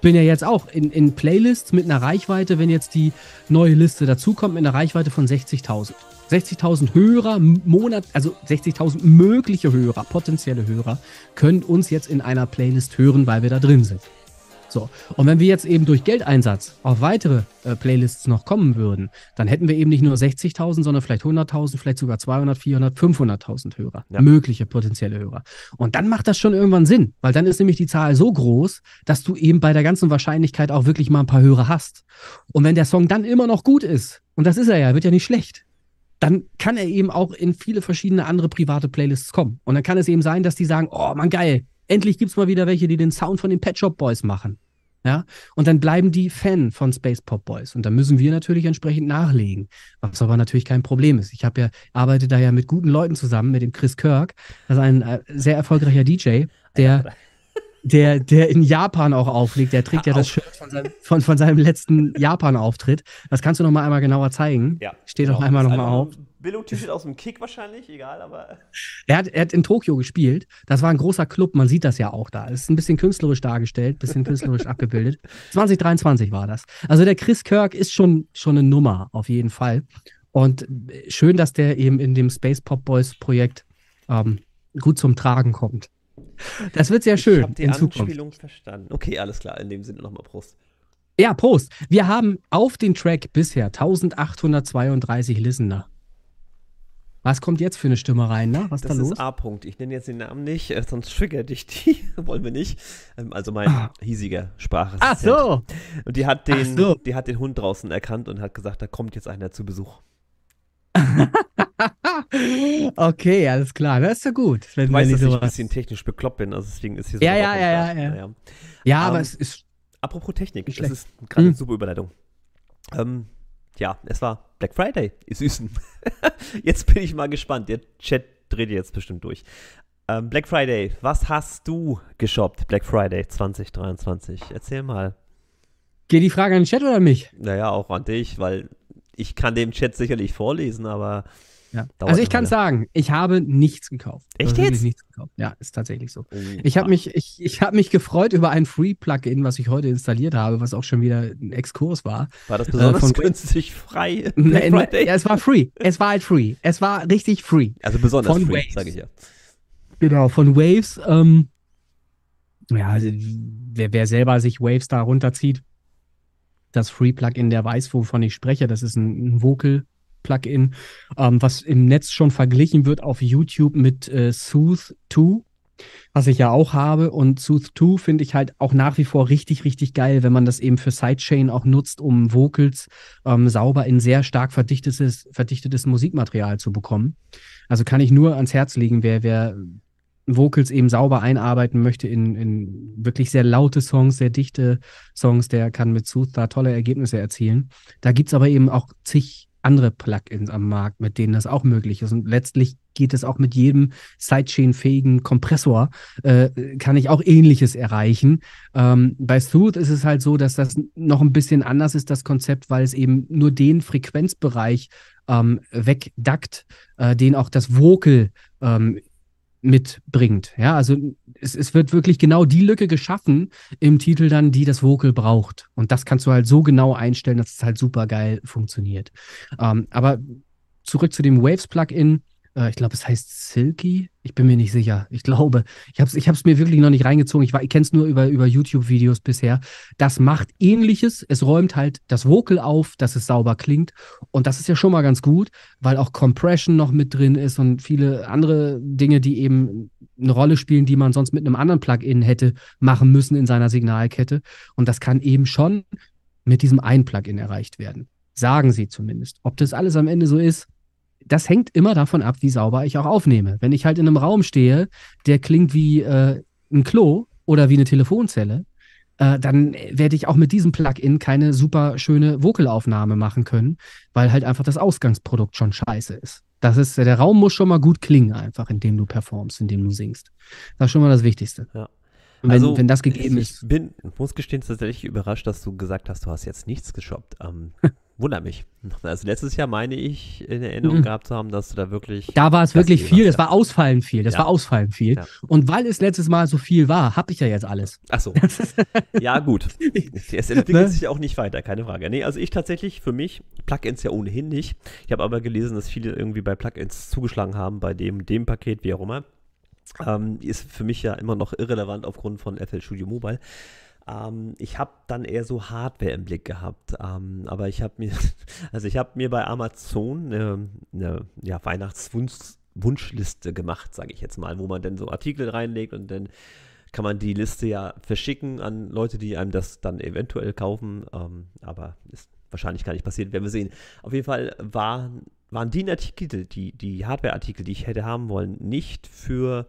bin ja jetzt auch in Playlists mit einer Reichweite, wenn jetzt die neue Liste dazukommt, mit einer Reichweite von 60.000. 60.000 Hörer im Monat, also 60.000 mögliche Hörer, potenzielle Hörer, können uns jetzt in einer Playlist hören, weil wir da drin sind. So. Und wenn wir jetzt eben durch Geldeinsatz auf weitere Playlists noch kommen würden, dann hätten wir eben nicht nur 60.000, sondern vielleicht 100.000, vielleicht sogar 200, 400, 500.000 Hörer, mögliche potenzielle Hörer. Und dann macht das schon irgendwann Sinn, weil dann ist nämlich die Zahl so groß, dass du eben bei der ganzen Wahrscheinlichkeit auch wirklich mal ein paar Hörer hast. Und wenn der Song dann immer noch gut ist, und das ist er ja, wird ja nicht schlecht, dann kann er eben auch in viele verschiedene andere private Playlists kommen. Und dann kann es eben sein, dass die sagen, oh Mann, geil, endlich gibt es mal wieder welche, die den Sound von den Pet Shop Boys machen. Ja, und dann bleiben die Fan von Space Pop Boys. Und da müssen wir natürlich entsprechend nachlegen, was aber natürlich kein Problem ist. Ich arbeite da ja mit guten Leuten zusammen, mit dem Chris Kirk. Das ist ein sehr erfolgreicher DJ, der in Japan auch auflegt. Der trägt ja das Shirt von seinem letzten Japan-Auftritt. Das kannst du noch mal einmal genauer zeigen. Ja, steht doch einmal noch mal auf. Billo-T-Shirt aus dem Kick wahrscheinlich, egal, aber... Er hat in Tokio gespielt. Das war ein großer Club, man sieht das ja auch da. Es ist ein bisschen künstlerisch dargestellt, ein bisschen künstlerisch abgebildet. 2023 war das. Also der Chris Kirk ist schon eine Nummer, auf jeden Fall. Und schön, dass der eben in dem Space Pop Boys Projekt gut zum Tragen kommt. Das wird sehr schön. Ich habe die Anspielung verstanden. Okay, alles klar, in dem Sinne nochmal Prost. Ja, Prost. Wir haben auf den Track bisher 1832 Listener. Was kommt jetzt für eine Stimme rein, ne? Was ist da los? Das ist A-Punkt. Ich nenne jetzt den Namen nicht, sonst triggert dich die. Wollen wir nicht. Also mein hiesiger Sprachassistent. Ach so. Und die hat den Hund draußen erkannt und hat gesagt, da kommt jetzt einer zu Besuch. Okay, alles klar. Das ist ja gut. Ich weiß, dass ich ein bisschen technisch bekloppt bin, also deswegen ist hier so. Ja, aber es ist. Apropos Technik, das ist gerade eine super Überleitung. Ja, es war Black Friday, ihr Süßen. Jetzt bin ich mal gespannt. Der Chat dreht jetzt bestimmt durch. Black Friday, was hast du geshoppt? Black Friday 2023. Erzähl mal. Geht die Frage an den Chat oder an mich? Naja, auch an dich, weil ich kann dem Chat sicherlich vorlesen, aber... Ja. Also ich kann sagen, ich habe nichts gekauft. Echt jetzt? Nichts gekauft. Ja, ist tatsächlich so. Ich habe mich gefreut über ein Free-Plugin, was ich heute installiert habe, was auch schon wieder ein Exkurs war. War das besonders günstig frei? Ja, es war free. Es war halt free. Es war richtig free. Also besonders von free, Waves. Sage ich ja. Genau, von Waves. Ja, also wer selber sich Waves da runterzieht, das Free-Plugin, der weiß, wovon ich spreche. Das ist ein Vocal-Plugin, was im Netz schon verglichen wird auf YouTube mit Soothe 2, was ich ja auch habe. Und Soothe 2 finde ich halt auch nach wie vor richtig, richtig geil, wenn man das eben für Sidechain auch nutzt, um Vocals sauber in sehr stark verdichtetes Musikmaterial zu bekommen. Also kann ich nur ans Herz legen, wer Vocals eben sauber einarbeiten möchte in wirklich sehr laute Songs, sehr dichte Songs, der kann mit Soothe da tolle Ergebnisse erzielen. Da gibt es aber eben auch zig andere Plugins am Markt, mit denen das auch möglich ist. Und letztlich geht es auch mit jedem Sidechain-fähigen Kompressor, kann ich auch Ähnliches erreichen. Bei Soothe ist es halt so, dass das noch ein bisschen anders ist, das Konzept, weil es eben nur den Frequenzbereich wegdackt, den auch das Vocal mitbringt. Ja, also es wird wirklich genau die Lücke geschaffen im Titel dann, die das Vocal braucht. Und das kannst du halt so genau einstellen, dass es halt super geil funktioniert. Aber zurück zu dem Waves-Plugin. Ich glaube, es heißt Silky. Ich bin mir nicht sicher. Ich glaube, ich hab's mir wirklich noch nicht reingezogen. Ich kenne es nur über YouTube-Videos bisher. Das macht Ähnliches. Es räumt halt das Vocal auf, dass es sauber klingt. Und das ist ja schon mal ganz gut, weil auch Compression noch mit drin ist und viele andere Dinge, die eben eine Rolle spielen, die man sonst mit einem anderen Plugin hätte machen müssen in seiner Signalkette. Und das kann eben schon mit diesem einen Plugin erreicht werden. Sagen sie zumindest. Ob das alles am Ende so ist, das hängt immer davon ab, wie sauber ich auch aufnehme. Wenn ich halt in einem Raum stehe, der klingt wie ein Klo oder wie eine Telefonzelle, dann werde ich auch mit diesem Plugin keine super schöne Vocalaufnahme machen können, weil halt einfach das Ausgangsprodukt schon scheiße ist. Der Raum muss schon mal gut klingen, einfach, indem du performst, indem du singst. Das ist schon mal das Wichtigste. Ja. Und wenn das gegeben ist. Ich muss gestehen, tatsächlich überrascht, dass du gesagt hast, du hast jetzt nichts geshoppt. wundert mich. Also letztes Jahr meine ich in Erinnerung gehabt zu haben, dass du da wirklich. Da war es wirklich viel, das war ausfallend viel. Das Ja. war ausfallend viel. Ja. Und weil es letztes Mal so viel war, habe ich ja jetzt alles. Ach so. Ja, gut. Es entwickelt sich auch nicht weiter, keine Frage. Nee, also ich tatsächlich, für mich, Plugins ja ohnehin nicht. Ich habe aber gelesen, dass viele irgendwie bei Plugins zugeschlagen haben, bei dem Paket, wie auch immer. Ist für mich ja immer noch irrelevant aufgrund von FL Studio Mobile. Ich habe dann eher so Hardware im Blick gehabt, aber ich habe mir bei Amazon eine Weihnachtswunschliste gemacht, sage ich jetzt mal, wo man dann so Artikel reinlegt und dann kann man die Liste ja verschicken an Leute, die einem das dann eventuell kaufen, aber ist wahrscheinlich gar nicht passiert, werden wir sehen. Auf jeden Fall waren die Artikel, die Hardware-Artikel, die ich hätte haben wollen, nicht für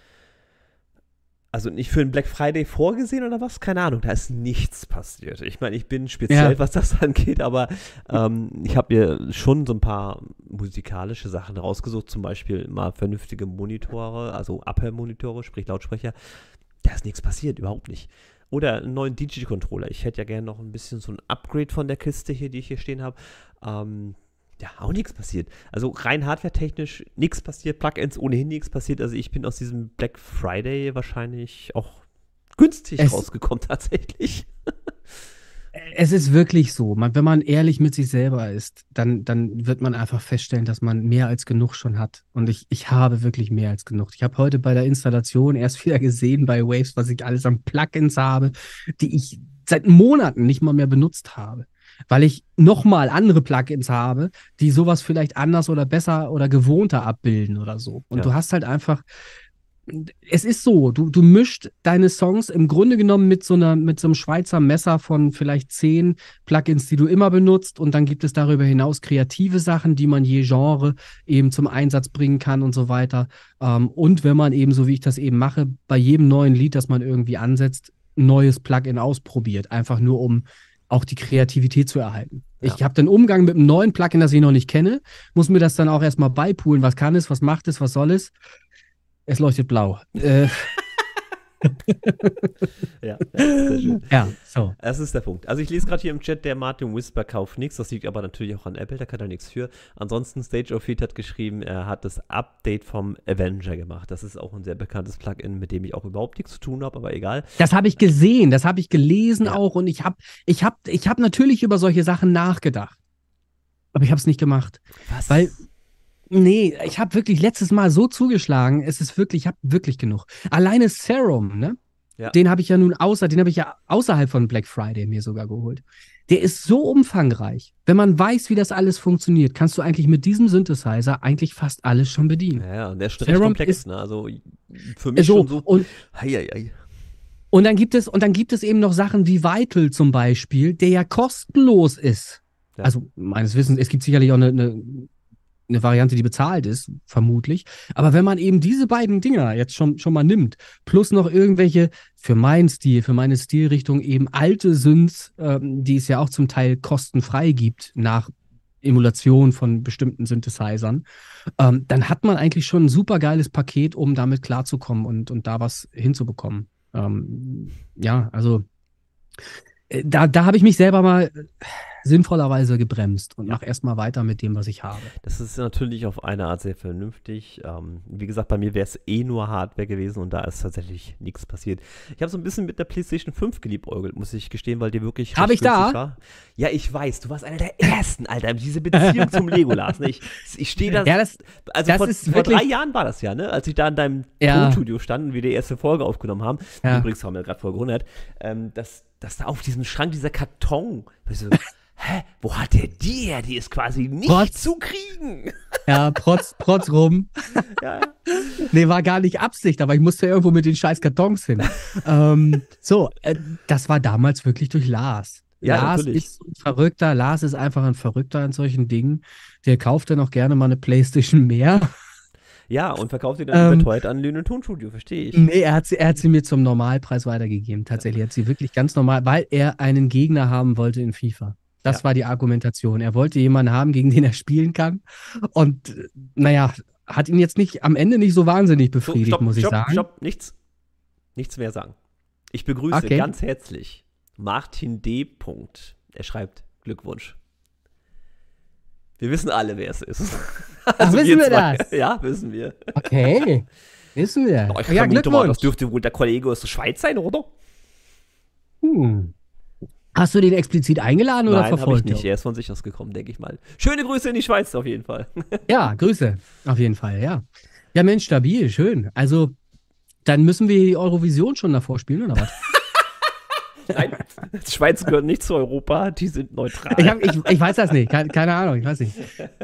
den Black Friday vorgesehen oder was? Keine Ahnung, da ist nichts passiert. Ich meine, ich bin speziell, was das angeht, aber ich habe mir schon so ein paar musikalische Sachen rausgesucht, zum Beispiel mal vernünftige Monitore, also Upper-Monitore, sprich Lautsprecher. Da ist nichts passiert, überhaupt nicht. Oder einen neuen DJ-Controller. Ich hätte ja gerne noch ein bisschen so ein Upgrade von der Kiste hier, die ich hier stehen habe. Ja, auch nichts passiert. Also rein hardware-technisch nichts passiert, Plugins ohnehin nichts passiert. Also ich bin aus diesem Black Friday wahrscheinlich auch günstig rausgekommen tatsächlich. Es ist wirklich so. Wenn man ehrlich mit sich selber ist, dann wird man einfach feststellen, dass man mehr als genug schon hat. Und ich habe wirklich mehr als genug. Ich habe heute bei der Installation erst wieder gesehen bei Waves, was ich alles an Plugins habe, die ich seit Monaten nicht mal mehr benutzt habe. Weil ich nochmal andere Plugins habe, die sowas vielleicht anders oder besser oder gewohnter abbilden oder so. Und du hast halt einfach, es ist so, du mischt deine Songs im Grunde genommen mit so einem Schweizer Messer von vielleicht 10 Plugins, die du immer benutzt, und dann gibt es darüber hinaus kreative Sachen, die man je Genre eben zum Einsatz bringen kann und so weiter. Und wenn man eben, so wie ich das eben mache, bei jedem neuen Lied, das man irgendwie ansetzt, ein neues Plugin ausprobiert, einfach nur um auch die Kreativität zu erhalten. Ja. Ich habe den Umgang mit einem neuen Plugin, das ich noch nicht kenne, muss mir das dann auch erstmal beipulen. Was kann es, was macht es, was soll es? Es leuchtet blau. Ja, sehr schön. Ja, so. Das ist der Punkt. Also ich lese gerade hier im Chat, der Martin Whisper kauft nichts. Das liegt aber natürlich auch an Apple, da kann er nichts für. Ansonsten, Stage of Feet hat geschrieben, er hat das Update vom Avenger gemacht. Das ist auch ein sehr bekanntes Plugin, mit dem ich auch überhaupt nichts zu tun habe, aber egal. Das habe ich gesehen, das habe ich gelesen auch, und ich hab natürlich über solche Sachen nachgedacht. Aber ich habe es nicht gemacht. Was? Weil nee, ich habe wirklich letztes Mal so zugeschlagen, ich habe wirklich genug. Alleine Serum, ne? Ja. Den habe ich ja außerhalb von Black Friday mir sogar geholt. Der ist so umfangreich. Wenn man weiß, wie das alles funktioniert, kannst du eigentlich mit diesem Synthesizer eigentlich fast alles schon bedienen. Ja, und der ist recht komplex, ne? Also für mich so, schon so. Und dann gibt es eben noch Sachen wie Vital zum Beispiel, der ja kostenlos ist. Ja. Also meines Wissens, es gibt sicherlich auch eine Variante, die bezahlt ist, vermutlich. Aber wenn man eben diese beiden Dinger jetzt schon mal nimmt, plus noch irgendwelche für meinen Stil, für meine Stilrichtung eben alte Synths, die es ja auch zum Teil kostenfrei gibt, nach Emulation von bestimmten Synthesizern, dann hat man eigentlich schon ein super geiles Paket, um damit klarzukommen und da was hinzubekommen. Ja, also da habe ich mich selber mal sinnvollerweise gebremst und mache erstmal weiter mit dem, was ich habe. Das ist natürlich auf eine Art sehr vernünftig. Wie gesagt, bei mir wäre es nur Hardware gewesen und da ist tatsächlich nichts passiert. Ich habe so ein bisschen mit der PlayStation 5 geliebäugelt, muss ich gestehen, weil die wirklich habe ich da? war. Ja, ich weiß, du warst einer der Ersten, Alter, diese Beziehung zum Legolas. Ne? Ich stehe da. Ja, vor 3 Jahren war das ja, ne? Als ich da in deinem Tonstudio stand und wir die erste Folge aufgenommen haben. Ja. Übrigens haben wir gerade Folge 100. Dass da auf diesem Schrank dieser Karton, so, hä, wo hat der die her? Die ist quasi nicht zu kriegen. Ja, protz rum. Ja. Nee, war gar nicht Absicht, aber ich musste irgendwo mit den scheiß Kartons hin. Das war damals wirklich durch Lars. Ja, Lars natürlich. ist ein Verrückter. Lars ist einfach ein Verrückter in solchen Dingen. Der kauft dann auch gerne mal eine PlayStation mehr. Ja, und verkauft sie dann überteuert an Lünen Tonstudio, verstehe ich. Nee, er hat sie mir zum Normalpreis weitergegeben. Tatsächlich hat sie wirklich ganz normal, weil er einen Gegner haben wollte in FIFA. Das war die Argumentation. Er wollte jemanden haben, gegen den er spielen kann. Und naja, hat ihn jetzt am Ende nicht so wahnsinnig befriedigt, muss ich sagen. Stopp, nichts mehr sagen. Ich begrüße ganz herzlich Martin D. Er schreibt Glückwunsch. Wir wissen alle, wer es ist. Ach, wissen wir das? Ja, wissen wir. Okay, wissen wir. Ich Ja, vermute mal, das Glückwunsch. dürfte wohl der Kollege aus der Schweiz sein, oder? Hast du den explizit eingeladen oder Nein, habe ich verfolgt? nicht. Er ist von sich aus gekommen, denke ich mal. Schöne Grüße in die Schweiz auf jeden Fall. Ja, Grüße. Auf jeden Fall, ja. Ja, Mensch, stabil, schön. Also, dann müssen wir die Eurovision schon davor spielen, oder was? Nein, die Schweiz gehört nicht zu Europa, die sind neutral. Ich weiß das nicht. Keine Ahnung, ich weiß nicht.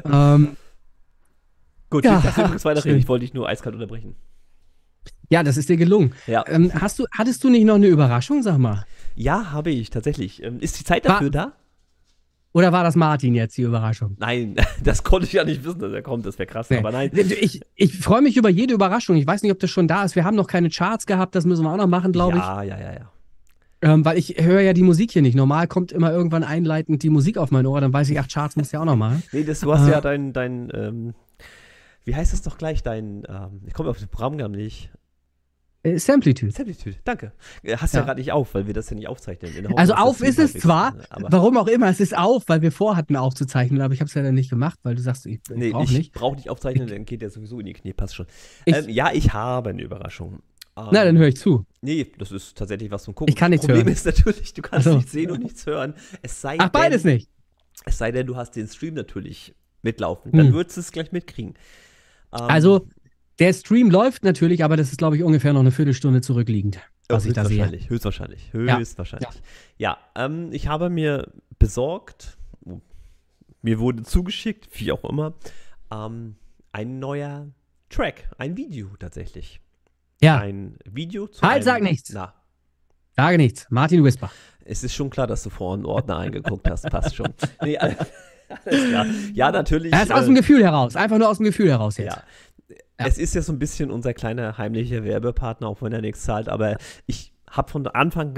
Gut, ja, ich darf übrigens weiterreden. schön. Ich wollte dich nur eiskalt unterbrechen. Ja, das ist dir gelungen. Ja, Hattest du nicht noch eine Überraschung, sag mal? ja, habe ich tatsächlich. Ist die Zeit dafür da? Oder war das Martin jetzt die Überraschung? Nein, das konnte ich ja nicht wissen, dass er kommt. Das wäre krass, Nee. aber nein. Ich freue mich über jede Überraschung. Ich weiß nicht, ob das schon da ist. Wir haben noch keine Charts gehabt, das müssen wir auch noch machen, glaube ich. Ja. Weil ich höre ja die Musik hier nicht. Normal kommt immer irgendwann einleitend die Musik auf mein Ohr, dann weiß ich, ach, Charts muss ich auch noch machen. Nee, du hast ja wie heißt das doch gleich, ich komme auf den Programmnamen nicht. Samplitude. Samplitude, danke. Hast ja Ja. gerade nicht auf, weil wir das ja nicht aufzeichnen. In der Also Hoffnung, auf dass ist das es Lied zwar, halbwegs, aber warum auch immer, es ist auf, weil wir vorhatten aufzuzeichnen, aber ich habe es ja dann nicht gemacht, weil du sagst, ich nee, brauche ich nicht. brauche nicht aufzeichnen, dann geht der sowieso in die Knie, passt schon. Ich- Ja, ich habe eine Überraschung. Na, dann höre ich zu. Nee, das ist tatsächlich was zum Gucken. Ich kann nichts Problem hören. ist natürlich, du kannst Ach so. nichts sehen und nichts hören. Ach, beides nicht. Es sei denn, du hast den Stream natürlich mitlaufen. Dann würdest du es gleich mitkriegen. Also, der Stream läuft natürlich, aber das ist, glaube ich, ungefähr noch eine Viertelstunde zurückliegend, was ich da sehe. Höchstwahrscheinlich. Ja. Ja, ich habe mir besorgt, mir wurde zugeschickt, wie auch immer, ein neuer Track, ein Video tatsächlich. Ja, Ein Video zu Halt, einem, sag nichts. Na, sage nichts. Martin Whisper. es ist schon klar, dass du vorhin einen Ordner eingeguckt hast, passt schon. Nee, alles klar. Ja, natürlich. Er ist aus dem Gefühl heraus, einfach nur aus dem Gefühl heraus jetzt. Ja. Es ist ja so ein bisschen unser kleiner heimlicher Werbepartner, auch wenn er nichts zahlt, aber ich habe von Anfang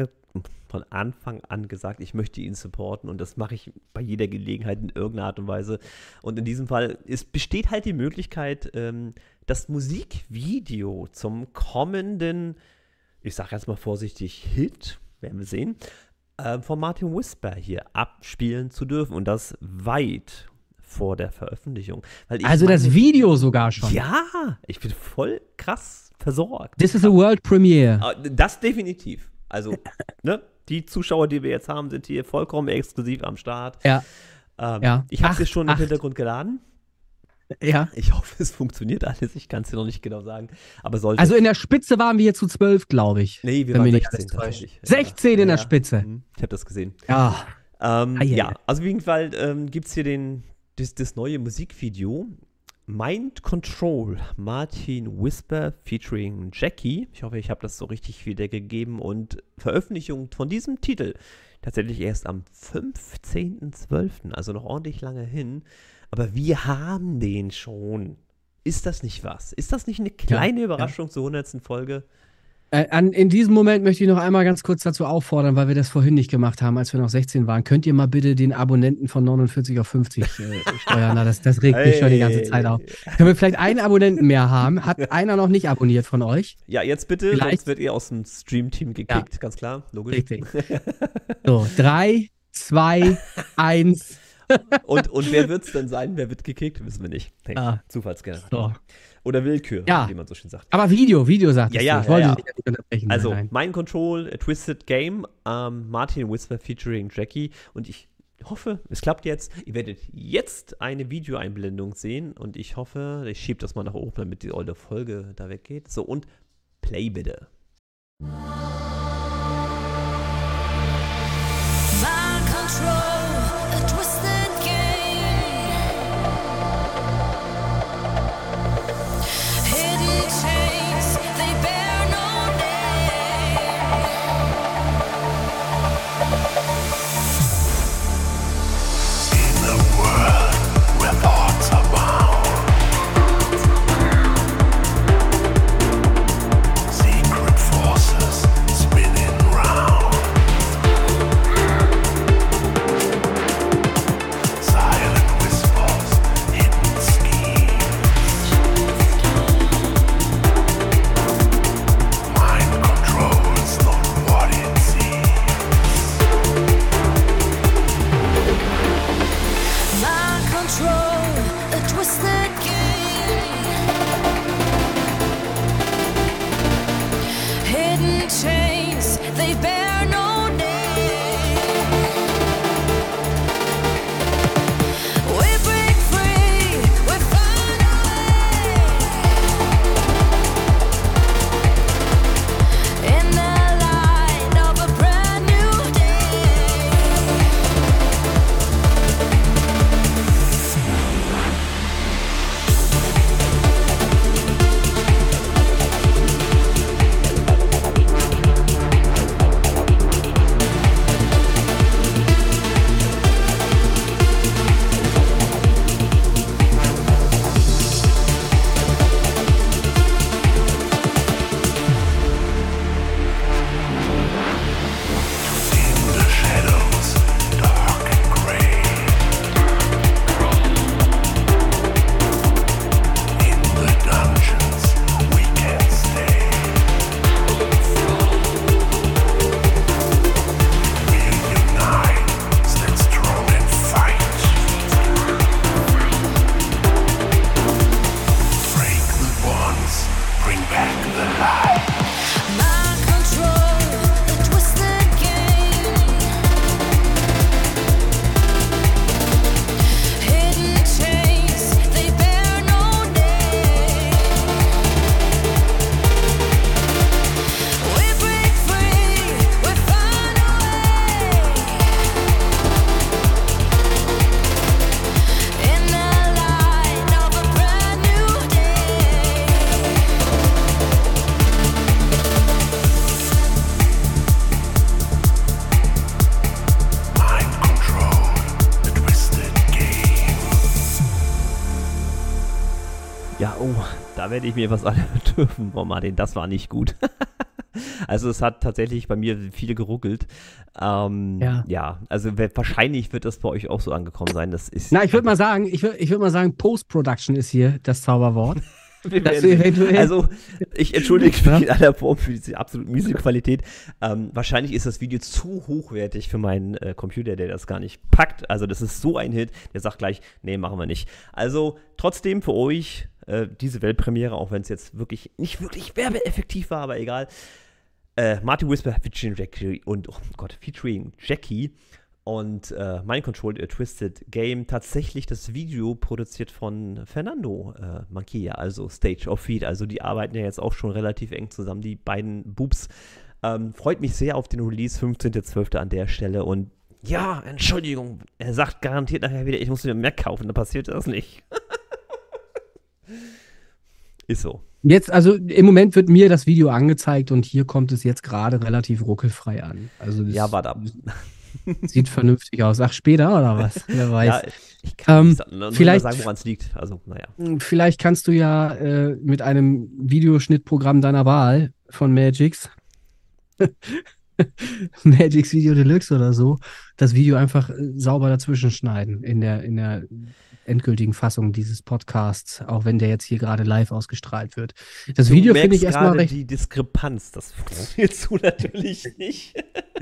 an gesagt, ich möchte ihn supporten und das mache ich bei jeder Gelegenheit in irgendeiner Art und Weise. Und in diesem Fall besteht halt die Möglichkeit, das Musikvideo zum kommenden, ich sage jetzt mal vorsichtig, Hit, werden wir sehen, von Martin Whisper hier abspielen zu dürfen und das weit vor der Veröffentlichung. Weil ich Also das meine- Video sogar schon. Ja, ich bin voll krass versorgt. This is a world premiere. Das definitiv. Also, ne, die Zuschauer, die wir jetzt haben, sind hier vollkommen exklusiv am Start. Ja, ja. Ich habe es schon im 8. Hintergrund geladen. ja. Ich hoffe, es funktioniert alles. Ich kann es dir noch nicht genau sagen. Aber sollte. Also in der Spitze waren wir jetzt zu 12, glaube ich. nee, wir wenn waren mich nicht 16 alles täuscht. tatsächlich. 16 in der Spitze. Ich habe das gesehen. Ja. Ja, also auf jeden Fall gibt es hier das neue Musikvideo. Mind Control, Martin Whisper featuring Jackie. Ich hoffe, ich habe das so richtig wiedergegeben. Und Veröffentlichung von diesem Titel tatsächlich erst am 15.12., also noch ordentlich lange hin. Aber wir haben den schon. Ist das nicht was? Ist das nicht eine kleine Überraschung zur 100. Folge? In diesem Moment möchte ich noch einmal ganz kurz dazu auffordern, weil wir das vorhin nicht gemacht haben, als wir noch 16 waren. Könnt ihr mal bitte den Abonnenten von 49 auf 50 steuern? Na, das regt mich schon die ganze Zeit auf. Können wir vielleicht einen Abonnenten mehr haben? Hat einer noch nicht abonniert von euch? Ja, jetzt bitte, Vielleicht- sonst wird ihr aus dem Stream-Team gekickt, ganz klar, logisch. Richtig. So, 3, 2, 1. Und wer wird es denn sein? Wer wird gekickt? Wissen wir nicht. Hey, Ah. Zufallsgenerator. So. Oder Willkür, Ja. wie man so schön sagt. Aber Video sagt Ja, es. ja, Ich wollte ja, dich nicht unterbrechen. Also, Nein. Mind Control, A Twisted Game, Martin Whisper featuring Jackie. Und ich hoffe, es klappt jetzt. Ihr werdet jetzt eine Videoeinblendung sehen. Und ich hoffe, ich schiebe das mal nach oben, damit die alte Folge da weggeht. So, und Play bitte. Mind control, a twisted game. Hidden chains, they bear no name. In a world where thoughts are bound, secret forces Ja, oh, da werde ich mir was anhören dürfen. Oh Martin, das war nicht gut. Also es hat tatsächlich bei mir viel geruckelt. Ja, also wahrscheinlich wird das bei euch auch so angekommen sein. Das ist Na, ich würde mal sagen, Post-Production ist hier das Zauberwort. Wir Das werden sehen. eventuell- Also, ich entschuldige mich in aller Form für diese absolut miese Qualität. Wahrscheinlich ist das Video zu hochwertig für meinen Computer, der das gar nicht packt. Also, das ist so ein Hit, der sagt gleich, nee, machen wir nicht. Also, trotzdem für euch diese Weltpremiere, auch wenn es jetzt wirklich nicht wirklich werbeeffektiv war, aber egal. Martin Whisper featuring Jackie und, oh Gott, featuring Jackie. Und Mind Control A Twisted Game, tatsächlich das Video produziert von Fernando Manquilla, also Stage of Feet. Also die arbeiten ja jetzt auch schon relativ eng zusammen, die beiden Boobs. Freut mich sehr auf den Release, 15.12. an der Stelle. Und ja, Entschuldigung, er sagt garantiert nachher wieder, ich muss mir mehr kaufen, dann passiert das nicht. Ist so. Jetzt, also im Moment wird mir das Video angezeigt und hier kommt es jetzt gerade relativ ruckelfrei an. Also das Ja, warte ab. sieht vernünftig aus. Ach, später oder was? Wer weiß. Ja, ich kann nicht vielleicht- sagen, woran es liegt. Also, naja. Vielleicht kannst du ja mit einem Videoschnittprogramm deiner Wahl von Magix, Magix Video Deluxe oder so, das Video einfach sauber dazwischen schneiden in der endgültigen Fassung dieses Podcasts, auch wenn der jetzt hier gerade live ausgestrahlt wird. Das Du Video finde merkst ich erstmal gerade recht. die Diskrepanz, das funktioniert so natürlich nicht.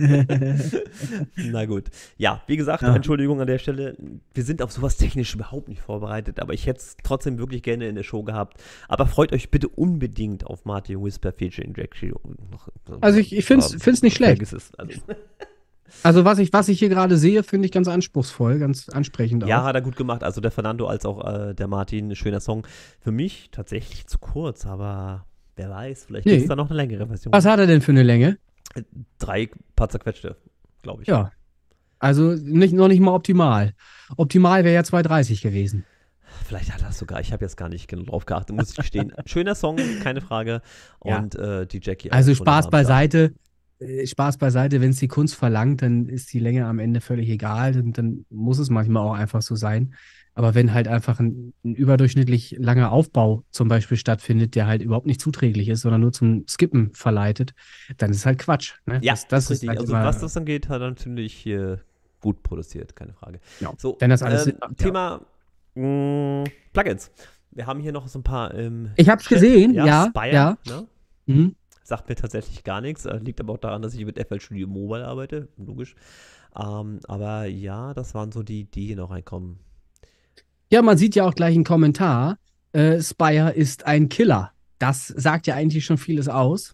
Na gut. Ja, wie gesagt, Ja. Entschuldigung an der Stelle. Wir sind auf sowas technisch überhaupt nicht vorbereitet, aber ich hätte es trotzdem wirklich gerne in der Show gehabt. Aber freut euch bitte unbedingt auf Martin Whisper featuring Jackie. Also ich find's nicht schlecht. Vergiss es. Also, Also was ich hier gerade sehe, finde ich ganz anspruchsvoll, ganz ansprechend ja, auch. hat er gut gemacht. Also der Fernando als auch der Martin, ein schöner Song. Für mich tatsächlich zu kurz, aber wer weiß, vielleicht Nee. gibt es da noch eine längere Version. Was hat er denn für eine Länge? 3 paar zerquetschte, glaube ich. Ja. Also noch nicht mal optimal. Optimal wäre ja 2,30 gewesen. Vielleicht hat er es sogar. Ich habe jetzt gar nicht genau drauf geachtet, muss ich gestehen. Schöner Song, keine Frage. Ja. Und die Jackie. Also auch Spaß wunderbar am Start. beiseite. Spaß beiseite, wenn es die Kunst verlangt, dann ist die Länge am Ende völlig egal. Dann muss es manchmal auch einfach so sein. Aber wenn halt einfach ein überdurchschnittlich langer Aufbau zum Beispiel stattfindet, der halt überhaupt nicht zuträglich ist, sondern nur zum Skippen verleitet, dann ist es halt Quatsch. Ne? Ja, das ist richtig. halt Also immer- was das angeht, hat er natürlich gut produziert, keine Frage. Ja, So, wenn das alles Sinn macht, ja. Thema Plugins. Wir haben hier noch so ein paar Ich hab's Chat. gesehen, ja, Spire, ja. Ne? Mhm. Sagt mir tatsächlich gar nichts. Liegt aber auch daran, dass ich mit FL Studio Mobile arbeite. Logisch. Aber ja, das waren so die hier noch reinkommen. Ja, man sieht ja auch gleich einen Kommentar. Spire ist ein Killer. Das sagt ja eigentlich schon vieles aus.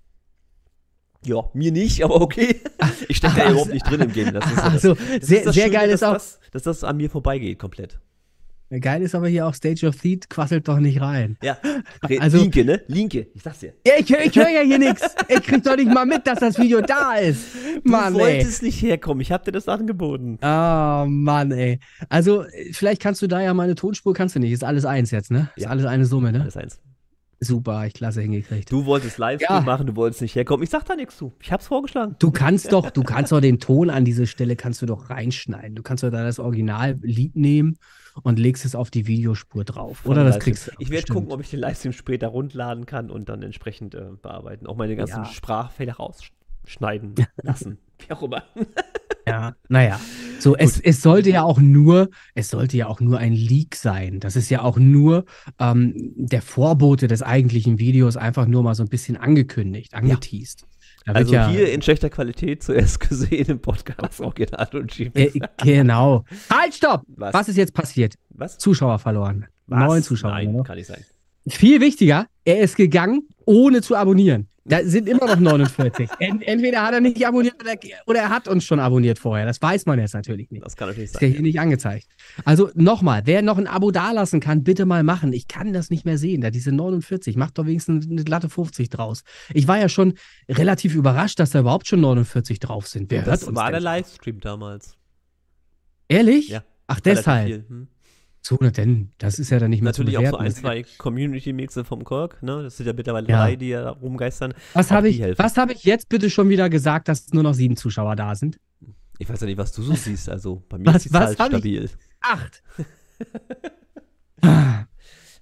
Ja, mir nicht, aber okay. Ich stecke da ach, überhaupt nicht drin im Game. Das ist so Also, das sehr, ist das sehr Schöne, geil ist auch. dass das an mir vorbeigeht komplett. Geil ist aber hier auch Stage of Theat, quasselt doch nicht rein. Ja, Also- Linke, ne? Linke, ich sag's dir. Ja, ich höre ja hier nichts. Ich krieg doch nicht mal mit, dass das Video da ist. Mann, Du ey. wolltest nicht herkommen, ich hab dir das angeboten. Oh, Mann, ey. Also, vielleicht kannst du da ja meine Tonspur, kannst du nicht. Ist alles eins jetzt, ne? Ist Ja. alles eine Summe, ne? Alles eins. Super, ich klasse hingekriegt. Du wolltest Livestream Ja. machen, du wolltest nicht herkommen. Ich sag da nichts zu. Ich hab's vorgeschlagen. Du kannst doch den Ton an diese Stelle kannst du doch reinschneiden. Du kannst doch da das Originallied nehmen und legst es auf die Videospur drauf. Von Oder das Livestream. kriegst du. Ich werde bestimmt. gucken, ob ich den Livestream später runterladen kann und dann entsprechend bearbeiten. Auch meine ganzen Ja. Sprachfehler rausschneiden lassen. Wie auch immer. Ja, naja. So, es sollte ja auch nur ein Leak sein. Das ist ja auch nur der Vorbote des eigentlichen Videos, einfach nur mal so ein bisschen angekündigt, angeteased. Da wird Also ja, hier in schlechter Qualität zuerst gesehen im Podcast Original und genau. Halt, stopp! Was? Was ist jetzt passiert? Was? Zuschauer verloren. Was? 9 Zuschauer. Nein, ne? kann nicht sein. Viel wichtiger, er ist gegangen, ohne zu abonnieren. Da sind immer noch 49. Entweder hat er nicht abonniert oder er hat uns schon abonniert vorher. Das weiß man jetzt natürlich nicht. Das kann natürlich Ist ja sein. hier nicht angezeigt. Also nochmal, wer noch ein Abo dalassen kann, bitte mal machen. Ich kann das nicht mehr sehen. Da diese 49, macht doch wenigstens eine glatte 50 draus. Ich war ja schon relativ überrascht, dass da überhaupt schon 49 drauf sind. Wer hört Das uns war denn? der Livestream damals. Ehrlich? Ja. Ach, Relativ deshalb. viel. So, na denn, das ist ja dann nicht mehr Natürlich zu auch so bewerten. ein, zwei Community-Mixe vom Kirk, ne? Das sind ja mittlerweile Ja. 3, die ja da rumgeistern. Was Auch habe die ich, helfen. was hab ich jetzt bitte schon wieder gesagt, dass nur noch 7 Zuschauer da sind? Ich weiß ja nicht, was du so siehst. Also bei mir Was- ist es was halt hab ich- stabil. 8.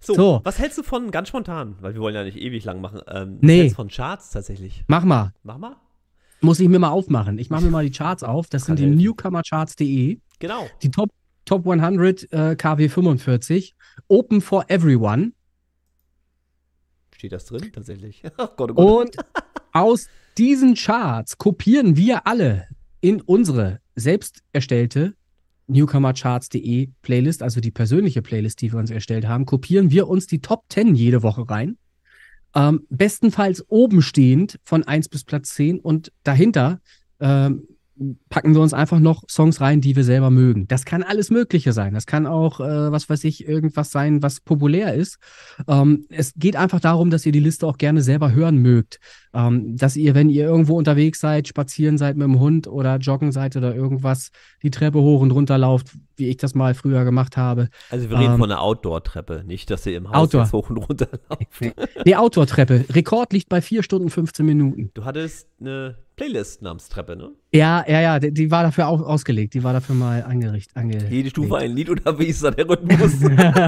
So. Was hältst du von, ganz spontan, weil wir wollen ja nicht ewig lang machen, was Nee. hältst du von Charts tatsächlich? Mach mal. Mach mal. Muss ich mir mal aufmachen. Ich mache mir mal die Charts auf. Das Kann sind die helfen. newcomercharts.de. Genau. Die Top 100 KW 45. Open for Everyone. Steht das drin, tatsächlich? Ach Gott, oh Gott. Und aus diesen Charts kopieren wir alle in unsere selbst erstellte newcomercharts.de Playlist, also die persönliche Playlist, die wir uns erstellt haben, kopieren wir uns die Top 10 jede Woche rein. Bestenfalls oben stehend von 1 bis Platz 10 und dahinter packen wir uns einfach noch Songs rein, die wir selber mögen. Das kann alles Mögliche sein. Das kann auch, was weiß ich, irgendwas sein, was populär ist. Es geht einfach darum, dass ihr die Liste auch gerne selber hören mögt. Dass ihr, wenn ihr irgendwo unterwegs seid, spazieren seid mit dem Hund oder joggen seid oder irgendwas, die Treppe hoch und runter lauft, wie ich das mal früher gemacht habe. Also wir reden von einer Outdoor-Treppe, nicht, dass ihr im Haus Outdoor. jetzt hoch und runter lauft. Die Outdoor-Treppe. Rekord liegt bei 4 Stunden 15 Minuten. Du hattest eine Playlist namens Treppe, ne? Ja, die war dafür auch ausgelegt. Die war dafür mal angelegt. Jede Stufe ein Lied oder wie ist da der Rhythmus?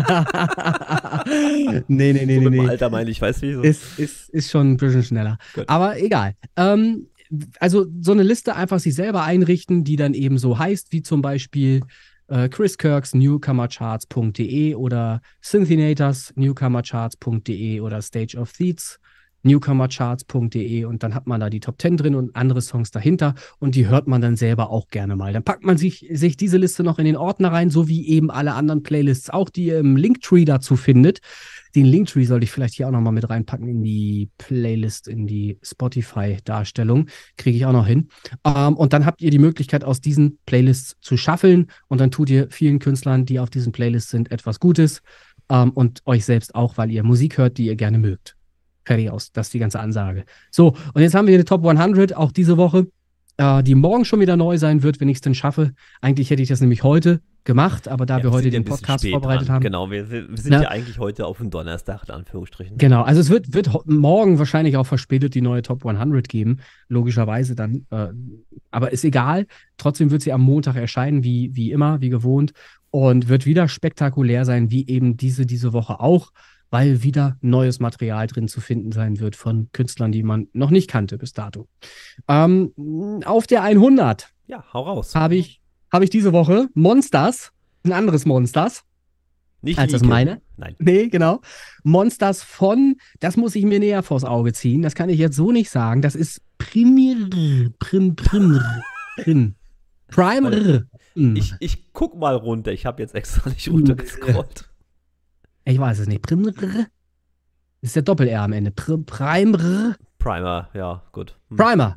nee. So mit dem Alter meine ich, weißt du wie? So. Ist schon ein bisschen schneller. Gut. Aber egal. Also so eine Liste einfach sich selber einrichten, die dann eben so heißt, wie zum Beispiel Chris Kirks newcomercharts.de oder Synthinators newcomercharts.de oder Stage of Thieves newcomercharts.de und dann hat man da die Top 10 drin und andere Songs dahinter und die hört man dann selber auch gerne mal. Dann packt man sich diese Liste noch in den Ordner rein, so wie eben alle anderen Playlists auch, die ihr im Linktree dazu findet. Den Linktree sollte ich vielleicht hier auch nochmal mit reinpacken in die Playlist, in die Spotify-Darstellung. Kriege ich auch noch hin. Und dann habt ihr die Möglichkeit, aus diesen Playlists zu shuffeln und dann tut ihr vielen Künstlern, die auf diesen Playlists sind, etwas Gutes und euch selbst auch, weil ihr Musik hört, die ihr gerne mögt. Fertig aus. Das ist die ganze Ansage. So, und jetzt haben wir eine Top 100, auch diese Woche, die morgen schon wieder neu sein wird, wenn ich es denn schaffe. Eigentlich hätte ich das nämlich heute gemacht, aber da wir heute sind ja den ein bisschen Podcast spät vorbereitet dran. haben. Genau, wir sind ja eigentlich heute auf dem Donnerstag, in Anführungsstrichen. Genau, also es wird morgen wahrscheinlich auch verspätet die neue Top 100 geben, logischerweise dann. Aber ist egal. Trotzdem wird sie am Montag erscheinen, wie immer, wie gewohnt. Und wird wieder spektakulär sein, wie eben diese Woche auch, weil wieder neues Material drin zu finden sein wird von Künstlern, die man noch nicht kannte bis dato. Auf der 100 Ja, hau raus. habe ich diese Woche Monsters, ein anderes Monsters, Nicht als das Lieke. meine. Nein. Nee, genau. Monsters von, das muss ich mir näher vors Auge ziehen, das kann ich jetzt so nicht sagen, das ist Primer. Ich guck mal runter, ich habe jetzt extra nicht runtergescrollt. Ich weiß es nicht. Primer. Das ist der Doppel-R am Ende. Primer. Primer, ja, gut. Primer.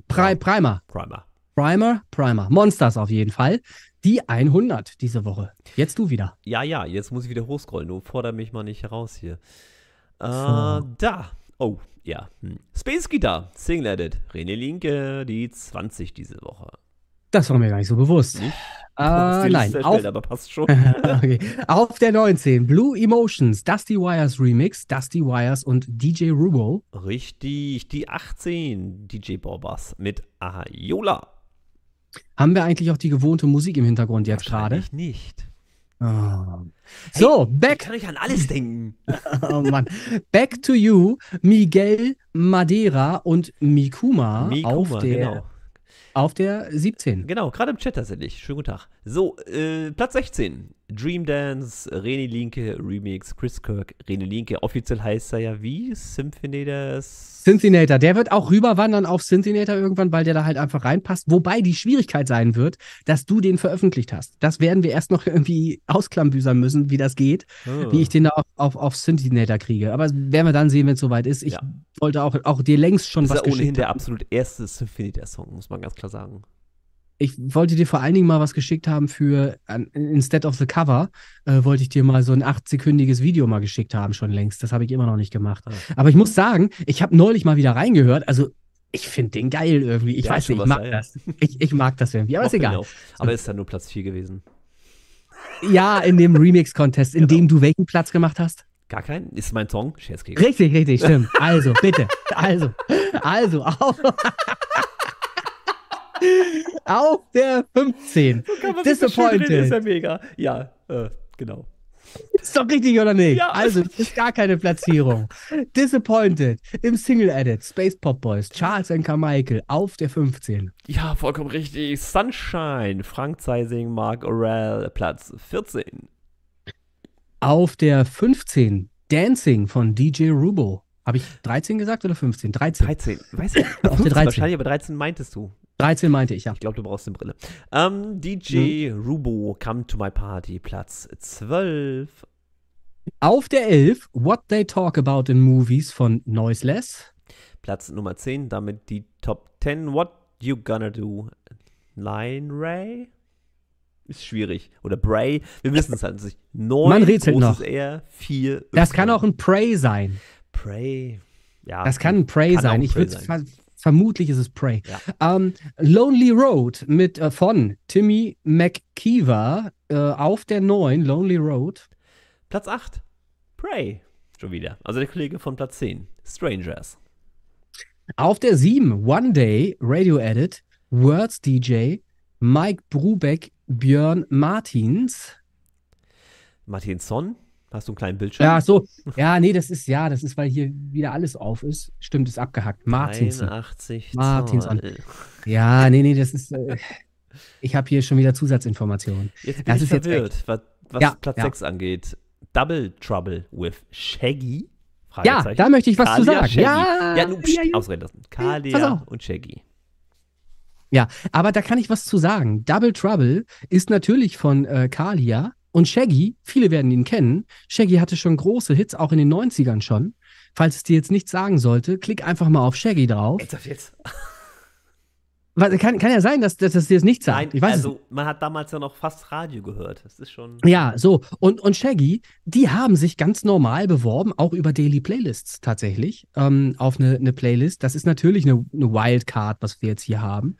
Primer. Monsters auf jeden Fall. Die 100 diese Woche. Jetzt du wieder. Ja, jetzt muss ich wieder hochscrollen. Du forder mich mal nicht heraus hier. So. Da. Oh, ja. Space Guitar, Single Edit. René Linke, die 20 diese Woche. Das war mir gar nicht so bewusst. Nicht? Du hast die Nein, Liste auf, erstellt, aber passt schon. okay. Auf der 19 Blue Emotions, Dusty Wires Remix, Dusty Wires und DJ Rubo. Richtig, die 18, DJ Borbas mit Ayola. Haben wir eigentlich auch die gewohnte Musik im Hintergrund jetzt gerade? Wahrscheinlich nicht. Oh. So, Ich back. kann nicht an alles denken. Oh Mann. Back to You, Miguel Madeira und Mikuma, auf der 17. Genau, gerade im Chat tatsächlich. Schönen guten Tag. So, Platz 16. Dream Dance, René Linke Remix, Chris Kirk, René Linke. Offiziell heißt er ja wie? Synthinator. Der wird auch rüberwandern auf Synthinator irgendwann, weil der da halt einfach reinpasst. Wobei die Schwierigkeit sein wird, dass du den veröffentlicht hast. Das werden wir erst noch irgendwie ausklambüsern müssen, wie das geht, wie ich den da auf Synthinator kriege. Aber das werden wir dann sehen, wenn es soweit ist. Ich wollte auch dir längst schon Das was ist ja ohnehin geschickt der haben. absolut erste Synthinator-Song, muss man ganz klar sagen. Ich wollte dir vor allen Dingen mal was geschickt haben für, instead of the cover, wollte ich dir mal so ein 8-sekündiges Video mal geschickt haben schon längst. Das habe ich immer noch nicht gemacht. Ah. Aber ich muss sagen, ich habe neulich mal wieder reingehört. Also ich finde den geil irgendwie. Ich Der hat weiß schon nicht, ich was, mag ja. das. Ich mag das irgendwie, aber ist Doch, egal. genau. Aber ist dann nur Platz 4 gewesen. Ja, in dem Remix-Contest, in Genau. dem du welchen Platz gemacht hast? Gar keinen? Ist mein Song? Scherzkeks. Richtig, stimmt. Also, bitte. Also, auf der 15. Kann man Disappointed. Ist ja mega. Ja, genau. Ist doch richtig, oder nicht? Ja. Also, das ist gar keine Platzierung. Disappointed im Single-Edit, Space Pop Boys, Charles and Carmichael auf der 15. Ja, vollkommen richtig. Sunshine, Frank Zeising, Mark Orell, Platz 14. Auf der 15 Dancing von DJ Rubo. Habe ich 13 gesagt oder 15? 13. 13. Weißt du, der 13. wahrscheinlich, aber 13 meintest du. 13 meinte ich, ja. Ich glaube, du brauchst eine Brille. DJ Rubo, Come to My Party, Platz 12. Auf der 11 What They Talk About in Movies von Noiseless. Platz Nummer 10, damit die Top 10. What You Gonna Do? Line Ray? Ist schwierig. Oder Bray. Wir wissen es halt nicht. 9, Man rätselt großes noch. R, 4. Das kann auch ein Prey sein. Prey. Ja. Das kann ein Prey Kann sein. auch Ich Prey würde sein. vermutlich ist es Prey. Ja. Lonely Road von Timmy McKeever auf der 9 Lonely Road. Platz 8. Prey. Schon wieder. Also der Kollege von Platz 10. Strangers. Auf der 7 One Day Radio Edit Words DJ Mike Brubeck Björn Martins. Martinson. Hast du einen kleinen Bildschirm? Ja, so. Ja, nee, das ist, weil hier wieder alles auf ist. Stimmt, ist abgehackt. Martinson. 81 Martinson. Zoll. Ja, nee, das ist. Ich habe hier schon wieder Zusatzinformationen. Jetzt bin Das ich ist jetzt verwirrt, was Ja, Platz ja. 6 angeht. Double Trouble with Shaggy? Ja, Fragezeichen. da möchte ich was zu Kalia, sagen. Shaggy. Ja, Ja, nun, pst, ja, ja. ausreden lassen. Pass Kalia auf. und Shaggy. Ja, aber da kann ich was zu sagen. Double Trouble ist natürlich von Kalia und Shaggy. Viele werden ihn kennen. Shaggy hatte schon große Hits, auch in den 90ern schon. Falls es dir jetzt nichts sagen sollte, klick einfach mal auf Shaggy drauf. Jetzt. Kann ja sein, dass das dir jetzt nichts sagt. Nein, Ich weiß es also man hat damals ja noch fast Radio gehört. Das ist schon. Ja, so. Und Shaggy, die haben sich ganz normal beworben, auch über Daily Playlists tatsächlich, auf eine Playlist. Das ist natürlich eine Wildcard, was wir jetzt hier haben.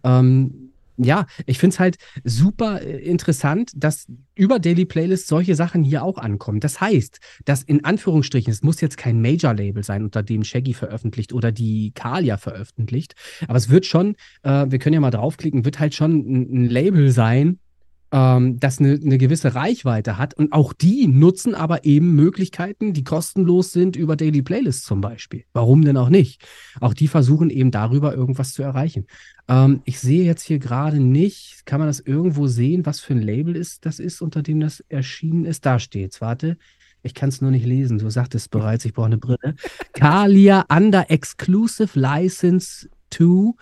Ja, ich finde es halt super interessant, dass über Daily Playlists solche Sachen hier auch ankommen. Das heißt, dass in Anführungsstrichen, es muss jetzt kein Major-Label sein, unter dem Shaggy veröffentlicht oder die Kalia veröffentlicht, aber es wird schon, wir können ja mal draufklicken, wird halt schon ein Label sein, das eine gewisse Reichweite hat. Und auch die nutzen aber eben Möglichkeiten, die kostenlos sind über Daily Playlists zum Beispiel. Warum denn auch nicht? Auch die versuchen eben darüber irgendwas zu erreichen. Ich sehe jetzt hier gerade nicht, kann man das irgendwo sehen, was für ein Label das ist, unter dem das erschienen ist? Da steht's, warte. Ich kann es nur nicht lesen. Du sagtest bereits, ich brauche eine Brille. Kalia under exclusive license to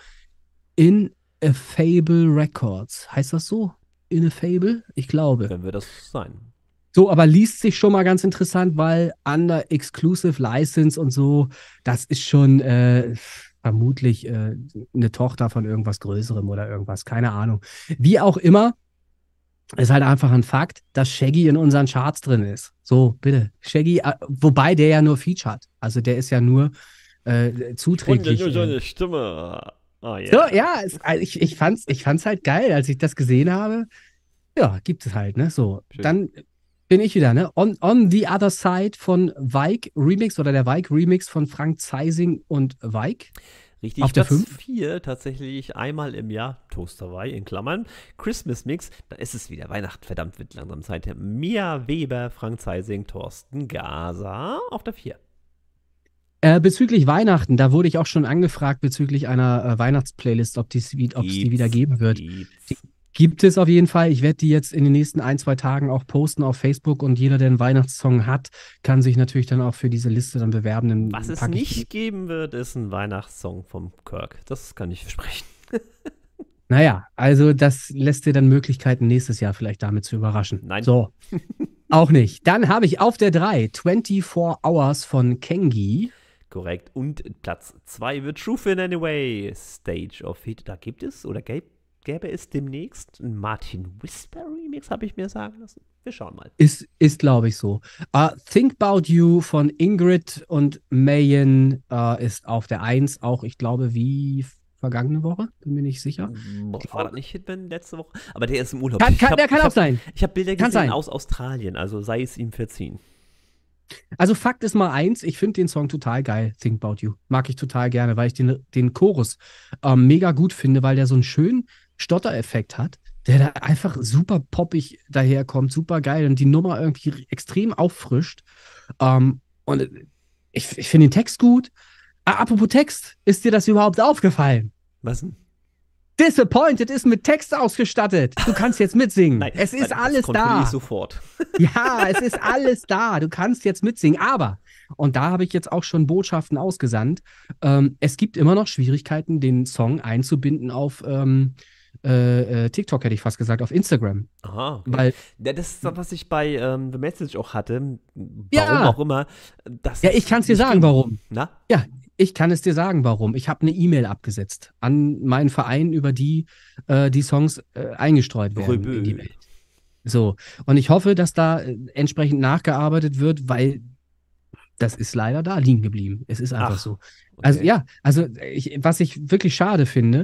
Ineffable Records. Heißt das so? Ineffable? Ich glaube. Können wir das sein? So, aber liest sich schon mal ganz interessant, weil under exclusive license und so, das ist schon vermutlich eine Tochter von irgendwas Größerem oder irgendwas, keine Ahnung. Wie auch immer, ist halt einfach ein Fakt, dass Shaggy in unseren Charts drin ist. So, bitte. Shaggy, wobei der ja nur featured. Also der ist ja nur zuträglich. Und so eine Stimme. Oh, yeah. So, ja, ich fand's halt geil, als ich das gesehen habe. Ja, gibt es halt, ne? So, Schön. dann bin ich wieder, ne? On the Other Side von Vike Remix oder der Vike Remix von Frank Zeising und Vike. Richtig, Auf der Platz 5? 4 tatsächlich einmal im Jahr, Toasterei in Klammern, Christmas Mix, da ist es wieder, Weihnachten, verdammt, wird langsam Zeit. Mia Weber, Frank Zeising, Thorsten Gaser auf der 4. Bezüglich Weihnachten, da wurde ich auch schon angefragt bezüglich einer Weihnachtsplaylist, ob es die wieder geben wird. Gibt es auf jeden Fall. Ich werde die jetzt in den nächsten 1-2 Tagen auch posten auf Facebook und jeder, der einen Weihnachtssong hat, kann sich natürlich dann auch für diese Liste dann bewerben. Dann Was es pack ich nicht geben wird, ist ein Weihnachtssong vom Kirk. Das kann ich versprechen. Naja, also das lässt dir dann Möglichkeiten, nächstes Jahr vielleicht damit zu überraschen. Nein. So, auch nicht. Dann habe ich auf der 3 24 Hours von Kengi. Korrekt. Und Platz 2 wird Truth in Anyway, Stage of It. Da gibt es oder gäbe es demnächst einen Martin Whisper Remix, habe ich mir sagen lassen. Wir schauen mal. Ist glaube ich, so. Think About You von Ingrid und Mayen ist auf der 1, auch ich glaube wie vergangene Woche, bin mir nicht sicher. War das nicht Hitman letzte Woche? Aber der ist im Urlaub. Der kann auch sein. Ich habe Bilder Kann gesehen sein. aus Australien, also sei es ihm verziehen. Also Fakt ist mal eins, ich finde den Song total geil, Think About You. Mag ich total gerne, weil ich den Chorus mega gut finde, weil der so einen schönen Stottereffekt hat, der da einfach super poppig daherkommt, super geil und die Nummer irgendwie extrem auffrischt. Und ich finde den Text gut. Apropos Text, ist dir das überhaupt aufgefallen? Was denn? Disappointed ist mit Text ausgestattet. Du kannst jetzt mitsingen. Nein, Es ist das alles kontrolliere da. ich sofort. Ja, es ist alles da. Du kannst jetzt mitsingen. Aber, und da habe ich jetzt auch schon Botschaften ausgesandt, es gibt immer noch Schwierigkeiten, den Song einzubinden auf TikTok, hätte ich fast gesagt, auf Instagram. Aha. Okay. Weil, Ja, das ist das, was ich bei The Message auch hatte. Warum Ja. auch immer. Das ja, ich kann es dir nicht sagen, ging. warum. Na? Ja, ich kann es dir sagen, warum. Ich habe eine E-Mail abgesetzt an meinen Verein, über die die Songs eingestreut werden in die Röbö. Welt. So, und ich hoffe, dass da entsprechend nachgearbeitet wird, weil das ist leider da liegen geblieben. Es ist einfach Ach, so. Also okay. ja, was ich wirklich schade finde,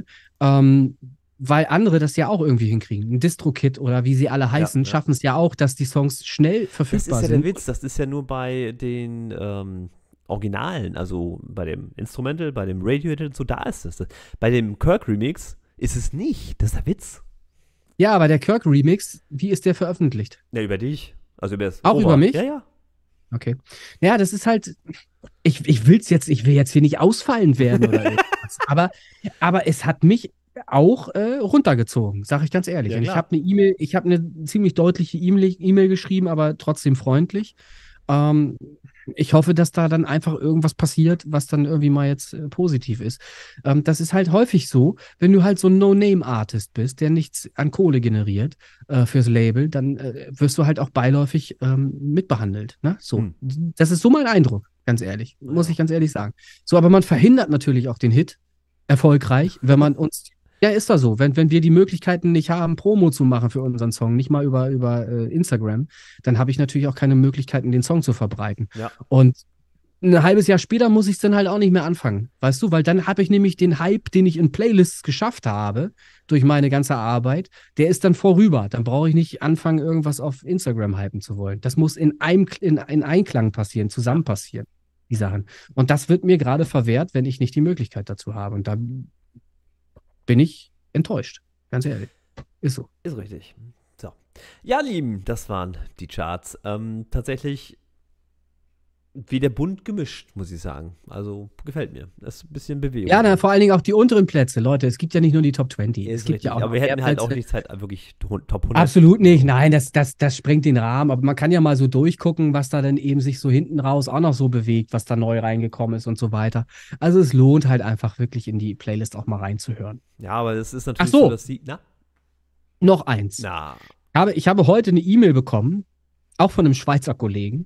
weil andere das ja auch irgendwie hinkriegen. Ein Distro-Kit oder wie sie alle heißen, ja. schaffen es ja auch, dass die Songs schnell Das verfügbar ist ja der sind. Witz. Das ist ja nur bei den Originalen, also bei dem Instrumental, bei dem Radio-Edit, so da ist das. Bei dem Kirk-Remix ist es nicht. Das ist der Witz. Ja, aber der Kirk-Remix, wie ist der veröffentlicht? Ja, über dich. Also über das Auch Ober. über mich? Ja, ja. Okay. Ja, das ist halt, ich will jetzt hier nicht ausfallend werden oder irgendwas, aber es hat mich auch runtergezogen, sage ich ganz ehrlich. Ja, Und ich klar. habe ich habe eine ziemlich deutliche E-Mail geschrieben, aber trotzdem freundlich. Ich hoffe, dass da dann einfach irgendwas passiert, was dann irgendwie mal jetzt positiv ist. Das ist halt häufig so, wenn du halt so ein No-Name-Artist bist, der nichts an Kohle generiert fürs Label, dann wirst du halt auch beiläufig mitbehandelt. Ne? So. Hm. Das ist so mein Eindruck, ganz ehrlich. Muss Ja. ich ganz ehrlich sagen. So, aber man verhindert natürlich auch den Hit erfolgreich, wenn man uns. Ja, ist da so. Wenn wir die Möglichkeiten nicht haben, Promo zu machen für unseren Song, nicht mal über Instagram, dann habe ich natürlich auch keine Möglichkeiten, den Song zu verbreiten. Ja. Und ein halbes Jahr später muss ich es dann halt auch nicht mehr anfangen, weißt du? Weil dann habe ich nämlich den Hype, den ich in Playlists geschafft habe, durch meine ganze Arbeit, der ist dann vorüber. Dann brauche ich nicht anfangen, irgendwas auf Instagram hypen zu wollen. Das muss in Einklang passieren, zusammen passieren, die Sachen. Und das wird mir gerade verwehrt, wenn ich nicht die Möglichkeit dazu habe. Und da bin ich enttäuscht, ganz ehrlich. Ist so. Ist richtig. So. Ja, Lieben, das waren die Charts. Tatsächlich wieder bunt gemischt, muss ich sagen. Also gefällt mir. Das ist ein bisschen Bewegung. Ja, vor allen Dingen auch die unteren Plätze, Leute. Es gibt ja nicht nur die Top 20. Ist Es gibt richtig. ja auch Aber noch wir mehr hätten halt auch Plätze. nicht Zeit, wirklich Top 100. Absolut nicht. Nein, das sprengt den Rahmen. Aber man kann ja mal so durchgucken, was da dann eben sich so hinten raus auch noch so bewegt, was da neu reingekommen ist und so weiter. Also es lohnt halt einfach wirklich in die Playlist auch mal reinzuhören. Ja, aber es ist natürlich Ach so. dass die. Na? Noch eins. Na. Ich habe heute eine E-Mail bekommen, auch von einem Schweizer Kollegen,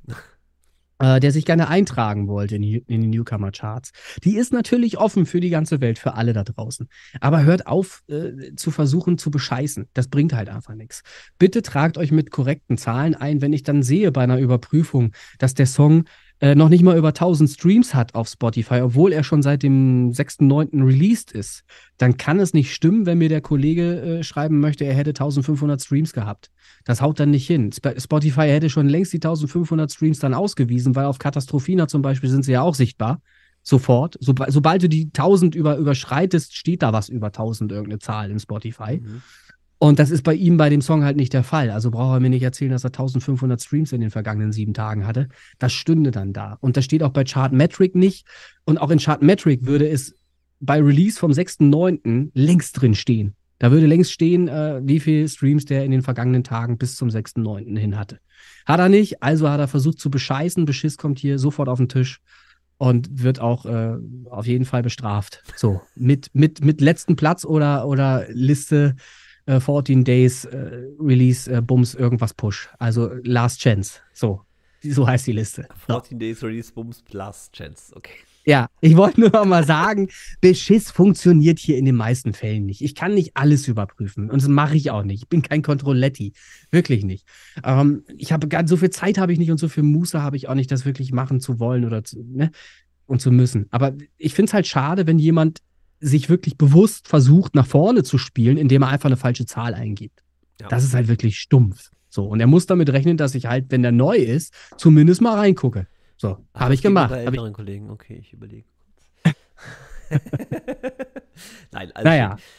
der sich gerne eintragen wollte in die Newcomer-Charts. Die ist natürlich offen für die ganze Welt, für alle da draußen. Aber hört auf, zu versuchen zu bescheißen. Das bringt halt einfach nichts. Bitte tragt euch mit korrekten Zahlen ein, wenn ich dann sehe bei einer Überprüfung, dass der Song noch nicht mal über 1000 Streams hat auf Spotify, obwohl er schon seit dem 6.9. released ist, dann kann es nicht stimmen, wenn mir der Kollege schreiben möchte, er hätte 1500 Streams gehabt. Das haut dann nicht hin. Spotify hätte schon längst die 1500 Streams dann ausgewiesen, weil auf Katastrophina zum Beispiel sind sie ja auch sichtbar. Sofort. Sobald du die 1000 überschreitest, steht da was über 1000, irgendeine Zahl in Spotify. Mhm. Und das ist bei ihm bei dem Song halt nicht der Fall. Also braucht er mir nicht erzählen, dass er 1500 Streams in den vergangenen 7 Tagen hatte. Das stünde dann da. Und das steht auch bei Chartmetric nicht. Und auch in Chartmetric würde es bei Release vom 6.9. längst drin stehen. Da würde längst stehen, wie viele Streams der in den vergangenen Tagen bis zum 6.9. hin hatte. Hat er nicht, also hat er versucht zu bescheißen. Beschiss kommt hier sofort auf den Tisch und wird auch auf jeden Fall bestraft. So, mit letzten Platz oder Liste 14 Days Release Bums irgendwas Push. Also Last Chance. So heißt die Liste. So. 14 Days Release Bums Plus Chance. Okay. Ja, ich wollte nur noch mal sagen, Beschiss funktioniert hier in den meisten Fällen nicht. Ich kann nicht alles überprüfen und das mache ich auch nicht. Ich bin kein Controletti, wirklich nicht. Ich habe so viel Zeit habe ich nicht und so viel Muße habe ich auch nicht, das wirklich machen zu wollen oder und zu müssen. Aber ich finde es halt schade, wenn jemand sich wirklich bewusst versucht, nach vorne zu spielen, indem er einfach eine falsche Zahl eingibt. Ja. Das ist halt wirklich stumpf. So, und er muss damit rechnen, dass ich halt, wenn der neu ist, zumindest mal reingucke. So, habe ich gemacht. Bei älteren Kollegen, okay, ich überlege. Nein, also Naja.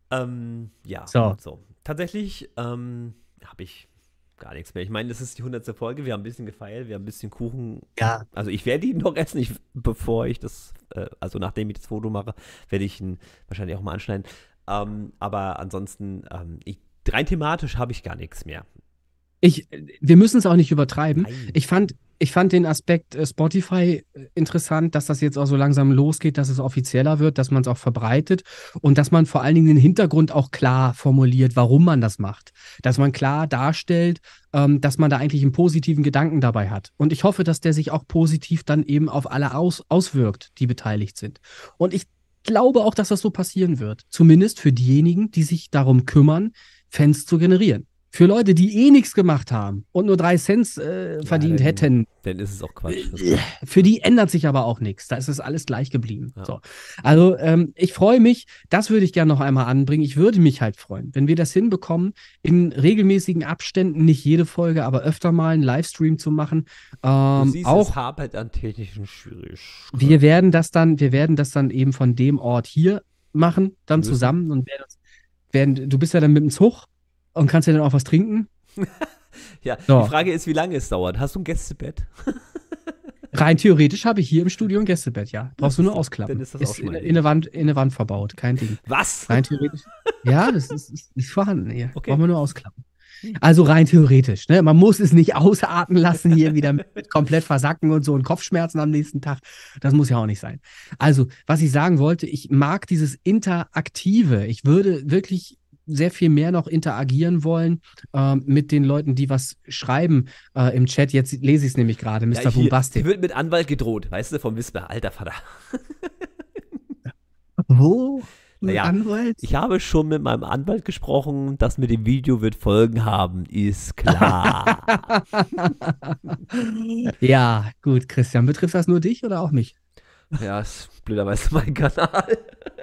Ja, So. so. Tatsächlich habe ich gar nichts mehr. Ich meine, das ist die 100. Folge. Wir haben ein bisschen gefeiert, wir haben ein bisschen Kuchen. Ja. Also ich werde ihn noch essen, bevor ich das, also nachdem ich das Foto mache, werde ich ihn wahrscheinlich auch mal anschneiden. Aber ansonsten, rein thematisch habe ich gar nichts mehr. Wir müssen es auch nicht übertreiben. Nein. Ich fand den Aspekt Spotify interessant, dass das jetzt auch so langsam losgeht, dass es offizieller wird, dass man es auch verbreitet und dass man vor allen Dingen den Hintergrund auch klar formuliert, warum man das macht. Dass man klar darstellt, dass man da eigentlich einen positiven Gedanken dabei hat. Und ich hoffe, dass der sich auch positiv dann eben auf alle auswirkt, die beteiligt sind. Und ich glaube auch, dass das so passieren wird. Zumindest für diejenigen, die sich darum kümmern, Fans zu generieren. Für Leute, die nichts gemacht haben und nur 3 Cent verdient hätten, Dann ist es auch Quatsch. für die ändert sich aber auch nichts. Da ist es alles gleich geblieben. Ja. So. Also ich freue mich, das würde ich gerne noch einmal anbringen. Ich würde mich halt freuen, wenn wir das hinbekommen, in regelmäßigen Abständen, nicht jede Folge, aber öfter mal einen Livestream zu machen. Du siehst, Auch es hapert an technischen Schwierigkeiten. wir werden das dann eben von dem Ort hier machen, dann Müssen. zusammen und du bist ja dann mit dem Zug und kannst ja dann auch was trinken. Ja, So. die Frage ist, wie lange es dauert. Hast du ein Gästebett? Rein theoretisch habe ich hier im Studio ein Gästebett, ja. Brauchst du nur Dann ausklappen. ist das auch schon mal in eine Wand verbaut, kein Ding. Was? Rein theoretisch. Ja, das ist vorhanden hier. Okay. Brauchen wir nur ausklappen. Also rein theoretisch, ne? Man muss es nicht ausatmen lassen, hier wieder mit komplett versacken und so und Kopfschmerzen am nächsten Tag. Das muss ja auch nicht sein. Also, was ich sagen wollte, ich mag dieses Interaktive. Ich würde wirklich sehr viel mehr noch interagieren wollen mit den Leuten, die was schreiben im Chat. Jetzt lese ich es nämlich gerade, Mr. Ja, Bombastic. hier wird mit Anwalt gedroht, weißt du, vom Whisper. Alter Vater. Wo? Naja, Anwalt? Ich habe schon mit meinem Anwalt gesprochen, das mit dem Video wird Folgen haben, ist klar. Ja, gut, Christian. Betrifft das nur dich oder auch mich? Ja, ist blöderweise mein Kanal.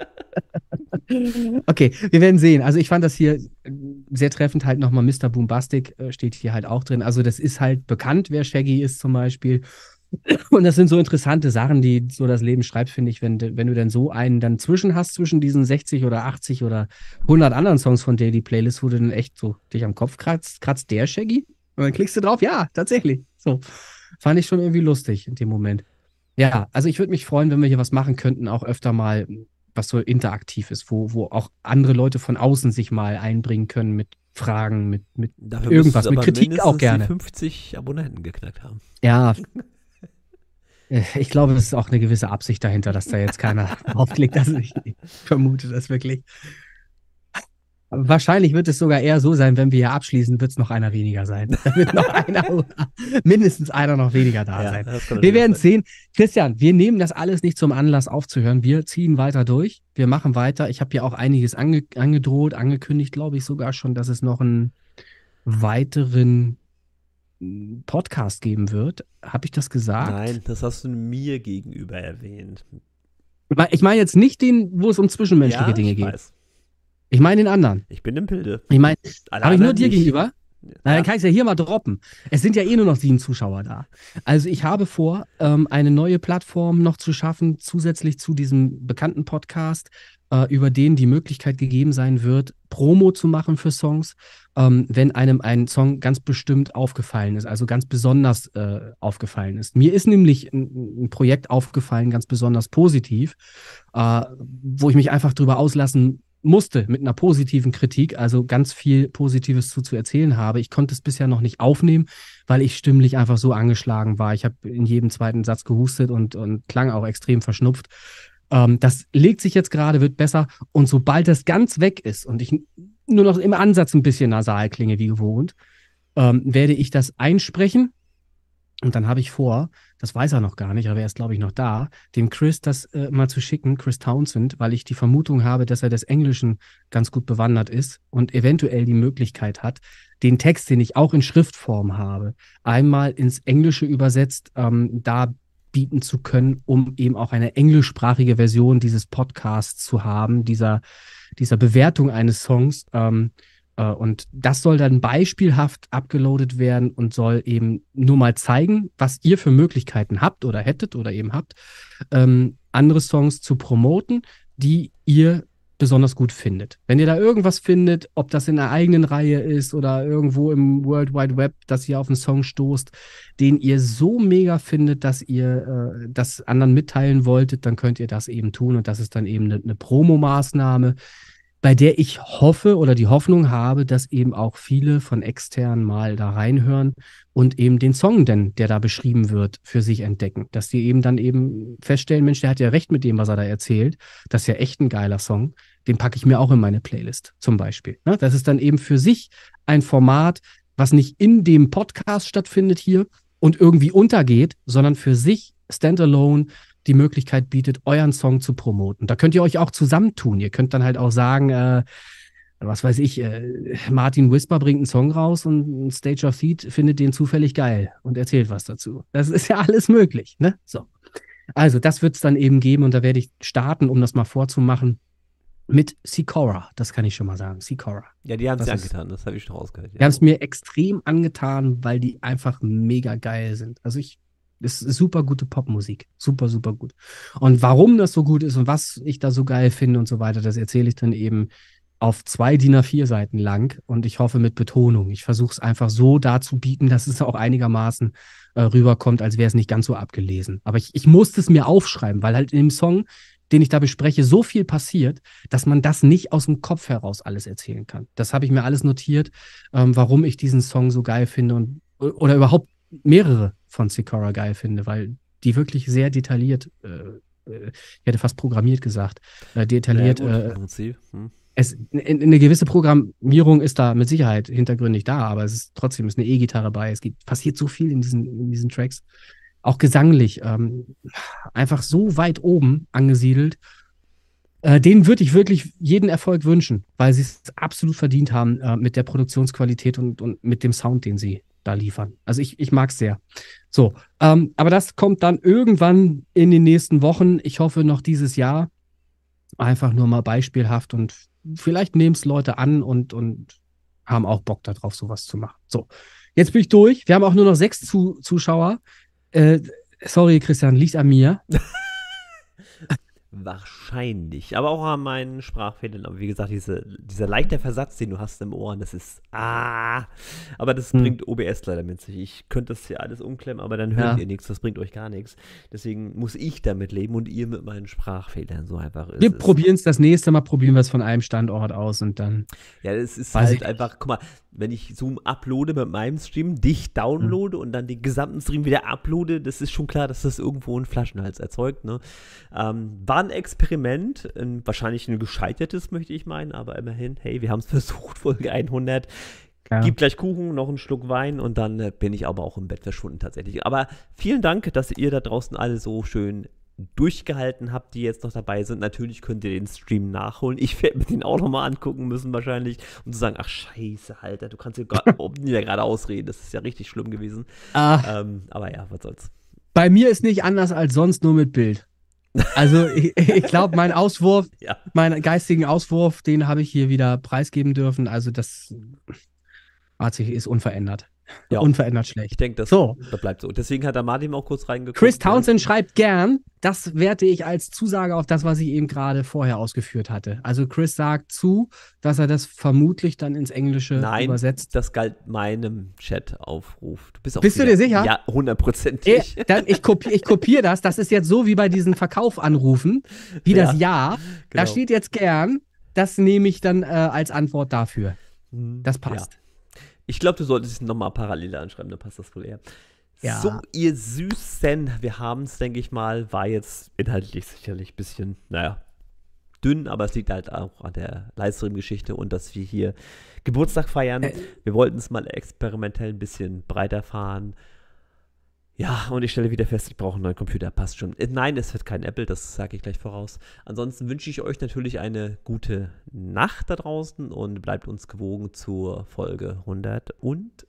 Okay, wir werden sehen. Also ich fand das hier sehr treffend halt nochmal Mr. Boombastic steht hier halt auch drin. Also das ist halt bekannt, wer Shaggy ist zum Beispiel. Und das sind so interessante Sachen, die so das Leben schreibt, finde ich, wenn du dann so einen dann zwischen diesen 60 oder 80 oder 100 anderen Songs von Daily Playlist, wo du dann echt so dich am Kopf kratzt der Shaggy? Und dann klickst du drauf, ja, tatsächlich. So, fand ich schon irgendwie lustig in dem Moment. Ja, also ich würde mich freuen, wenn wir hier was machen könnten, auch öfter mal, was so interaktiv ist, wo auch andere Leute von außen sich mal einbringen können mit Fragen, mit Dafür irgendwas, müsstest du mit aber Kritik auch mindestens gerne. die 50 Abonnenten geknackt haben. Ja, ich glaube, es ist auch eine gewisse Absicht dahinter, dass da jetzt keiner aufklickt. Also ich vermute das wirklich. Wahrscheinlich wird es sogar eher so sein, wenn wir hier abschließen, wird es noch einer weniger sein. Da wird noch einer, mindestens einer noch weniger da sein. das kann Wir natürlich werden sein. sehen. Christian, wir nehmen das alles nicht zum Anlass aufzuhören. Wir ziehen weiter durch. Wir machen weiter. Ich habe ja auch einiges angedroht, angekündigt, glaube ich sogar schon, dass es noch einen weiteren Podcast geben wird. Habe ich das gesagt? Nein, das hast du mir gegenüber erwähnt. Ich meine jetzt nicht den, wo es um zwischenmenschliche Ja, Dinge ich geht. weiß. Ich meine den anderen. Ich bin im Bilde. Ich meine, Alle habe ich nur anderen dir nicht. gegenüber? Na, dann kann ich es ja hier mal droppen. Es sind ja eh nur noch 7 Zuschauer da. Also ich habe vor, eine neue Plattform noch zu schaffen, zusätzlich zu diesem bekannten Podcast, über den die Möglichkeit gegeben sein wird, Promo zu machen für Songs, wenn einem ein Song ganz bestimmt aufgefallen ist, also ganz besonders aufgefallen ist. Mir ist nämlich ein Projekt aufgefallen, ganz besonders positiv, wo ich mich einfach drüber auslassen musste mit einer positiven Kritik, also ganz viel Positives zu erzählen habe. Ich konnte es bisher noch nicht aufnehmen, weil ich stimmlich einfach so angeschlagen war. Ich habe in jedem zweiten Satz gehustet und klang auch extrem verschnupft. Das legt sich jetzt gerade, wird besser. Und sobald das ganz weg ist und ich nur noch im Ansatz ein bisschen nasal klinge wie gewohnt, werde ich das einsprechen. Und dann habe ich vor, das weiß er noch gar nicht, aber er ist, glaube ich, noch da, dem Chris das mal zu schicken, Chris Townsend, weil ich die Vermutung habe, dass er des Englischen ganz gut bewandert ist und eventuell die Möglichkeit hat, den Text, den ich auch in Schriftform habe, einmal ins Englische übersetzt, da bieten zu können, um eben auch eine englischsprachige Version dieses Podcasts zu haben, dieser Bewertung eines Songs. Und das soll dann beispielhaft abgeloadet werden und soll eben nur mal zeigen, was ihr für Möglichkeiten habt oder hättet oder eben habt, andere Songs zu promoten, die ihr besonders gut findet. Wenn ihr da irgendwas findet, ob das in einer eigenen Reihe ist oder irgendwo im World Wide Web, dass ihr auf einen Song stoßt, den ihr so mega findet, dass ihr das anderen mitteilen wolltet, dann könnt ihr das eben tun. Und das ist dann eben eine Promomaßnahme, bei der ich hoffe oder die Hoffnung habe, dass eben auch viele von extern mal da reinhören und eben den Song denn, der da beschrieben wird, für sich entdecken. Dass die eben dann eben feststellen, Mensch, der hat ja recht mit dem, was er da erzählt. Das ist ja echt ein geiler Song. Den packe ich mir auch in meine Playlist, zum Beispiel. Ne? Das ist dann eben für sich ein Format, was nicht in dem Podcast stattfindet hier und irgendwie untergeht, sondern für sich standalone die Möglichkeit bietet, euren Song zu promoten. Da könnt ihr euch auch zusammentun. Ihr könnt dann halt auch sagen, was weiß ich, Martin Whisper bringt einen Song raus und Stage of Seed findet den zufällig geil und erzählt was dazu. Das ist ja alles möglich, ne? So. Also, das wird es dann eben geben und da werde ich starten, um das mal vorzumachen, mit Sikora. Das kann ich schon mal sagen. Sikora. Ja, die haben es Das ja ist- angetan, das habe ich schon rausgehört. Die haben es mir extrem angetan, weil die einfach mega geil sind. Also das ist super gute Popmusik. Super, super gut. Und warum das so gut ist und was ich da so geil finde und so weiter, das erzähle ich dann eben auf 2 DIN A4 Seiten lang und ich hoffe mit Betonung. Ich versuche es einfach so darzubieten, dass es auch einigermaßen rüberkommt, als wäre es nicht ganz so abgelesen. Aber ich musste es mir aufschreiben, weil halt in dem Song, den ich da bespreche, so viel passiert, dass man das nicht aus dem Kopf heraus alles erzählen kann. Das habe ich mir alles notiert, warum ich diesen Song so geil finde und oder überhaupt mehrere von Sikora geil finde, weil die wirklich sehr detailliert, ich hätte fast programmiert gesagt, detailliert, Ja, gut, im Prinzip. eine gewisse Programmierung ist da mit Sicherheit hintergründig da, aber es ist trotzdem ist eine E-Gitarre bei. Passiert so viel in diesen Tracks. Auch gesanglich, einfach so weit oben angesiedelt. Denen würde ich wirklich jeden Erfolg wünschen, weil sie es absolut verdient haben mit der Produktionsqualität und mit dem Sound, den sie da liefern. Also ich mag es sehr. So, aber das kommt dann irgendwann in den nächsten Wochen. Ich hoffe noch dieses Jahr. Einfach nur mal beispielhaft und vielleicht nehmen es Leute an und haben auch Bock darauf, sowas zu machen. So, jetzt bin ich durch. Wir haben auch nur noch 6 Zuschauer. Sorry, Christian, liegt an mir. Wahrscheinlich, aber auch an meinen Sprachfehlern. Aber wie gesagt, dieser leichte Versatz, den du hast im Ohr, das ist aber das bringt OBS leider mit sich. Ich könnte das hier alles umklemmen, aber dann hört Ja. ihr nichts, das bringt euch gar nichts. Deswegen muss ich damit leben und ihr mit meinen Sprachfehlern. So einfach ist Wir es. probieren es das nächste Mal, probieren wir es von einem Standort aus und dann. Ja, es ist Weiß halt ich nicht. einfach, guck mal, wenn ich Zoom uploade mit meinem Stream, dich downloade und dann den gesamten Stream wieder uploade, das ist schon klar, dass das irgendwo einen Flaschenhals erzeugt. Ne? War ein Experiment, wahrscheinlich ein gescheitertes, möchte ich meinen, aber immerhin, hey, wir haben es versucht, Folge 100. Ja. Gib gleich Kuchen, noch einen Schluck Wein und dann bin ich aber auch im Bett verschwunden tatsächlich. Aber vielen Dank, dass ihr da draußen alle so schön durchgehalten habt, die jetzt noch dabei sind. Natürlich könnt ihr den Stream nachholen. Ich werde mir den auch nochmal angucken müssen wahrscheinlich, um zu sagen, ach scheiße, Alter, du kannst hier gerade ausreden. Das ist ja richtig schlimm gewesen. Aber ja, was soll's. Bei mir ist nicht anders als sonst, nur mit Bild. Also ich glaube, mein Auswurf, Ja. meinen geistigen Auswurf, den habe ich hier wieder preisgeben dürfen. Also das ist unverändert. Ja. Unverändert Ich schlecht. denke, das So. bleibt so. Deswegen hat der Martin auch kurz reingeguckt. Chris Townsend schreibt gern, das werte ich als Zusage auf das, was ich eben gerade vorher ausgeführt hatte. Also Chris sagt zu, dass er das vermutlich dann ins Englische Nein, übersetzt. das galt meinem Chat-Aufruf. Du bist auch Bist du wieder- dir sicher? Ja, 100%ig. Ich kopiere das. Das ist jetzt so wie bei diesen Verkaufanrufen, wie das Ja. Da genau. steht jetzt gern. Das nehme ich dann als Antwort dafür. Das Ja. passt. Ich glaube, du solltest es nochmal parallel anschreiben, dann passt das wohl eher. Ja. So, ihr Süßen, wir haben es, denke ich mal, war jetzt inhaltlich sicherlich ein bisschen, dünn, aber es liegt halt auch an der Livestream-Geschichte und dass wir hier Geburtstag feiern. Wir wollten es mal experimentell ein bisschen breiter fahren. Ja, und ich stelle wieder fest, ich brauche einen neuen Computer, passt schon. Nein, es wird kein Apple, das sage ich gleich voraus. Ansonsten wünsche ich euch natürlich eine gute Nacht da draußen und bleibt uns gewogen zur Folge 101.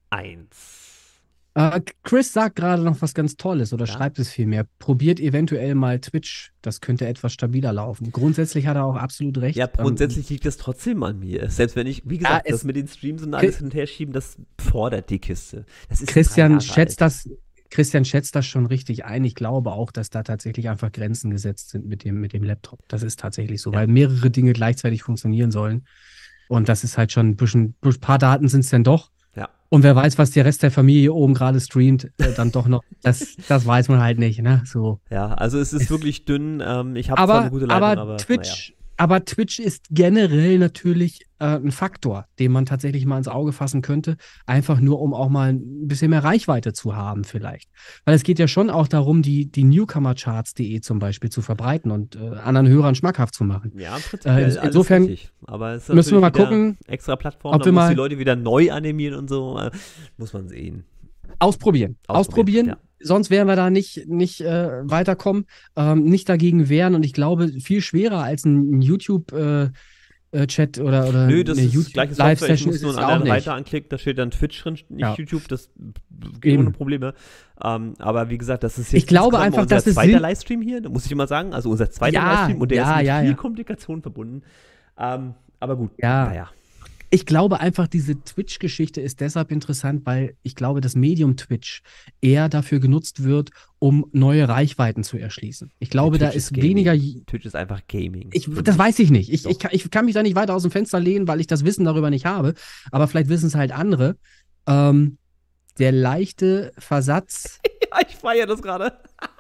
Chris sagt gerade noch was ganz Tolles oder Ja. schreibt es vielmehr. Probiert eventuell mal Twitch. Das könnte etwas stabiler laufen. Grundsätzlich hat er auch absolut recht. Ja, grundsätzlich liegt das trotzdem an mir. Selbst wenn ich, wie gesagt, Ja, das mit den Streams und alles hin und her schieben, das fordert die Kiste. Das ist Christian, 3 Jahre schätzt alt. das. Christian schätzt das schon richtig ein. Ich glaube auch, dass da tatsächlich einfach Grenzen gesetzt sind mit dem Laptop. Das ist tatsächlich so, Ja. weil mehrere Dinge gleichzeitig funktionieren sollen. Und das ist halt schon ein paar Daten sind es denn doch. Ja. Und wer weiß, was der Rest der Familie oben gerade streamt, dann doch noch. Das weiß man halt nicht, ne? So. Ja, also es ist wirklich dünn. Ich habe zwar eine gute Leitung, aber Twitch ist generell natürlich ein Faktor, den man tatsächlich mal ins Auge fassen könnte, einfach nur, um auch mal ein bisschen mehr Reichweite zu haben vielleicht. Weil es geht ja schon auch darum, die Newcomercharts.de zum Beispiel zu verbreiten und anderen Hörern schmackhaft zu machen. Ja, prinzipiell alles insofern richtig. Aber es ist müssen wir mal natürlich wieder gucken, extra Plattform, ob da wir muss mal- die Leute wieder neu animieren und so. Muss man sehen. Ausprobieren. Ja. Sonst werden wir da nicht weiterkommen, nicht dagegen wehren. Und ich glaube, viel schwerer als ein YouTube-Chat oder Nö, das eine ist gleiche Software. Ich YouTube-Live-Session muss ist nur es einen ja auch anderen nicht. Reiter anklicken, da steht dann Twitch drin, nicht Ja. YouTube. Das geht Eben. ohne Probleme. Aber wie gesagt, das ist jetzt Ich glaube insgesamt einfach, unser dass es zweiter Sinn- Livestream hier, da muss ich immer sagen. Also unser zweiter Ja, Livestream und der ja, ist mit ja, viel ja. Komplikation verbunden. Aber gut, Ja. naja. Ich glaube einfach, diese Twitch-Geschichte ist deshalb interessant, weil ich glaube, das Medium Twitch eher dafür genutzt wird, um neue Reichweiten zu erschließen. Ich glaube, da Twitch ist Gaming. weniger. Twitch ist einfach Gaming. Das weiß ich nicht. Doch. Ich kann mich da nicht weiter aus dem Fenster lehnen, weil ich das Wissen darüber nicht habe. Aber vielleicht wissen es halt andere. Der leichte Versatz. Ja, ich feiere das gerade.